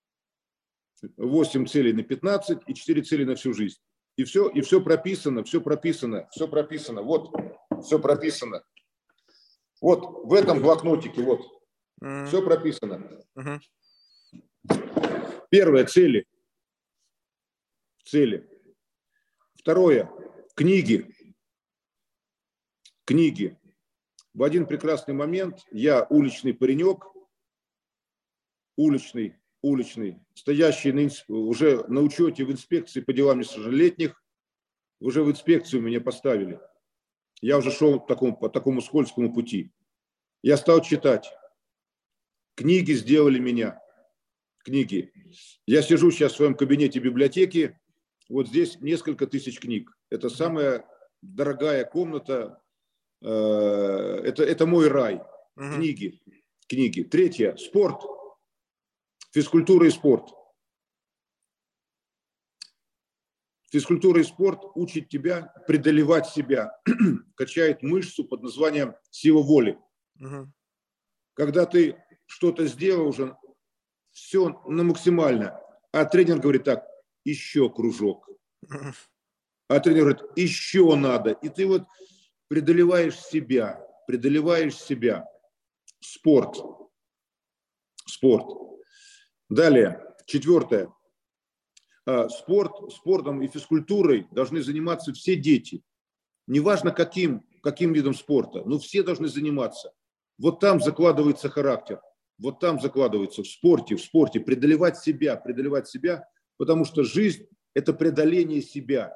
8 целей на 15 и 4 цели на всю жизнь. И все прописано. Вот, все прописано. Вот в этом блокнотике, вот. Все прописано. Первое – цели. Второе – книги. В один прекрасный момент я уличный паренек, уличный, стоящий уже на учете в инспекции по делам несовершеннолетних, уже в инспекцию меня поставили. Я уже шел по такому скользкому пути. Я стал читать. Книги сделали меня. Книги. Я сижу сейчас в своем кабинете библиотеки. Вот здесь несколько тысяч книг. Это самая дорогая комната. Это мой рай. Книги. Третье. Спорт. Физкультура и спорт. Физкультура и спорт учит тебя преодолевать себя, качает мышцу под названием сила воли. Когда ты что-то сделал уже, все на максимально, а тренер говорит так, еще кружок. А тренер говорит, еще надо. И ты вот преодолеваешь себя. Спорт. Далее, 4. Спортом и физкультурой должны заниматься все дети. Неважно, каким видом спорта, но все должны заниматься. Вот там закладывается характер. Вот там закладывается в спорте, преодолевать себя, потому что жизнь – это преодоление себя.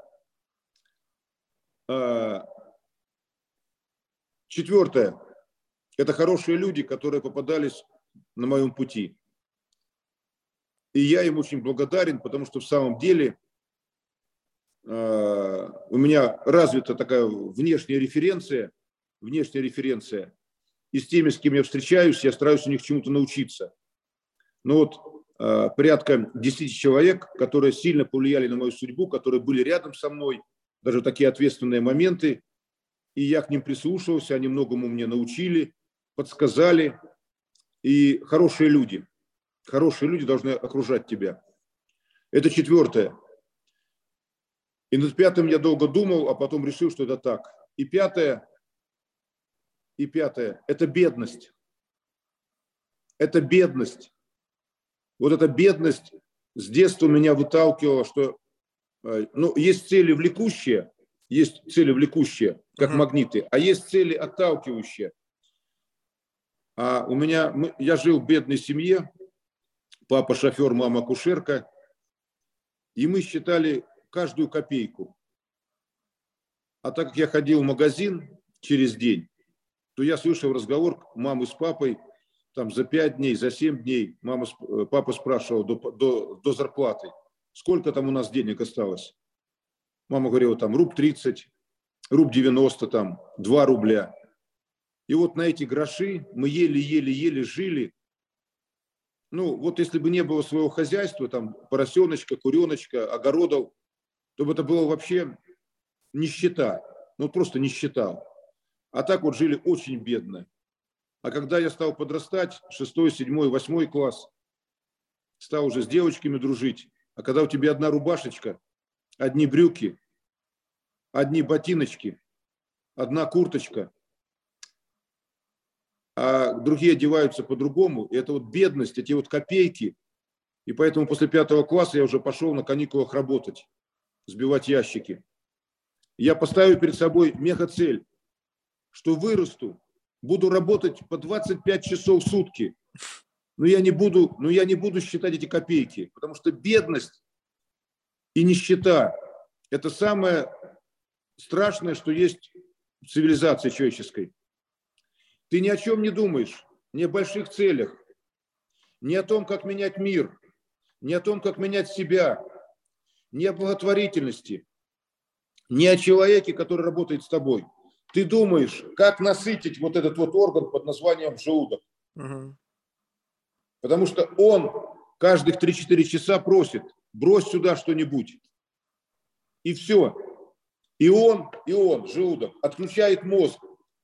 4. Это хорошие люди, которые попадались на моем пути. И я им очень благодарен, потому что в самом деле у меня развита такая внешняя референция, и с теми, с кем я встречаюсь, я стараюсь у них чему-то научиться. Но вот порядка 10 человек, которые сильно повлияли на мою судьбу, которые были рядом со мной, даже в такие ответственные моменты, и я к ним прислушивался, они многому мне научили, подсказали. И хорошие люди должны окружать тебя. Это четвертое. И над пятым я долго думал, а потом решил, что это так. И пятое – это бедность. Это бедность. Вот эта бедность с детства меня выталкивала, что есть цели влекущие, как магниты, а есть цели отталкивающие. Я жил в бедной семье, папа шофер, мама акушерка, и мы считали каждую копейку. А так как я ходил в магазин через день, то я слышал разговор мамы с папой там за 5 дней, за 7 дней. Папа спрашивал до зарплаты, сколько там у нас денег осталось. Мама говорила, там руб 30, руб 90, там 2 рубля. И вот на эти гроши мы еле-еле-еле жили. Ну, вот если бы не было своего хозяйства, там поросеночка, куреночка, огородов, то бы это было вообще нищета. Ну, просто нищета. А так вот жили очень бедно. А когда я стал подрастать, 6, 7, 8 класс, стал уже с девочками дружить. А когда у тебя одна рубашечка, одни брюки, одни ботиночки, одна курточка, а другие одеваются по-другому, и это вот бедность, эти вот копейки. И поэтому после 5 класса я уже пошел на каникулах работать, сбивать ящики. Я поставил перед собой мега-цель, что вырасту, буду работать по 25 часов в сутки. Но я не буду считать эти копейки, потому что бедность и нищета – это самое страшное, что есть в цивилизации человеческой. Ты ни о чем не думаешь, ни о больших целях, ни о том, как менять мир, ни о том, как менять себя, ни о благотворительности, ни о человеке, который работает с тобой. Ты думаешь, как насытить вот этот вот орган под названием желудок. Потому что он каждых 3-4 часа просит, брось сюда что-нибудь. И все. И он, желудок, отключает мозг.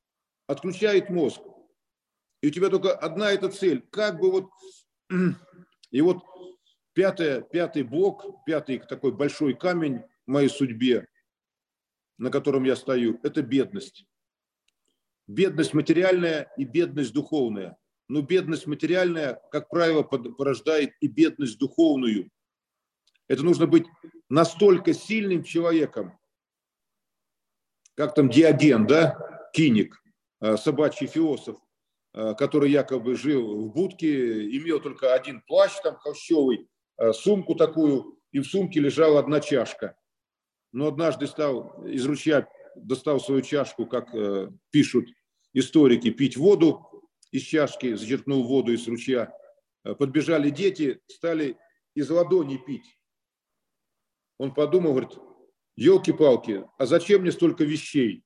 И у тебя только одна эта цель. Как бы вот... И вот пятый блок, пятый такой большой камень в моей судьбе, на котором я стою, это бедность. Бедность материальная и бедность духовная. Но бедность материальная, как правило, порождает и бедность духовную. Это нужно быть настолько сильным человеком, как там Диоген, да, киник, собачий философ, который якобы жил в будке, имел только один плащ там холщовый, сумку такую, и в сумке лежала одна чашка. Но однажды из ручья достал свою чашку, как пишут историки, пить воду из чашки, зачерпнул воду из ручья. Подбежали дети, стали из ладони пить. Он подумал, говорит, елки-палки, а зачем мне столько вещей?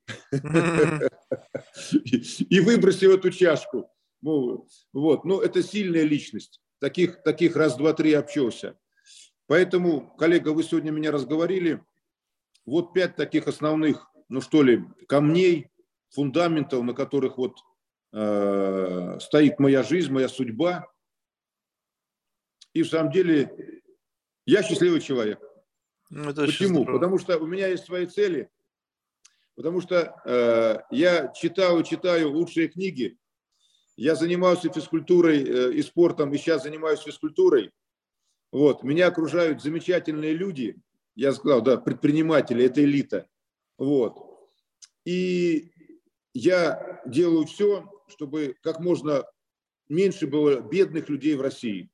И выбросил эту чашку. Вот. Но это сильная личность. Таких раз, два, три общался. Поэтому, коллега, вы сегодня меня разговорили. Вот 5 таких основных, камней, фундаментов, на которых вот стоит моя жизнь, моя судьба. И в самом деле я счастливый человек. Почему? Потому что у меня есть свои цели. Потому что я читаю лучшие книги. Я занимаюсь физкультурой и спортом, и сейчас занимаюсь физкультурой. Вот. Меня окружают замечательные люди. Я сказал, да, предприниматели, это элита. Вот. И я делаю все, чтобы как можно меньше было бедных людей в России.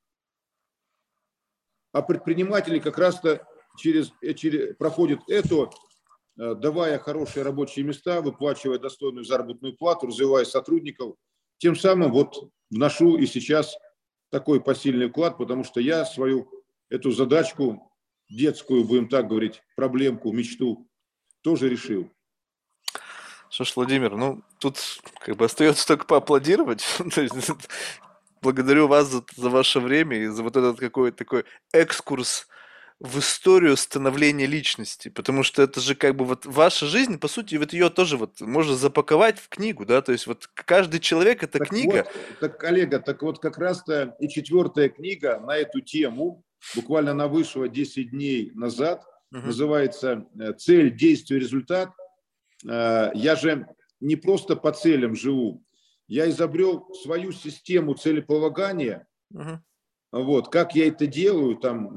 А предприниматели как раз-то проходят это, давая хорошие рабочие места, выплачивая достойную заработную плату, развивая сотрудников. Тем самым вот вношу и сейчас такой посильный вклад, потому что я свою эту задачку, детскую, будем так говорить, проблемку, мечту тоже решил. Что ж, Владимир, ну, тут как бы остается только поаплодировать. То есть, благодарю вас за ваше время и за вот этот какой-то такой экскурс в историю становления личности, потому что это же как бы вот ваша жизнь, по сути, вот ее тоже вот можно запаковать в книгу, да, то есть вот каждый человек это Так книга. вот, так, коллега, так вот как раз-то и четвертая книга на эту тему, буквально она вышла 10 дней назад, Мгм. называется «Цель, действие, результат». Я же не просто по целям живу, я изобрел свою систему целеполагания. Мгм. Вот, как я это делаю, там,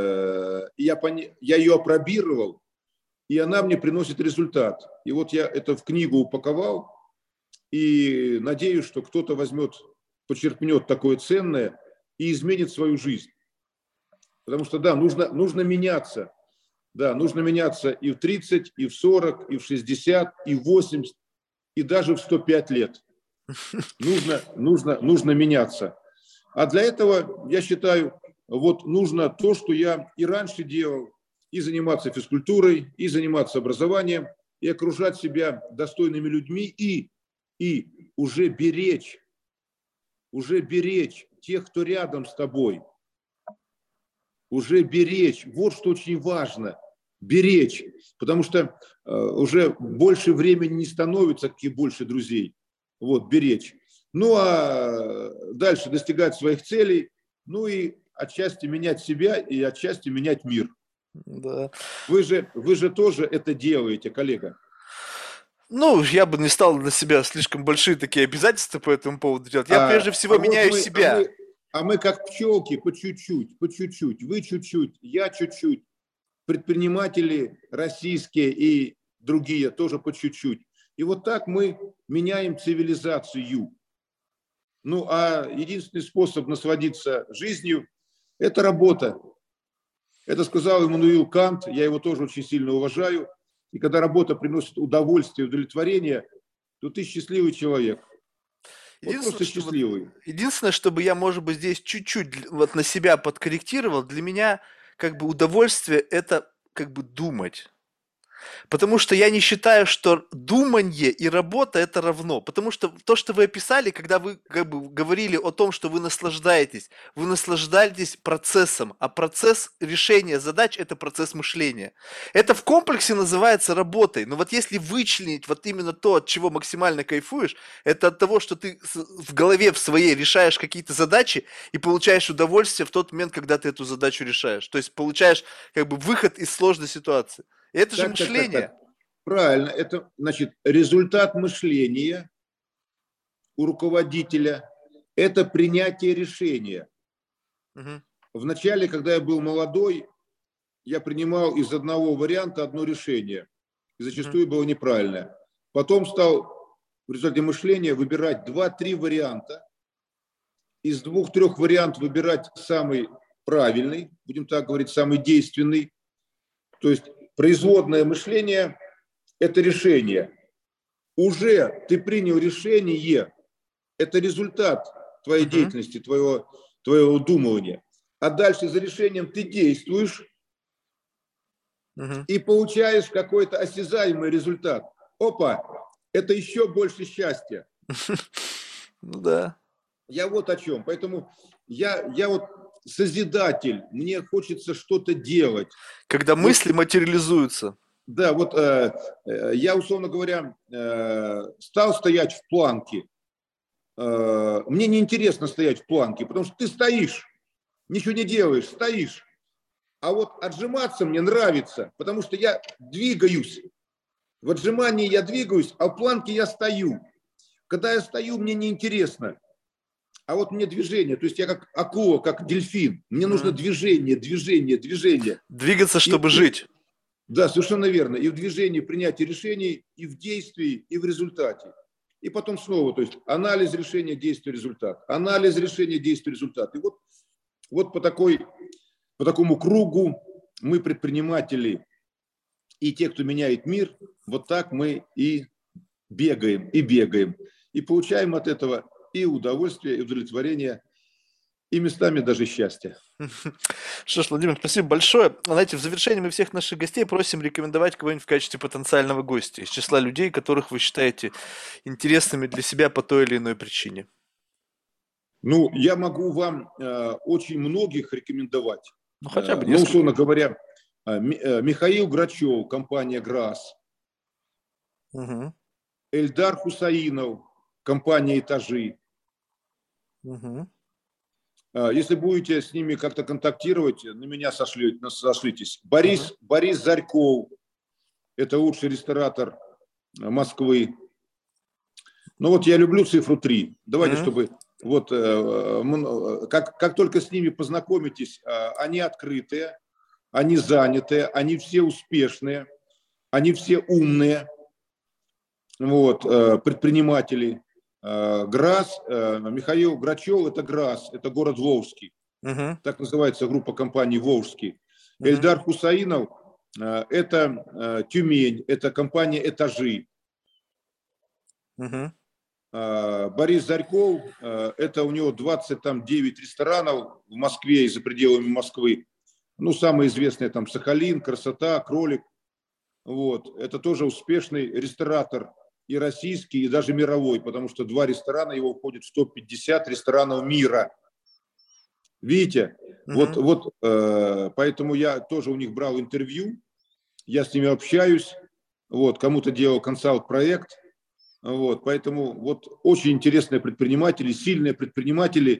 я ее опробировал, и она мне приносит результат. И вот я это в книгу упаковал, и надеюсь, что кто-то возьмет, почерпнет такое ценное и изменит свою жизнь. Потому что, да, нужно меняться. Да, нужно меняться и в 30, и в 40, и в 60, и в 80, и даже в 105 лет. Нужно меняться. А для этого, я считаю, вот нужно то, что я и раньше делал, и заниматься физкультурой, и заниматься образованием, и окружать себя достойными людьми, и уже беречь тех, кто рядом с тобой, уже беречь. Вот что очень важно. Беречь. Потому что уже больше времени не становится, каких больше друзей. Вот, беречь. Ну, а дальше достигать своих целей, ну и отчасти менять себя и отчасти менять мир. Да. Вы же тоже это делаете, коллега. Ну, я бы не стал на себя слишком большие такие обязательства по этому поводу делать. Я А, прежде всего а вот меняю мы, а себя. мы, а мы как пчелки по чуть-чуть, по чуть-чуть. Вы чуть-чуть, я чуть-чуть. Предприниматели российские и другие тоже по чуть-чуть. И вот так мы меняем цивилизацию. Ну, а единственный способ насладиться жизнью – это работа. Это сказал Иммануил Кант, я его тоже очень сильно уважаю. И когда работа приносит удовольствие, удовлетворение, то ты счастливый человек. Вот Единственное, просто что вот, счастливый. единственное, чтобы я, может быть, здесь чуть-чуть вот на себя подкорректировал, для меня как бы удовольствие это как бы думать. Потому что я не считаю, что думание и работа это равно. Потому что то, что вы описали, когда вы как бы говорили о том, что вы наслаждаетесь процессом, а процесс решения задач это процесс мышления. Это в комплексе называется работой. Но вот если вычленить вот именно то, от чего максимально кайфуешь, это от того, что ты в голове в своей решаешь какие-то задачи и получаешь удовольствие в тот момент, когда ты эту задачу решаешь. То есть получаешь как бы выход из сложной ситуации. И это же Так. мышление. Правильно. Это, значит, результат мышления у руководителя – это принятие решения. Мгм, Вначале, когда я был молодой, я принимал из одного варианта одно решение. И мгм, зачастую было неправильное. Потом стал в результате мышления выбирать два-три варианта. Из двух-трех вариантов выбирать самый правильный, будем так говорить, самый действенный. То есть производное мышление – это решение. Уже ты принял решение, это результат твоей мгм, деятельности, твоего думания. А дальше за решением ты действуешь мгм. и получаешь какой-то осязаемый результат. Опа, это еще больше счастья. Ну да. Я вот о чем. Поэтому я вот созидатель, мне хочется что-то делать. Когда Вот, мысли материализуются. да, вот я, условно говоря, стал стоять в планке. Мне неинтересно стоять в планке, потому что ты стоишь, ничего не делаешь, стоишь. А вот отжиматься мне нравится, потому что я двигаюсь. В отжимании я двигаюсь, а в планке я стою. Когда я стою, мне неинтересно. А вот мне движение, то есть я как акула, как дельфин. Мне нужно Мгм. движение, движение, движение. Двигаться, И, чтобы и, жить. да, совершенно верно. И в движении принятия решений, и в действии, и в результате. И потом снова, то есть анализ решения, действие, результат. Анализ решения, действие, результат. И вот по такому кругу мы, предприниматели, и те, кто меняет мир, вот так мы и бегаем, и бегаем. И получаем от этого и удовольствие, и удовлетворение, и местами даже счастья. Что ж, Владимир, спасибо большое. Знаете, в завершении мы всех наших гостей просим рекомендовать кого-нибудь в качестве потенциального гостя из числа людей, которых вы считаете интересными для себя по той или иной причине. Ну, я могу вам очень многих рекомендовать. Ну, хотя бы Ну, несколько. условно говоря, Михаил Грачев, компания «ГРАС», Мгм. Эльдар Хусаинов, компания «Этажи». Мгм. Если будете с ними как-то контактировать, на меня сошлитесь. Мгм. Борис Зарьков, это лучший ресторатор Москвы. Ну вот я люблю цифру 3. Давайте, Мгм. чтобы вот как только с ними познакомитесь, они открытые, они занятые, они все успешные, они все умные, вот, предприниматели. ГРАС, Михаил Грачев, это ГРАС, это город Волжский. Мгм. Так называется группа компаний «Волжский». Мгм. Эльдар Хусаинов, это Тюмень, это компания «Этажи». Мгм. Борис Зарьков, это у него 29 ресторанов в Москве и за пределами Москвы. Ну, самые известные там Сахалин, Красота, Кролик. Вот. Это тоже успешный ресторатор и российский, и даже мировой, потому что 2 ресторана его входят в 150 ресторанов мира. Видите? Мгм. Поэтому я тоже у них брал интервью, я с ними общаюсь, вот, кому-то делал консалт-проект, вот, поэтому вот очень интересные предприниматели, сильные предприниматели,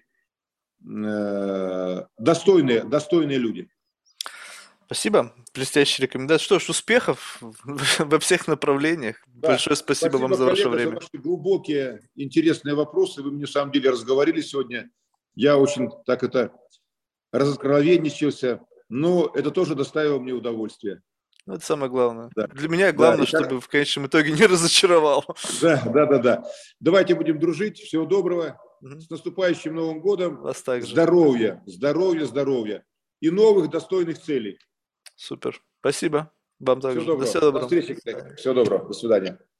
достойные люди. Спасибо. Блестящая рекомендация. Что ж, успехов во всех направлениях. Да, Большое спасибо вам спасибо, за ваше коллега, за время. ваши глубокие, интересные вопросы. Вы мне, на самом деле, разговорили сегодня. Я очень так это разоткровенничался, но это тоже доставило мне удовольствие. Ну, это самое главное. Да, Для меня да, главное, чтобы в конечном итоге не разочаровал. да. Давайте будем дружить. Всего доброго. Мгм. С наступающим Новым годом. Вас также. Здоровья, здоровья, здоровья. И новых достойных целей. Супер. Спасибо. Вам Всего также. До доброго. всего До доброго. встречи, коллега. Всего доброго. До свидания.